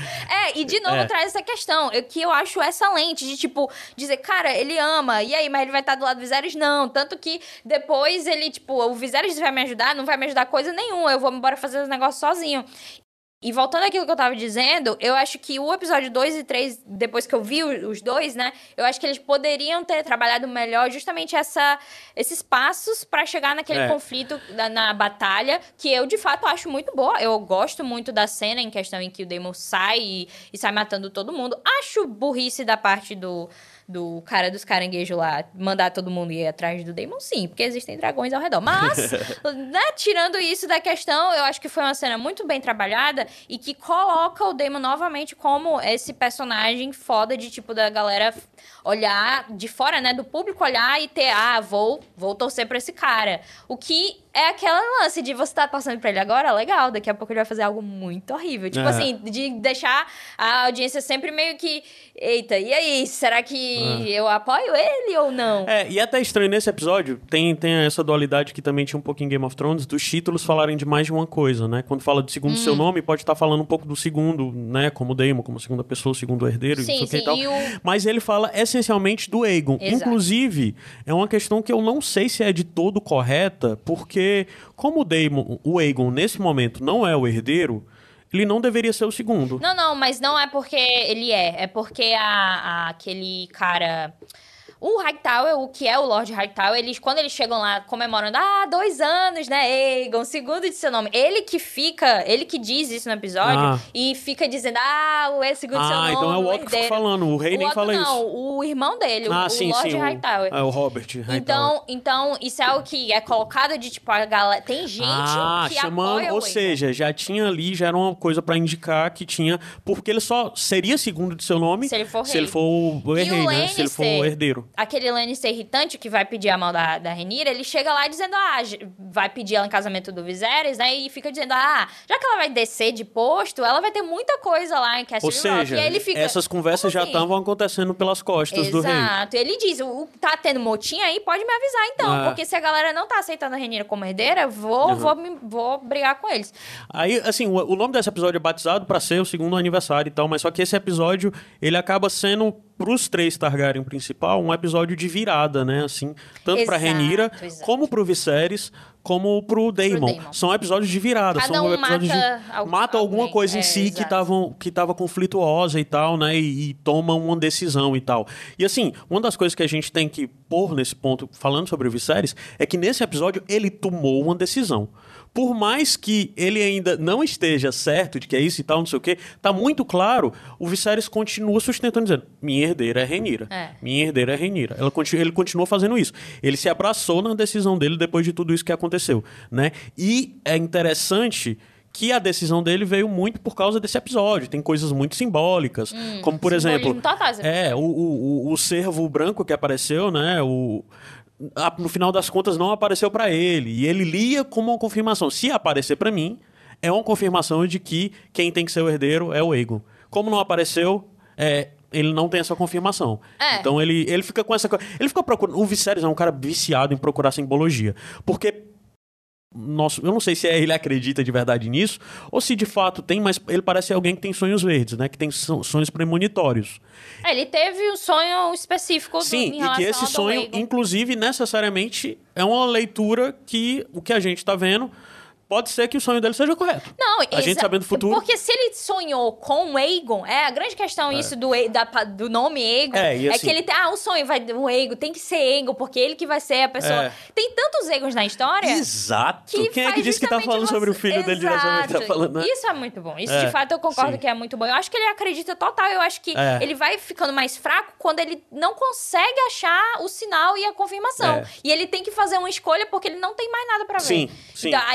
É, e de novo é. traz essa questão, que eu acho excelente, de tipo, dizer, cara, ele ama, e aí, mas ele vai estar do lado do Viserys? Não. Tanto que depois ele, tipo, o Viserys vai me ajudar, não vai me ajudar coisa nenhuma, eu vou embora fazer os negócios sozinho. E voltando àquilo que eu tava dizendo, eu acho que o episódio dois e três, depois que eu vi os dois, né, eu acho que eles poderiam ter trabalhado melhor justamente essa, esses passos pra chegar naquele é. conflito na, na batalha, que eu, de fato, acho muito boa. Eu gosto muito da cena em questão em que o Daemon sai e, e sai matando todo mundo. Acho burrice da parte do... do cara dos caranguejos lá, mandar todo mundo ir atrás do Daemon, sim, porque existem dragões ao redor. Mas, né, tirando isso da questão, eu acho que foi uma cena muito bem trabalhada e que coloca o Daemon novamente como esse personagem foda de, tipo, da galera olhar de fora, né, do público olhar e ter, ah, vou, vou torcer pra esse cara. O que é aquela lance de você tá torcendo pra ele agora, legal, daqui a pouco ele vai fazer algo muito horrível. Tipo é. assim, de deixar a audiência sempre meio que, eita, e aí, será que é. eu apoio ele ou não? É, e até estranho, nesse episódio, tem, tem essa dualidade que também tinha um pouco em Game of Thrones, dos títulos falarem de mais de uma coisa, né? Quando fala de segundo hum. seu nome, pode estar falando um pouco do segundo, né? Como Daemon, como segunda pessoa, segundo herdeiro, sim, não sei o que e tal. E o... Mas ele fala essencialmente do Aegon. Exato. Inclusive, é uma questão que eu não sei se é de todo correta, porque como o Daemon, o Aegon, nesse momento, não é o herdeiro, ele não deveria ser o segundo. Não, não, mas não é porque ele é. É porque a, a, aquele cara... O Hightower, o que é o Lord Hightower, eles, quando eles chegam lá comemorando, ah, dois anos, né, Aegon, segundo de seu nome. Ele que fica, ele que diz isso no episódio ah. e fica dizendo, ah, o segundo de ah, seu nome. Ah, então é o Otto que fica falando, o rei o nem Otto, fala não, isso. Não, o irmão dele, ah, o, sim, o Lord sim, Hightower. O, é o Robert Hightower. Então, então, isso é algo que é colocado de, tipo, a galera... Tem gente ah, que chamando, apoia ou o seja, já tinha ali, já era uma coisa pra indicar que tinha... Porque ele só seria segundo de seu nome se ele for, se ele for o rei, né? Lannister, se ele for o herdeiro. Aquele Lannister irritante que vai pedir a mão da, da Rhaenyra, ele chega lá dizendo, ah, vai pedir ela em casamento do Viserys, né, e fica dizendo, ah, já que ela vai descer de posto, ela vai ter muita coisa lá em Castle Ou seja, Rock. E aí ele fica, essas conversas já estavam assim? acontecendo pelas costas Exato. do rei. Exato. Ele diz, o, tá tendo motim aí, pode me avisar então, ah. porque se a galera não tá aceitando a Rhaenyra como herdeira, vou, uhum. vou, me, vou brigar com eles. Aí, assim, o, o nome desse episódio é batizado pra ser o segundo aniversário e tal, mas só que esse episódio, ele acaba sendo... pros três Targaryen principal, um episódio de virada, né, assim, tanto exato, pra Rhaenyra, exato. como pro Viserys, como pro Daemon. pro Daemon. São episódios de virada, Cada são um episódios mata de... algum, mata alguma alguém. coisa em é, si exato. que tava, que tava conflituosa e tal, né, e, e toma uma decisão e tal. E assim, uma das coisas que a gente tem que pôr nesse ponto, falando sobre o Viserys, é que nesse episódio ele tomou uma decisão. Por mais que ele ainda não esteja certo de que é isso e tal, não sei o quê, tá muito claro, o Viserys continua sustentando, dizendo, minha herdeira é Rhaenyra. É. Minha herdeira é Rhaenyra. Ela continua, ele continua fazendo isso. Ele se abraçou na decisão dele depois de tudo isso que aconteceu, né? E é interessante... que a decisão dele veio muito por causa desse episódio. Tem coisas muito simbólicas, hum, como, por exemplo... É, o, o, o, o cervo branco que apareceu, né? O... no final das contas não apareceu para ele e ele lia como uma confirmação, se aparecer para mim é uma confirmação de que quem tem que ser o herdeiro é o Aegon. Como não apareceu, é, ele não tem essa confirmação. É. Então ele, ele fica com essa ele fica procurando, o Viserys é um cara viciado em procurar simbologia, porque nossa, eu não sei se ele acredita de verdade nisso ou se de fato tem, mas ele parece alguém que tem sonhos verdes, né? Que tem sonhos premonitórios. É, ele teve um sonho específico do, Sim, em relação e que esse sonho, Aegon. inclusive, necessariamente é uma leitura que o que a gente está vendo pode ser que o sonho dele seja correto. Não, a gente sabendo do futuro. Porque se ele sonhou com o Aegon, é a grande questão é. isso do, da, do nome Aegon, é, assim, é que ele tem, ah, o sonho vai, o Aegon tem que ser Aegon, porque ele que vai ser a pessoa. É. Tem tantos Aegons na história. Exato. Que Quem é que disse que tá falando você... sobre o filho Exato. dele diretamente? Tá falando, né? Isso é muito bom. Isso é. de fato eu concordo Sim. que é muito bom. Eu acho que ele acredita total. Eu acho que é. ele vai ficando mais fraco quando ele não consegue achar o sinal e a confirmação. É. E ele tem que fazer uma escolha porque ele não tem mais nada pra ver. Sim, sim. Então, a escolha, não,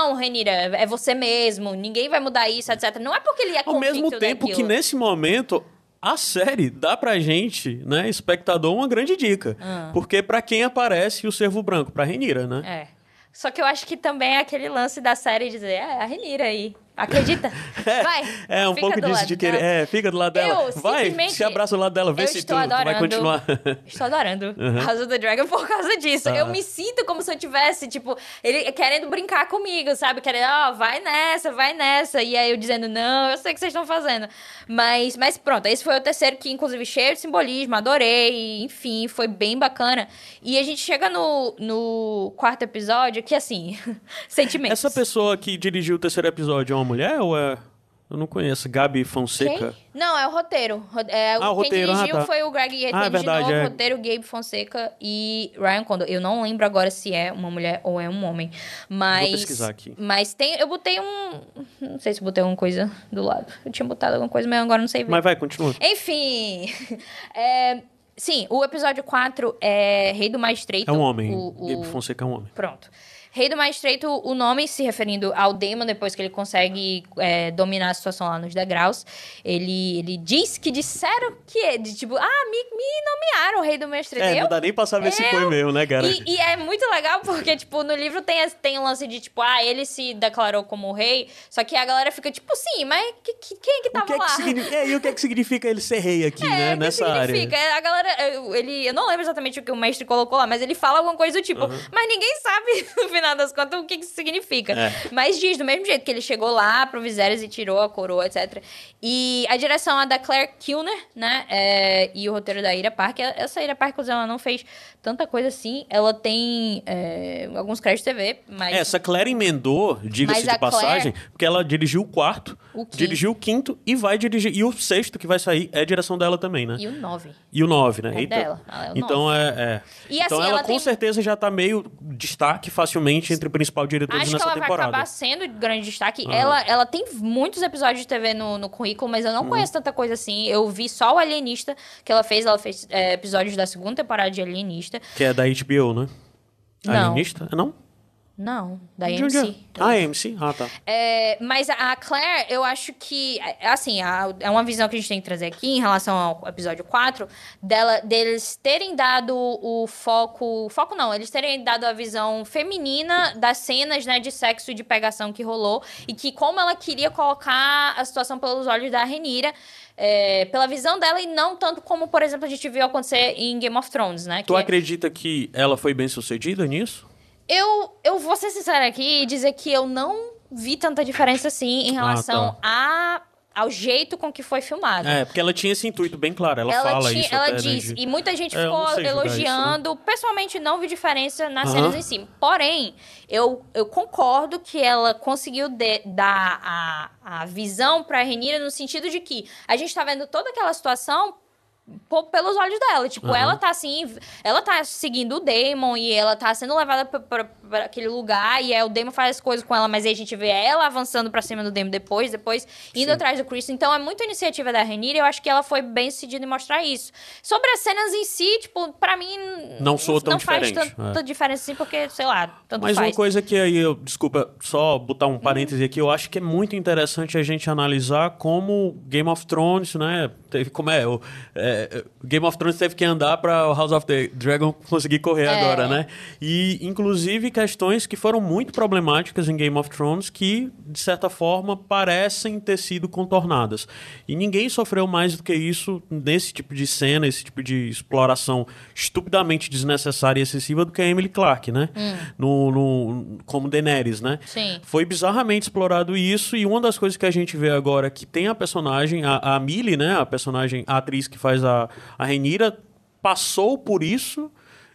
não, Rhaenyra, é você mesmo, ninguém vai mudar isso, etcétera. Não é porque ele é convicto daquilo. Ao mesmo tempo daquilo. Que nesse momento... A série dá pra gente, né, espectador, uma grande dica. Ah. Porque pra quem aparece o Cervo Branco? Pra Rhaenyra, né? É. Só que eu acho que também é aquele lance da série de dizer, é, a Rhaenyra aí. Acredita? Vai. É, um pouco disso de querer. É, fica do lado dela. Eu, vai, se abraça do lado dela, vê se tu, tu vai continuar. Estou adorando uhum. House of the Dragon por causa disso. Ah. Eu me sinto como se eu tivesse, tipo, ele querendo brincar comigo, sabe? Querendo, ó, oh, vai nessa, vai nessa. E aí eu dizendo, não, eu sei o que vocês estão fazendo. Mas, mas pronto, esse foi o terceiro que, inclusive, cheio de simbolismo, adorei. Enfim, foi bem bacana. E a gente chega no, no quarto episódio que, assim, sentimentos. Essa pessoa que dirigiu o terceiro episódio é uma mulher ou é... Eu não conheço. Gabi Fonseca? Quem? Não, é o roteiro. É, ah, o roteiro. Quem dirigiu ah, tá. foi o Greg Yates ah, é verdade, o é. roteiro, Gabe Fonseca e Ryan Condal. Eu não lembro agora se é uma mulher ou é um homem. Mas, vou pesquisar aqui. Mas tem... Eu botei um... Não sei se botei alguma coisa do lado. Eu tinha botado alguma coisa, mas agora não sei ver. Mas vai, continua. Enfim... é... Sim, o episódio quatro é Rei do Mais Estreito. É um homem. O, o... Gabe Fonseca é um homem. Pronto. Rei do Mais Estreito, o nome se referindo ao Daemon, depois que ele consegue é, dominar a situação lá nos degraus. Ele, ele diz que disseram que é, de, tipo, ah, me, me nomearam Rei do Mais Estreito. É, eu, não dá nem pra saber eu... se foi mesmo, né, cara? E, e é muito legal porque, tipo, no livro tem, tem um lance de, tipo, ah, ele se declarou como rei, só que a galera fica, tipo, sim, mas que, que, quem é que tava que é lá? Que significa... É, e o que é que significa ele ser rei aqui, é, né, que nessa significa? área? A galera, ele, eu não lembro exatamente o que o mestre colocou lá, mas ele fala alguma coisa do tipo, uhum. mas ninguém sabe, no final das contas, o que que isso significa. É. Mas diz, do mesmo jeito que ele chegou lá pro Viserys e tirou a coroa, etcétera. E a direção é da Claire Kilner, né? É, e o roteiro da Ira Park. Essa Ira Park, ela não fez tanta coisa assim. Ela tem é, alguns créditos de T V, mas... É, essa Claire emendou, diga-se de passagem, Claire... porque ela dirigiu o quarto, o dirigiu o quinto e vai dirigir... E o sexto que vai sair é a direção dela também, né? E o nove. E o nove, né? É Eita. dela. Ela é o então, nove. é, é. E, então assim, ela, ela com tem... certeza já tá meio destaque facilmente entre o principal diretores Acho nessa que ela temporada. vai acabar sendo grande destaque. Uhum. Ela, ela tem muitos episódios de T V no, no currículo, mas eu não uhum. conheço tanta coisa assim. Eu vi só o Alienista que ela fez. Ela fez é, episódios da segunda temporada de Alienista. Que é da H B O, né? Não. Alienista? Não? Não, da A M C. Ah, A M C? Ah, tá. É, mas a Claire, eu acho que, assim, a, é uma visão que a gente tem que trazer aqui em relação ao episódio quatro, dela, deles terem dado o foco... Foco não, eles terem dado a visão feminina das cenas, né, de sexo e de pegação que rolou, e que como ela queria colocar a situação pelos olhos da Rhaenyra, é, pela visão dela, e não tanto como, por exemplo, a gente viu acontecer em Game of Thrones, né? Tu que acredita que ela foi bem sucedida nisso? Eu, eu vou ser sincera aqui e dizer que eu não vi tanta diferença assim em relação ah, tá. a, ao jeito com que foi filmado. É, porque ela tinha esse intuito bem claro, ela, ela fala tinha, isso. Ela até, diz, né, de... e muita gente é, ficou elogiando. Isso, né? Pessoalmente, não vi diferença nas uh-huh. cenas em si. Porém, eu, eu concordo que ela conseguiu de, dar a, a visão pra Rhaenyra no sentido de que a gente tá vendo toda aquela situação pelos olhos dela, tipo, uhum. ela tá assim, ela tá seguindo o Daemon e ela tá sendo levada pra, pra, pra aquele lugar e é, o Daemon faz as coisas com ela, mas aí a gente vê ela avançando pra cima do Daemon depois, depois indo Sim. atrás do Chris, então é muita iniciativa da Rhaenyra e eu acho que ela foi bem decidida em mostrar isso. Sobre as cenas em si, tipo, pra mim não sou tão não diferente. faz tanta é. diferença assim, porque, sei lá, tanto mas faz. Uma coisa que aí eu, desculpa, só botar um parêntese uhum. aqui, eu acho que é muito interessante a gente analisar como Game of Thrones, né, teve, como é, o, é Game of Thrones teve que andar para o House of the Dragon conseguir correr é. agora, né? E, inclusive, questões que foram muito problemáticas em Game of Thrones que, de certa forma, parecem ter sido contornadas. E ninguém sofreu mais do que isso nesse tipo de cena, esse tipo de exploração estupidamente desnecessária e excessiva do que a Emily Clarke, né? Hum. No, no, como Daenerys, né? Sim. Foi bizarramente explorado isso e uma das coisas que a gente vê agora que tem a personagem, a, a Millie, né? A personagem, a atriz que faz a, a Rhaenyra, passou por isso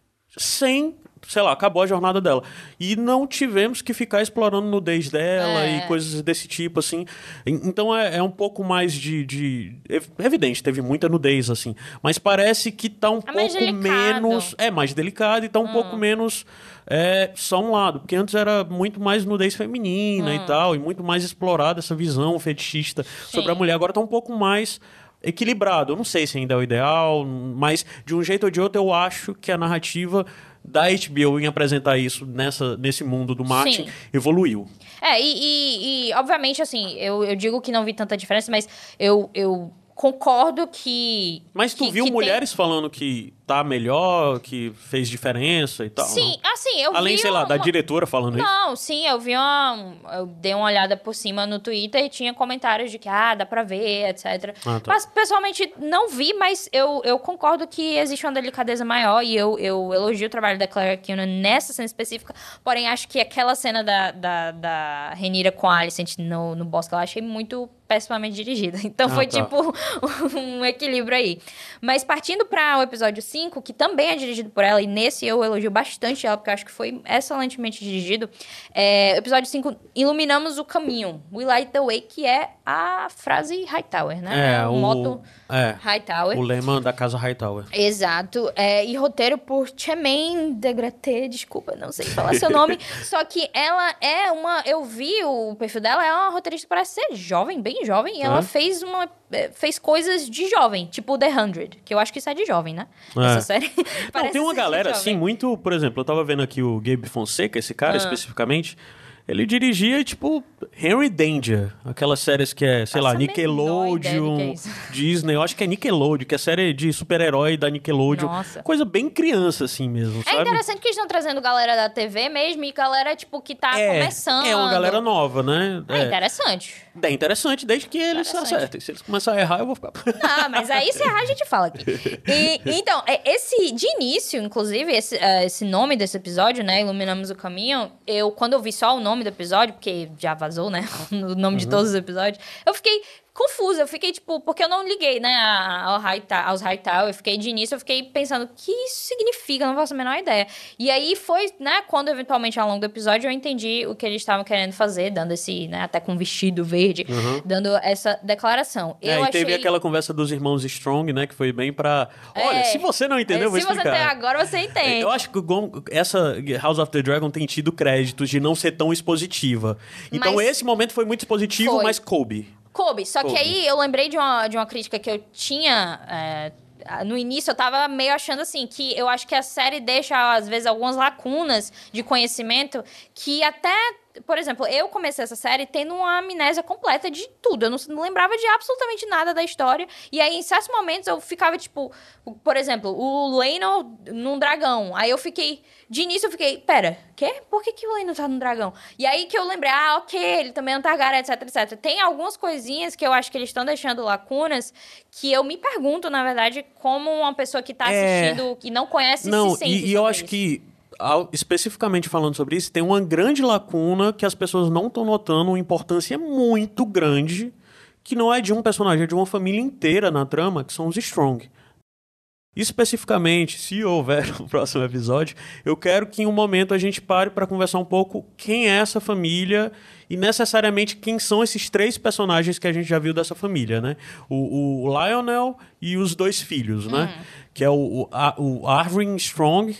sem, sei lá, acabou a jornada dela. E não tivemos que ficar explorando nudez dela é. e coisas desse tipo, assim. Então é, é um pouco mais de, de... É evidente, teve muita nudez, assim. Mas parece que tá um é pouco menos... É, mais delicado e tá um hum. pouco menos... É, só um lado, porque antes era muito mais nudez feminina hum. e tal, e muito mais explorada essa visão fetichista Sim. sobre a mulher. Agora tá um pouco mais... equilibrado. Eu não sei se ainda é o ideal, mas de um jeito ou de outro eu acho que a narrativa da H B O em apresentar isso nessa, nesse mundo do marketing, Sim. evoluiu. É, e, e, e obviamente, assim, eu, eu digo que não vi tanta diferença, mas eu, eu concordo que... Mas tu que, viu que mulheres tem... falando que tá melhor, que fez diferença e tal? Sim, não? assim, eu Além, vi sei lá, uma... da diretora falando não, isso? Não, sim, eu vi uma... Eu dei uma olhada por cima no Twitter e tinha comentários de que, ah, dá pra ver, etcétera. Ah, tá. Mas, pessoalmente, não vi, mas eu, eu concordo que existe uma delicadeza maior e eu, eu elogio o trabalho da Claire Kilner nessa cena específica, porém, acho que aquela cena da, da, da Rhaenyra com a Alicent no, no bosque, eu achei muito pessimamente dirigida. Então, ah, foi tá. tipo um equilíbrio aí. Mas, partindo para o episódio cinco, que também é dirigido por ela, e nesse eu elogio bastante ela, porque eu acho que foi excelentemente dirigido. É, episódio cinco, Iluminamos o Caminho. We Light the Way, que é a frase Hightower, né? É, o, o moto é, Hightower. O lema da casa Hightower. Exato. É, e roteiro por Chemaine Degraté, desculpa, não sei falar seu nome. Só que ela é uma... Eu vi o perfil dela, é uma roteirista que parece ser jovem, bem jovem. E ela é. fez uma... fez coisas de jovem, tipo The hundred, que eu acho que isso é de jovem, né? É. Essa série. Não, tem uma galera, assim, muito... Por exemplo, eu tava vendo aqui o Gabe Fonseca, esse cara, ah. especificamente... Ele dirigia, tipo, Henry Danger. Aquelas séries que é, sei Nossa, lá, Nickelodeon, é Disney. Eu acho que é Nickelodeon, que é série de super-herói da Nickelodeon. Nossa. Coisa bem criança, assim mesmo, é sabe? É interessante que eles estão trazendo galera da T V mesmo e galera, tipo, que tá é, começando. É uma galera nova, né? É, é interessante. É interessante, desde que eles acertem. Se eles começarem a errar, eu vou ficar... Ah, mas aí se errar, a gente fala aqui. E, então, esse, de início, inclusive, esse, uh, esse nome desse episódio, né? Iluminamos o Caminho. Eu, quando eu vi só o nome do episódio, porque já vazou, né? O nome uhum. de todos os episódios. Eu fiquei confusa. Eu fiquei, tipo... Porque eu não liguei, né? Ao high, aos Hightower. Eu fiquei de início, eu fiquei pensando... O que isso significa? Eu não faço a menor ideia. E aí foi, né? Quando, eventualmente, ao longo do episódio, eu entendi o que eles estavam querendo fazer. Dando esse, né? Até com um vestido verde. Uhum. Dando essa declaração. É, eu e achei... teve aquela conversa dos irmãos Strong, né? Que foi bem pra... Olha, é, se você não entendeu, é, eu vou explicar. Se você tem agora, você entende. Eu acho que essa House of the Dragon tem tido créditos de não ser tão expositiva. Então, mas esse momento foi muito expositivo, foi. mas coube. Coube. Só coube. Que aí eu lembrei de uma, de uma crítica que eu tinha... É, no início, eu tava meio achando assim, que eu acho que a série deixa, às vezes, algumas lacunas de conhecimento que até... Por exemplo, eu comecei essa série tendo uma amnésia completa de tudo. Eu não, não lembrava de absolutamente nada da história. E aí, em certos momentos, eu ficava, tipo... Por exemplo, o Laenor num dragão. Aí eu fiquei... De início, eu fiquei... Pera, quê? Por que, que o Laenor tá num dragão? E aí que eu lembrei... Ah, ok, ele também é um Targaryen, etc, etcétera. Tem algumas coisinhas que eu acho que eles estão deixando lacunas que eu me pergunto, na verdade, como uma pessoa que tá assistindo e é... não conhece não, se sente e, e eu acho isso. que... Especificamente falando sobre isso, tem uma grande lacuna que as pessoas não estão notando uma importância muito grande, que não é de um personagem, é de uma família inteira na trama, que são os Strong. Especificamente, se houver no próximo episódio, eu quero que em um momento a gente pare para conversar um pouco quem é essa família e necessariamente quem são esses três personagens que a gente já viu dessa família, né? O, o Lionel e os dois filhos, né? Hum. Que é o, o, a, o Arryn Strong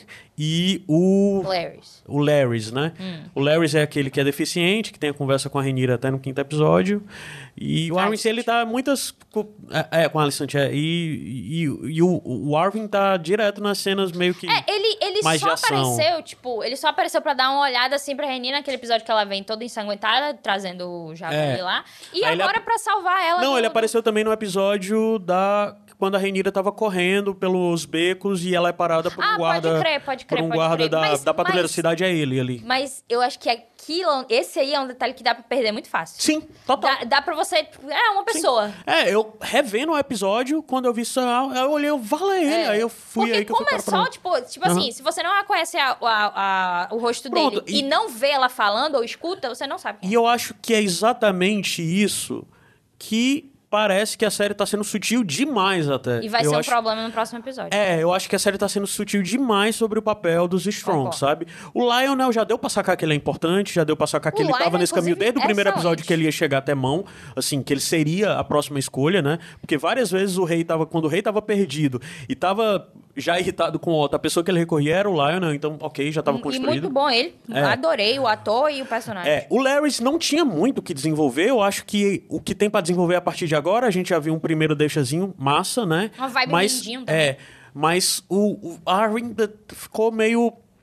e o... Larrys. O Larrys, né? Hum. O Larrys é aquele que é deficiente, que tem a conversa com a Rhaenyra até no quinto episódio. E o Arryn, ele tá muitas... É, é com a Alicent, é. E, e, e o, o Arryn tá direto nas cenas meio que... É, ele, ele mais só apareceu, tipo... Ele só apareceu pra dar uma olhada, assim, pra Rhaenyra naquele episódio que ela vem toda ensanguentada, trazendo o Javelin é. lá. E Aí agora ele... pra salvar ela... Não, do... ele apareceu também no episódio da... Quando a Rhaenyra tava correndo pelos becos e ela é parada por um ah, guarda... pode crer, pode crer, por um pode guarda crer. da, mas, da patrulha mas, da cidade, é ele ali. Mas eu acho que aquilo... Esse aí é um detalhe que dá pra perder muito fácil. Sim, total. Dá, dá pra você... É uma pessoa. Sim. É, eu revendo o episódio, quando eu vi isso, eu olhei, eu vale ele. É. Aí eu fui Porque aí que eu fui para para só, tipo, tipo uhum. assim, se você não conhece a, a, a, o rosto Pronto, dele e... e não vê ela falando ou escuta, você não sabe quem é. E eu acho que é exatamente isso que... Parece que a série tá sendo sutil demais até. E vai eu ser acho... um problema no próximo episódio. É, eu acho que a série tá sendo sutil demais sobre o papel dos Strong, oh, sabe? O Lionel já deu pra sacar que ele é importante, já deu pra sacar que o ele Lionel, tava nesse caminho desde o primeiro excelente. episódio que ele ia chegar até mão, assim, que ele seria a próxima escolha, né? Porque várias vezes o rei tava, quando o rei tava perdido e tava já irritado com o Otto, a pessoa que ele recorria era o Lionel, então, ok, já tava construído. E muito bom ele. É. Adorei o ator e o personagem. É, o Larrys não tinha muito o que desenvolver, eu acho que o que tem pra desenvolver a partir de agora, a gente já viu um primeiro deixazinho massa, né? Uma vibe mas lindinho também. É, mas o, o Arryn ficou meio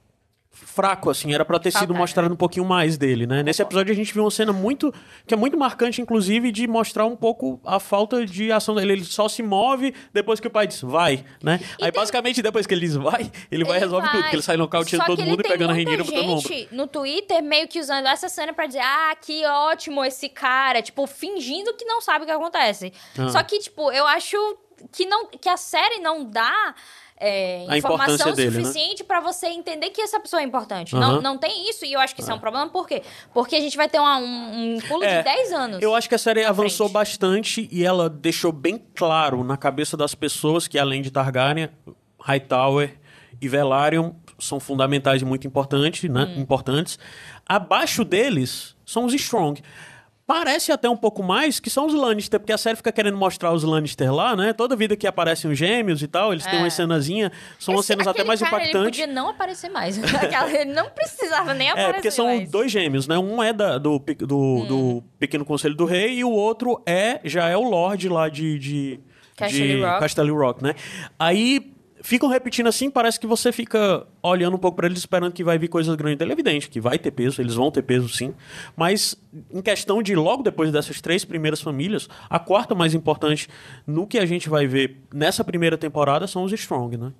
fraco, assim, era pra ter sido Faltava. mostrado um pouquinho mais dele, né? Nesse episódio a gente viu uma cena muito, que é muito marcante, inclusive, de mostrar um pouco a falta de ação dele. Ele só se move depois que o pai diz, vai, né? E Aí, tem... basicamente, depois que ele diz, vai, ele vai e Ele resolve vai. tudo, porque ele sai nocauteando todo mundo e pegando a Rhaenyra e botando no ombro. Tem muita gente no Twitter meio que usando essa cena pra dizer, ah, que ótimo esse cara, tipo, fingindo que não sabe o que acontece. Ah. Só que, tipo, eu acho que, não, que a série não dá... É, A informação dele, suficiente, né? Pra você entender que essa pessoa é importante. Uhum. Não, não tem isso, e eu acho que isso é um problema. Por quê? Porque a gente vai ter uma, um, um pulo É, de dez anos. Eu acho que a série avançou frente. bastante e ela deixou bem claro na cabeça das pessoas que, além de Targaryen, Hightower e Velaryon são fundamentais e muito importantes, né? Hum. importantes. Abaixo deles são os Strong. Parece até um pouco mais que são os Lannister, porque a série fica querendo mostrar os Lannister lá, né? Toda vida que aparecem os gêmeos e tal, eles É. têm uma cenazinha, são umas Esse- cenas até aquele mais cara, Ele impactantes. podia não aparecer mais. Aquela- ele não precisava nem aparecer É, porque são mais. dois gêmeos, né? Um é da- do, pe- do, Hum. do Pequeno Conselho do Rei e o outro é já é o Lorde lá de, de, Casterly de Rock. Casterly Rock, né? Aí ficam repetindo assim, parece que você fica olhando um pouco pra eles, esperando que vai vir coisas grandes. É evidente que vai ter peso, eles vão ter peso sim, mas em questão de logo depois dessas três primeiras famílias, a quarta mais importante no que a gente vai ver nessa primeira temporada são os Strong, né?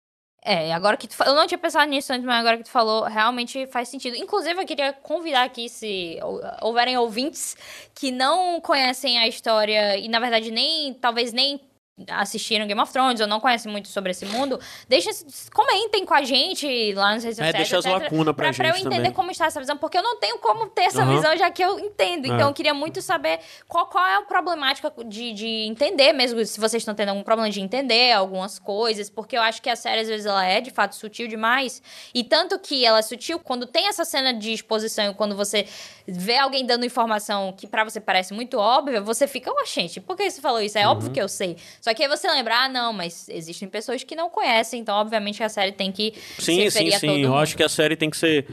É, agora que tu fa- eu não tinha pensado nisso antes, mas agora que tu falou, realmente faz sentido. Inclusive, eu queria convidar aqui, se hou- houverem ouvintes que não conhecem a história e, na verdade, nem, talvez nem assistiram Game of Thrones ou não conhecem muito sobre esse mundo, deixem, comentem com a gente lá nas redes É, sociais, deixa as etcétera, lacunas pra pra eu gente entender também. como está essa visão, porque eu não tenho como ter essa Aham. visão, já que eu entendo. Então, É. eu queria muito saber qual, qual é a problemática de, de entender mesmo, se vocês estão tendo algum problema de entender algumas coisas, porque eu acho que a série, às vezes, ela é, de fato, sutil demais. E tanto que ela é sutil, quando tem essa cena de exposição e quando você vê alguém dando informação que pra você parece muito óbvia, você fica, ué, gente, por que você falou isso? É Uhum. óbvio que eu sei. Só que aí você lembra, ah, não, mas existem pessoas que não conhecem, então, obviamente, a série tem que se Sim, sim, referir a todo sim. Eu mundo. acho que a série tem que ser...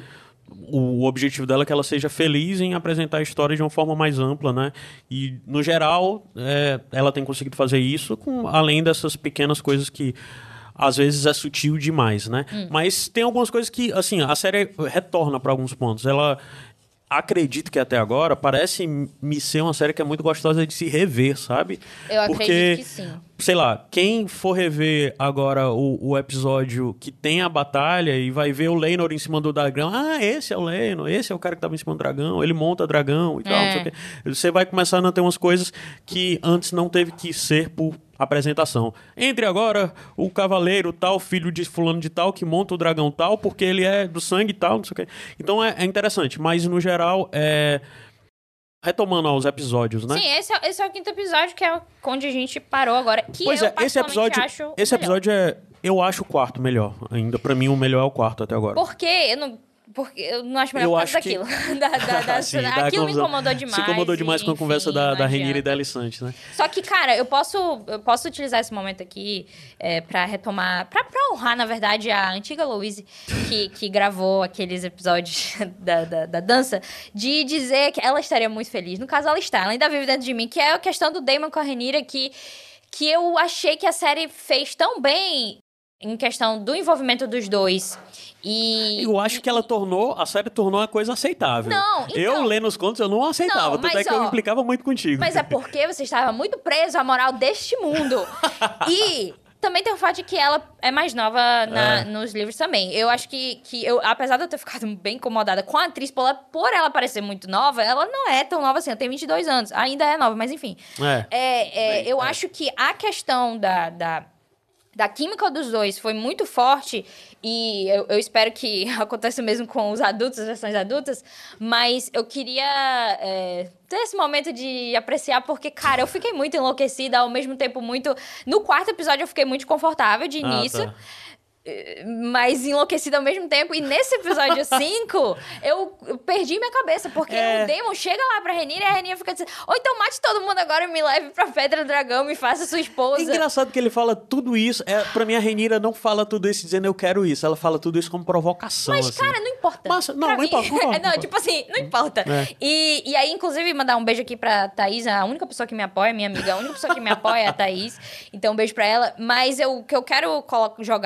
O o objetivo dela é que ela seja feliz em apresentar a história de uma forma mais ampla, né? E, no geral, é, ela tem conseguido fazer isso, com, além dessas pequenas coisas que... Às vezes é sutil demais, né? Hum. Mas tem algumas coisas que, assim, a série retorna para alguns pontos. Ela... Acredito que até agora parece me ser uma série que é muito gostosa de se rever, sabe? Eu Porque, acredito que sim. sei lá, quem for rever agora o, o episódio que tem a batalha e vai ver o Laenor em cima do dragão, ah, esse é o Laenor, esse é o cara que tava em cima do dragão, ele monta dragão e tal, É. não sei o quê. Você vai começando a ter umas coisas que antes não teve que ser por apresentação. Entre agora o cavaleiro tal, filho de fulano de tal, que monta o dragão tal, porque ele é do sangue tal, não sei o quê. Então é, é interessante, mas no geral é... Retomando aos episódios, né? Sim, esse é, esse é o quinto episódio, que é onde a gente parou agora. Que Pois eu, é, esse episódio, acho esse melhor. episódio é, eu acho o quarto melhor. Ainda pra mim o melhor é o quarto até agora. Por quê? Eu não... Porque eu não acho melhor Eu por causa acho que- daquilo. da, da, da- Sim, dá aquilo me confusão. incomodou demais. Se incomodou demais com a enfim, conversa da, não da Rhaenyra e adianta. da Alicante, né? Só que, cara, eu posso, eu posso utilizar esse momento aqui é, pra retomar... Pra, pra honrar, na verdade, a antiga Louise, que, que gravou aqueles episódios da, da, da dança, de dizer que ela estaria muito feliz. No caso, ela está. Ela ainda vive dentro de mim, que é a questão do Daemon com a Rhaenyra, que, que eu achei que a série fez tão bem em questão do envolvimento dos dois. E... Eu acho que ela tornou, a série tornou uma coisa aceitável. Não, então- Eu, lendo os contos, eu não aceitava. Não, Tanto mas, é que eu ó, me implicava muito contigo. Mas é porque você estava muito preso à moral deste mundo. E também tem o fato de que ela é mais nova na- É. nos livros também. Eu acho que, que eu, apesar de eu ter ficado bem incomodada com a atriz, por ela, por ela parecer muito nova, ela não é tão nova assim. Ela tem vinte e dois anos. Ainda é nova, mas enfim. É. É, é, Bem, eu é. acho que a questão da, da, da química dos dois foi muito forte e eu, eu espero que aconteça mesmo com os adultos, as versões adultas, mas eu queria é, ter esse momento de apreciar porque, cara, eu fiquei muito enlouquecida, ao mesmo tempo muito... No quarto episódio eu fiquei muito confortável de Ah, início, tá. mas enlouquecida ao mesmo tempo. E nesse episódio cinco, eu eu perdi minha cabeça, porque É. o Daemon chega lá pra Rhaenyra e a Rhaenyra fica dizendo, ou então mate todo mundo agora e me leve pra Pedra do Dragão, me faça sua É esposa. engraçado que ele fala tudo isso. É, pra mim, a Rhaenyra não fala tudo isso dizendo eu quero isso. Ela fala tudo isso como provocação. Mas, assim. cara, não importa. Mas, não, Pra não mim- importa, concordo, não, concordo. tipo assim, não importa. É. E, e aí, inclusive, mandar um beijo aqui pra Thaís, a única pessoa que me apoia, minha amiga, a única pessoa que me apoia é a Thaís. Então, um beijo pra ela. Mas eu, o que eu quero colo- jogar aqui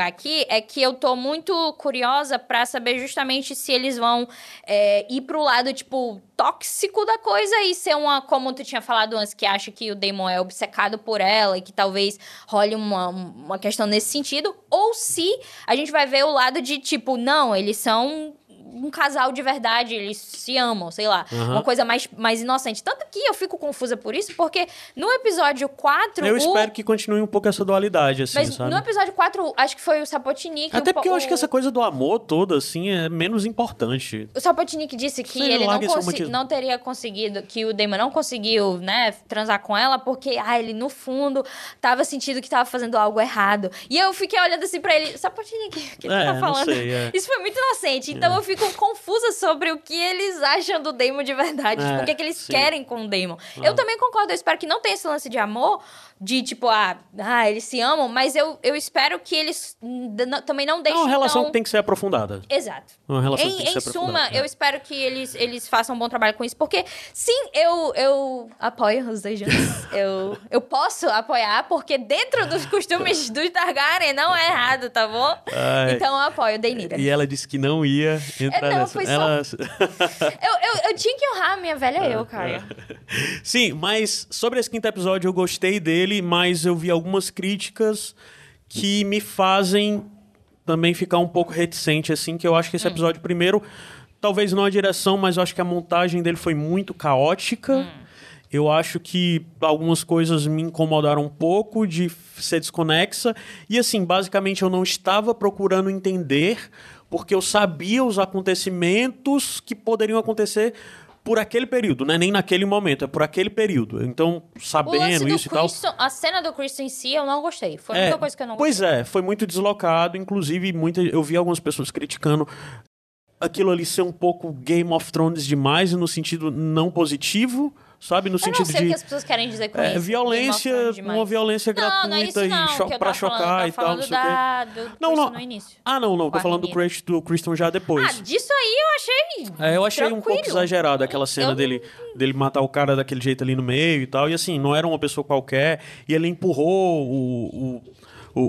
é que eu tô muito curiosa pra saber justamente se eles vão é, ir pro lado, tipo, tóxico da coisa e ser uma, como tu tinha falado antes, que acha que o Daemon é obcecado por ela e que talvez role uma, uma questão nesse sentido, ou se a gente vai ver o lado de, tipo, não, eles são um casal de verdade, eles se amam, sei lá. Uhum. Uma coisa mais, mais inocente. Tanto que eu fico confusa por isso, porque no episódio quatro... Eu o... espero que continue um pouco essa dualidade, assim, Mas sabe? no episódio quatro, acho que foi o Sapotnik... Até o... porque eu o... acho que essa coisa do amor toda, assim, é menos importante. O Sapotnik disse que sei ele lá, não, consi... não teria conseguido, que o Daemon não conseguiu, né, transar com ela, porque, ah, ele no fundo tava sentindo que tava fazendo algo errado. E eu fiquei olhando assim pra ele, Sapotnik, o que é, tu tá falando? Não sei, é. Isso foi muito inocente. Então é. eu fico confusa sobre o que eles acham do Daemon de verdade. É, tipo, o que, é que eles sim. querem com o Daemon. Ah. Eu também concordo, eu espero que não tenha esse lance de amor, de tipo, ah, ah eles se amam, mas eu, eu espero que eles também não deixem... É uma relação tão... que tem que ser aprofundada. Exato. Uma relação em, que tem que em ser suma, é. eu espero que eles, eles façam um bom trabalho com isso, porque sim, eu, eu apoio os dois juntos. eu, eu posso apoiar, porque dentro dos costumes dos Targaryen não é errado, tá bom? Ai. Então eu apoio Daenerys. E ela disse que não ia entrar é, não, nessa... Foi ela... só... eu, eu, eu tinha que honrar a minha velha eu, cara. Sim, mas sobre esse quinto episódio eu gostei dele, mas eu vi algumas críticas que me fazem também ficar um pouco reticente, assim, que eu acho que esse hum. episódio, primeiro, talvez não a direção, mas eu acho que a montagem dele foi muito caótica. Hum. Eu acho que algumas coisas me incomodaram um pouco de ser desconexa. E, assim, basicamente eu não estava procurando entender, porque eu sabia os acontecimentos que poderiam acontecer por aquele período, né? Nem naquele momento, é por aquele período. Então, sabendo isso e tal... A cena do Criston em si, eu não gostei. Foi a única é, coisa que eu não pois gostei. Pois é, foi muito deslocado. Inclusive, muita, eu vi algumas pessoas criticando aquilo ali ser um pouco Game of Thrones demais, no sentido não positivo, sabe? No eu sentido não sei de... o que as pessoas querem dizer com é, isso. Violência, uma violência não, gratuita não é isso não, e cho que pra chocar falando, e tal, não sei da, o quê. Do não, não. No início. Ah, não, não. Tô falando do, Christ, do Christian já depois. Ah, disso aí eu achei É, eu achei tranquilo. um pouco exagerado aquela cena eu... dele, dele matar o cara daquele jeito ali no meio e tal. E assim, não era uma pessoa qualquer. E ele empurrou o... o O,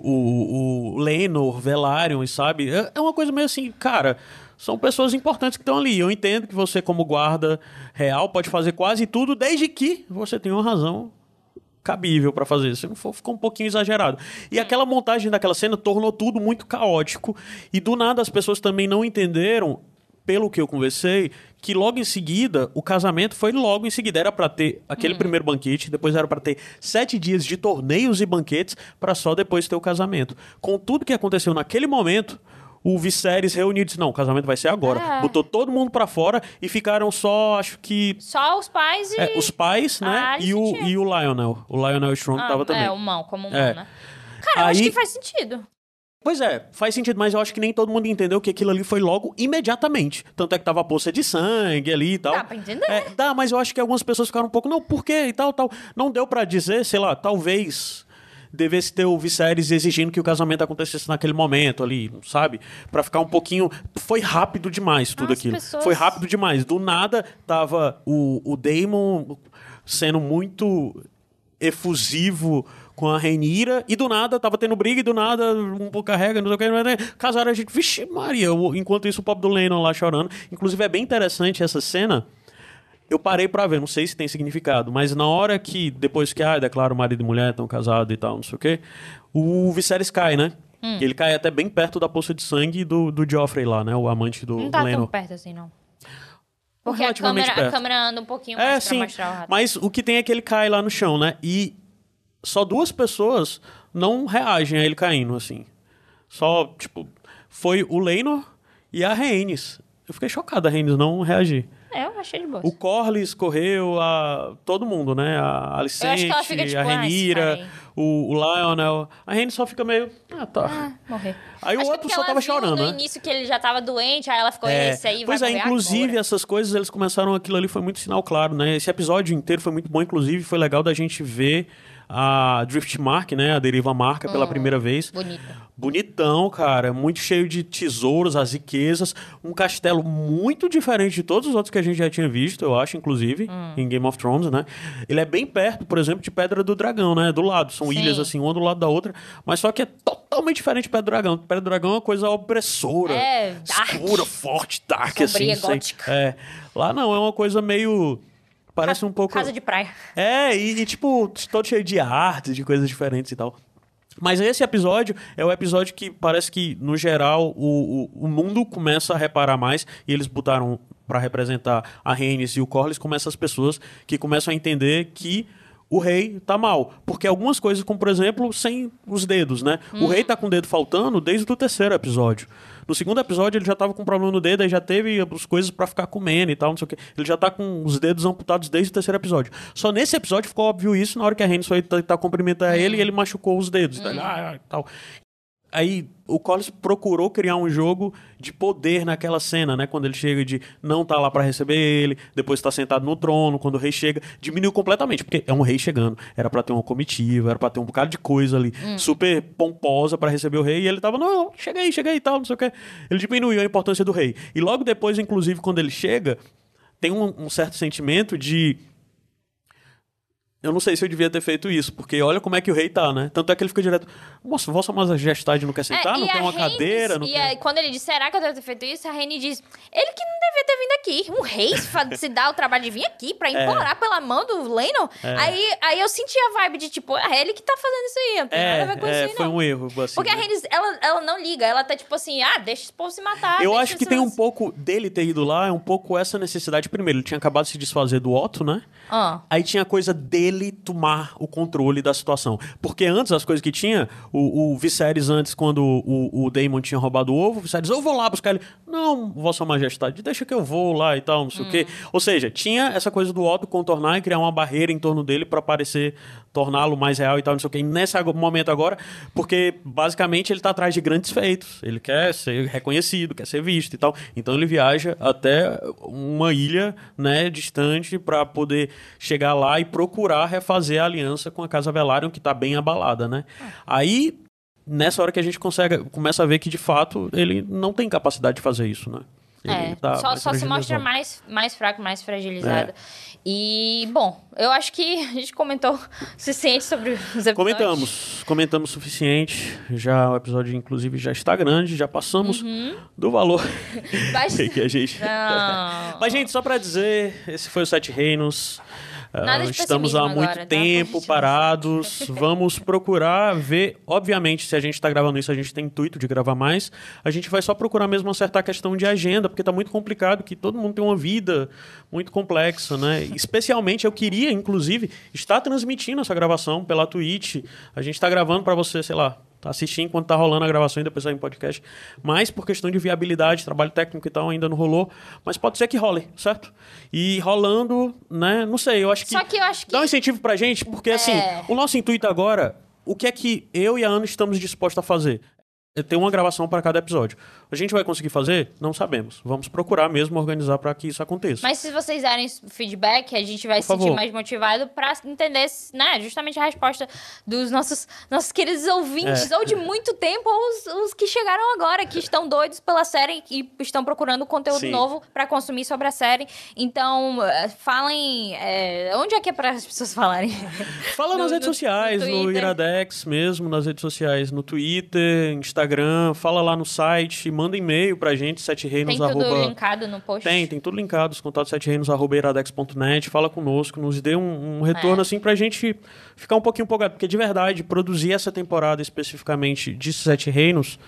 o, o Laenor, Velaryon, sabe? É, é uma coisa meio assim, cara... São pessoas importantes que estão ali. Eu entendo que você, como guarda real, pode fazer quase tudo, desde que você tenha uma razão cabível para fazer. Se não for, ficou um pouquinho exagerado. E aquela montagem daquela cena tornou tudo muito caótico. E do nada as pessoas também não entenderam, pelo que eu conversei, que logo em seguida, o casamento foi logo em seguida. Era para ter aquele hum. primeiro banquete, depois era para ter sete dias de torneios e banquetes, para só depois ter o casamento. Com tudo que aconteceu naquele momento... O Viserys reuniu e disse, não, o casamento vai ser agora. É. Botou todo mundo pra fora e ficaram só, acho que... Só os pais e... É, os pais, né? E o, e o Lionel. O Lionel Strong ah, tava também. É, o mão, como um mão, é. né? Cara, eu Aí... acho que faz sentido. Pois é, faz sentido, mas eu acho que nem todo mundo entendeu que aquilo ali foi logo imediatamente. Tanto é que tava a poça de sangue ali e tal. Dá pra entender. É, dá, mas eu acho que algumas pessoas ficaram um pouco, não, por quê e tal, tal. Não deu pra dizer, sei lá, talvez... devesse ter o Viserys exigindo que o casamento acontecesse naquele momento ali, sabe? Pra ficar um pouquinho... Foi rápido demais tudo As aquilo. Pessoas... Foi rápido demais. Do nada, tava o, o Daemon sendo muito efusivo com a Rhaenyra, e do nada tava tendo briga, e do nada um pouco carrega, não sei o que, casaram a gente... Vixe Maria! Enquanto isso, o pobre do Laenor lá chorando. Inclusive, é bem interessante essa cena... Eu parei pra ver, não sei se tem significado, mas na hora que, depois que, ah, declara o marido e mulher, estão casados e tal, não sei o quê, o Viserys cai, né? Hum. Ele cai até bem perto da poça de sangue do, do Joffrey lá, né? O amante do Não tá Laenor. tão perto assim, não. Porque a câmera, a câmera anda um pouquinho mais é, pra sim, mostrar o rato. Mas o que tem é que ele cai lá no chão, né? E só duas pessoas não reagem a ele caindo, assim. Só, tipo, foi o Laenor e a Rhaenys. Eu fiquei chocado a Rhaenys não reagir. É, eu achei de boa. O Corlys correu, a todo mundo, né? A Alicente, tipo, a Rhaenyra, o, o Lionel. A Rhaenys só fica meio... Ah, tá. Ah, morrer. Aí Acho o outro só tava chorando, no né? No início que ele já tava doente, aí ela ficou, é, esse aí vai Pois é, inclusive agora. Essas coisas, eles começaram... Aquilo ali foi muito sinal claro, né? Esse episódio inteiro foi muito bom, inclusive foi legal da gente ver a Driftmark, né? A Deriva Marca pela hum, primeira vez. Bonita. Bonitão, cara. Muito cheio de tesouros, as riquezas. Um castelo muito diferente de todos os outros que a gente já tinha visto, eu acho, inclusive, hum. em Game of Thrones, né? Ele é bem perto, por exemplo, de Pedra do Dragão, né? Do lado. São Sim. ilhas, assim, uma do lado da outra. Mas só que é totalmente diferente de Pedra do Dragão. Pedra do Dragão é uma coisa opressora. É, dark. Escura, forte, dark, Sombria, assim. gótica. Sem... É. Lá não, é uma coisa meio... Parece um pouco... Casa de praia. É, e, e tipo, todo cheio de artes, de coisas diferentes e tal. Mas esse episódio é o episódio que parece que, no geral, o, o, o mundo começa a reparar mais, e eles botaram para representar a Rhaenys e o Corlys como essas pessoas que começam a entender que o rei tá mal. Porque algumas coisas, como por exemplo, sem os dedos, né? Hum. O rei tá com o dedo faltando desde o terceiro episódio. No segundo episódio ele já tava com problema no dedo, aí já teve as coisas pra ficar comendo e tal, não sei o quê. Ele já tá com os dedos amputados desde o terceiro episódio. Só nesse episódio ficou óbvio isso, na hora que a Rhaenys foi tentar cumprimentar hum. ele, e ele machucou os dedos. Hum. Então, ele, ah, ah, tal. Aí o Corlys procurou criar um jogo de poder naquela cena, né? Quando ele chega de não tá lá pra receber ele, depois tá sentado no trono, quando o rei chega, diminuiu completamente, porque é um rei chegando. Era pra ter uma comitiva, era pra ter um bocado de coisa ali, hum. super pomposa pra receber o rei, e ele tava, não, chega aí, chega aí e tal, não sei o que. Ele diminuiu a importância do rei. E logo depois, inclusive, quando ele chega, tem um, um certo sentimento de... Eu não sei se eu devia ter feito isso, porque olha como é que o rei tá, né? Tanto é que ele fica direto, moça, Vossa Majestade não quer sentar, é, não tem uma Rhaenys, cadeira, não e quer... aí, quando ele diz, será que eu devo ter feito isso? A Rhaenys diz, ele que não devia ter vindo aqui. Um rei se dá o trabalho de vir aqui pra implorar é. pela mão do Laenor. É. Aí, aí eu senti a vibe de, tipo, é ele que tá fazendo isso aí, não tem é, nada a ver com é, isso aí, foi não. um erro, assim. Porque a Rhaenys, ela, ela não liga, ela tá tipo assim, ah, deixa esse povo se matar. Eu acho que tem um pouco dele ter ido lá, é um pouco essa necessidade. Primeiro, ele tinha acabado de se desfazer do Otto, né? Ah. Aí tinha a coisa dele tomar o controle da situação. Porque antes, as coisas que tinha, o, o Viserys antes, quando o, o Daemon tinha roubado o ovo, o Viserys, eu vou lá buscar ele. Não, Vossa Majestade, deixa que eu vou lá e tal, não sei hum. o quê. Ou seja, tinha essa coisa do Otto contornar e criar uma barreira em torno dele pra parecer, torná-lo mais real e tal, não sei o quê. E nesse momento agora, porque basicamente ele tá atrás de grandes feitos. Ele quer ser reconhecido, quer ser visto e tal. Então ele viaja até uma ilha, né, distante pra poder chegar lá e procurar refazer a aliança com a Casa Velaryon, que tá bem abalada, né? Ah. Aí, nessa hora que a gente consegue, começa a ver que, de fato, ele não tem capacidade de fazer isso, né? Ele é, tá só, só se mostra mais, mais fraco, mais fragilizado. É. E, bom, eu acho que a gente comentou o suficiente sobre os episódios. Comentamos, comentamos o suficiente. Já, o episódio, inclusive, já está grande, já passamos uhum. do valor que a gente... Não. Mas, gente, só pra dizer, esse foi o Sete Reinos. Nada de Estamos há muito agora, tempo tá? parados. Vamos procurar ver. Obviamente, se a gente está gravando isso, a gente tem intuito de gravar mais. A gente vai só procurar mesmo acertar a questão de agenda, porque está muito complicado, que todo mundo tem uma vida muito complexa, né? Especialmente, eu queria, inclusive, estar transmitindo essa gravação pela Twitch. A gente está gravando para você, sei lá, assistir enquanto tá rolando a gravação e depois sair em podcast. Mas por questão de viabilidade, trabalho técnico e tal, ainda não rolou. Mas pode ser que role, certo? E rolando, né? Não sei, eu acho que... Só que eu acho que... Dá um incentivo pra gente, porque é... assim, o nosso intuito agora, o que é que eu e a Ana estamos dispostos a fazer? É ter uma gravação para cada episódio. A gente vai conseguir fazer? Não sabemos. Vamos procurar mesmo organizar para que isso aconteça. Mas se vocês darem feedback, a gente vai se sentir mais motivado para entender, né, justamente a resposta dos nossos, nossos queridos ouvintes, é. ou de muito tempo, ou os, os que chegaram agora, que estão doidos pela série e estão procurando conteúdo Sim. novo para consumir sobre a série. Então, falem... É, onde é que é para as pessoas falarem? Fala no, nas redes no, sociais, no, no Iradex mesmo, nas redes sociais, no Twitter, Instagram, fala lá no site, manda e-mail pra gente, sete reinos. Tem tudo arroba... linkado no post? Tem, tem tudo linkado, os contatos sete reinos arroba iradex ponto net, fala conosco, nos dê um, um retorno é. assim pra gente ficar um pouquinho empolgado, porque de verdade, produzir essa temporada especificamente de Sete Reinos,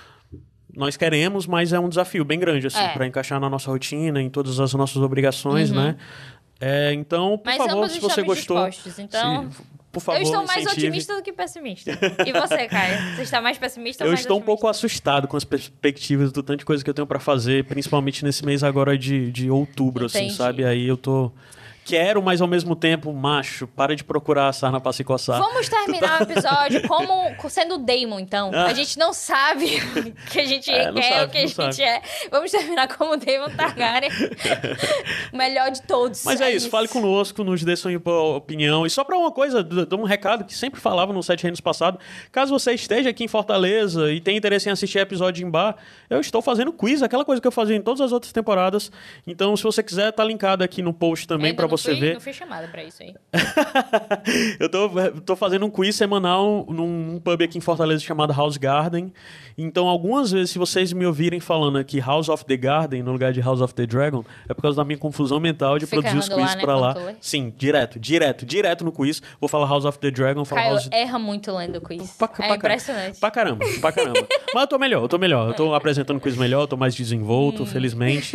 nós queremos, mas é um desafio bem grande, assim, é. pra encaixar na nossa rotina, em todas as nossas obrigações, uhum. né? É, então, por mas favor, se você gostou... Dispostos, então... Se... Por favor, eu estou mais incentive. otimista do que pessimista. E você, Caio? Você está mais pessimista ou eu mais estou otimista? um pouco assustado com as perspectivas do tanto de coisa que eu tenho para fazer, principalmente nesse mês agora de, de outubro, Entendi. assim, sabe? Aí eu tô quero, mas ao mesmo tempo, macho, para de procurar a sarna pra se coçar. Vamos terminar tá... o episódio como sendo o Daemon, então. Ah. A gente não sabe o que a gente é, quer, sabe, o que a gente sabe. é. Vamos terminar como o Daemon Targaryen. O melhor de todos. Mas é, é isso, isso, fale conosco, nos dê sua opinião. E só pra uma coisa, dou um recado que sempre falava no Sete Reinos passado. Caso você esteja aqui em Fortaleza e tenha interesse em assistir episódio em bar, eu estou fazendo quiz, aquela coisa que eu fazia em todas as outras temporadas. Então, se você quiser, tá linkado aqui no post também pra você fui, ver. Não fui chamada pra isso aí. Eu tô, tô fazendo um quiz semanal num pub aqui em Fortaleza chamado House Garden. Então, algumas vezes, se vocês me ouvirem falando aqui House of the Garden no lugar de House of the Dragon, é por causa da minha confusão mental de Fica produzir os quiz lá, pra né, lá. Sim, direto, direto, direto no quiz. Vou falar House of the Dragon. Falar Caio House... erra muito lendo o quiz. Pra, é pra, impressionante. Pra caramba, pra caramba. Mas eu tô melhor, eu tô melhor. Eu tô apresentando quiz melhor, eu tô mais desenvolto, hum. felizmente.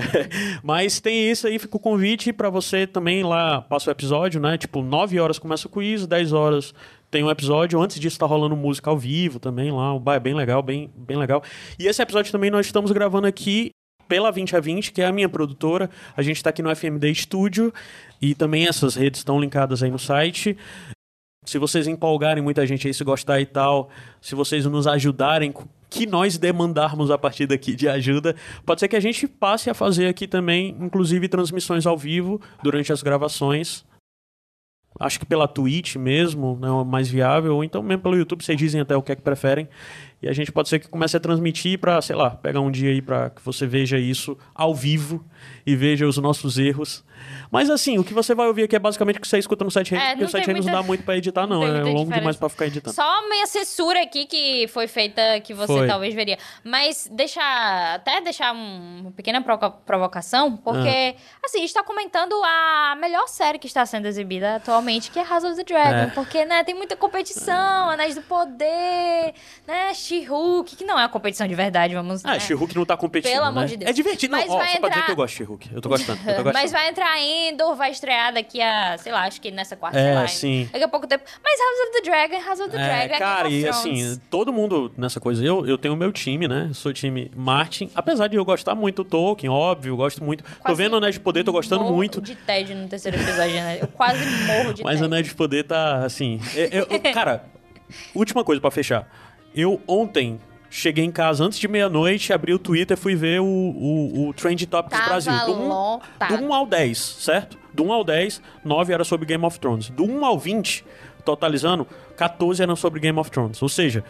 Mas tem isso aí, fica o convite pra você também lá, passa o episódio, né? Tipo, nove horas começa o quiz, dez horas tem um episódio. Antes disso tá rolando música ao vivo também lá. É bem legal, bem, bem legal. E esse episódio também nós estamos gravando aqui pela vinte a vinte, que é a minha produtora. A gente tá aqui no F M D Studio e também essas redes estão linkadas aí no site. Se vocês empolgarem muita gente aí, se gostar e tal, se vocês nos ajudarem, que nós demandarmos a partir daqui de ajuda, pode ser que a gente passe a fazer aqui também, inclusive transmissões ao vivo durante as gravações. Acho que pela Twitch mesmo, né, é mais viável, ou então mesmo pelo YouTube, vocês dizem até o que é que preferem. E a gente pode ser que comece a transmitir para, sei lá, pegar um dia aí para que você veja isso ao vivo e veja os nossos erros. Mas assim, o que você vai ouvir aqui é basicamente o que você escuta no Sete Reinos, é, porque o Sete Reinos muita... não dá muito para editar, não. não é longo diferença. demais para ficar editando. Só a minha censura aqui que foi feita, que você foi. talvez veria. Mas deixar, até deixar uma pequena provocação, porque, ah. assim, a gente tá comentando a melhor série que está sendo exibida atualmente, que é House of the Dragon. É. Porque, né, tem muita competição, é. Anéis do Poder, né, She-Hulk, que não é uma competição de verdade, vamos... Ah, né? She-Hulk não tá competindo, Pelo né? amor de Deus. É divertido, mas não, ó, vai só entrar... pra dizer que eu gosto de She-Hulk. Eu tô gostando, eu tô gostando. Mas vai entrar Endor, vai estrear daqui a, sei lá, acho que nessa quarta, é, sei lá. Sim. Daqui a pouco tempo. Mas House of the Dragon, House of the é, Dragon, cara, e assim, todo mundo nessa coisa, eu, eu tenho o meu time, né? Eu sou o time Martin, apesar de eu gostar muito do Tolkien, óbvio, eu gosto muito. Quase tô vendo Anéis de Poder, tô gostando morro muito. de tédio no terceiro episódio, né? Eu quase morro de Mas tédio. Anéis de Poder tá, assim... Eu, eu, cara, última coisa pra fechar. Eu ontem... Cheguei em casa antes de meia-noite, abri o Twitter e fui ver o, o, o Trend Topics Tava Brasil. Do um, do um ao dez, certo? Do um ao dez, nove era sobre Game of Thrones. Do um ao vinte, totalizando, catorze eram sobre Game of Thrones. Ou seja,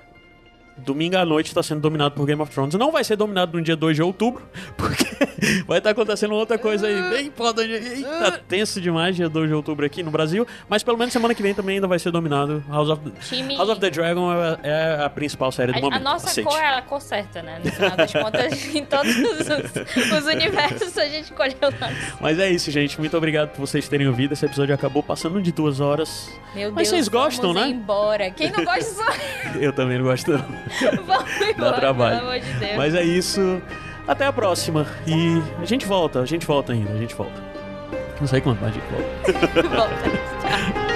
domingo à noite está sendo dominado por Game of Thrones. Não vai ser dominado no dia dois de outubro, porque vai estar acontecendo outra coisa aí bem foda. Tá tenso demais dia dois de outubro aqui no Brasil, mas pelo menos semana que vem também ainda vai ser dominado. House of, Time... House of the Dragon é, é a principal série do a, momento. A nossa Aceite. cor é a cor certa, né? No final das contas, em todos os, os universos a gente escolheu o nome. Mas é isso, gente. Muito obrigado por vocês terem ouvido. Esse episódio acabou passando de duas horas. Meu Deus, mas vocês gostam, vamos né? embora. Quem não gosta só... Eu também não gosto, não. Vamos embora, dá trabalho. Pelo amor de Deus. Mas é isso. Até a próxima. E a gente volta, a gente volta ainda, a gente volta. Não sei quando, mas a gente volta. Volta. Tchau.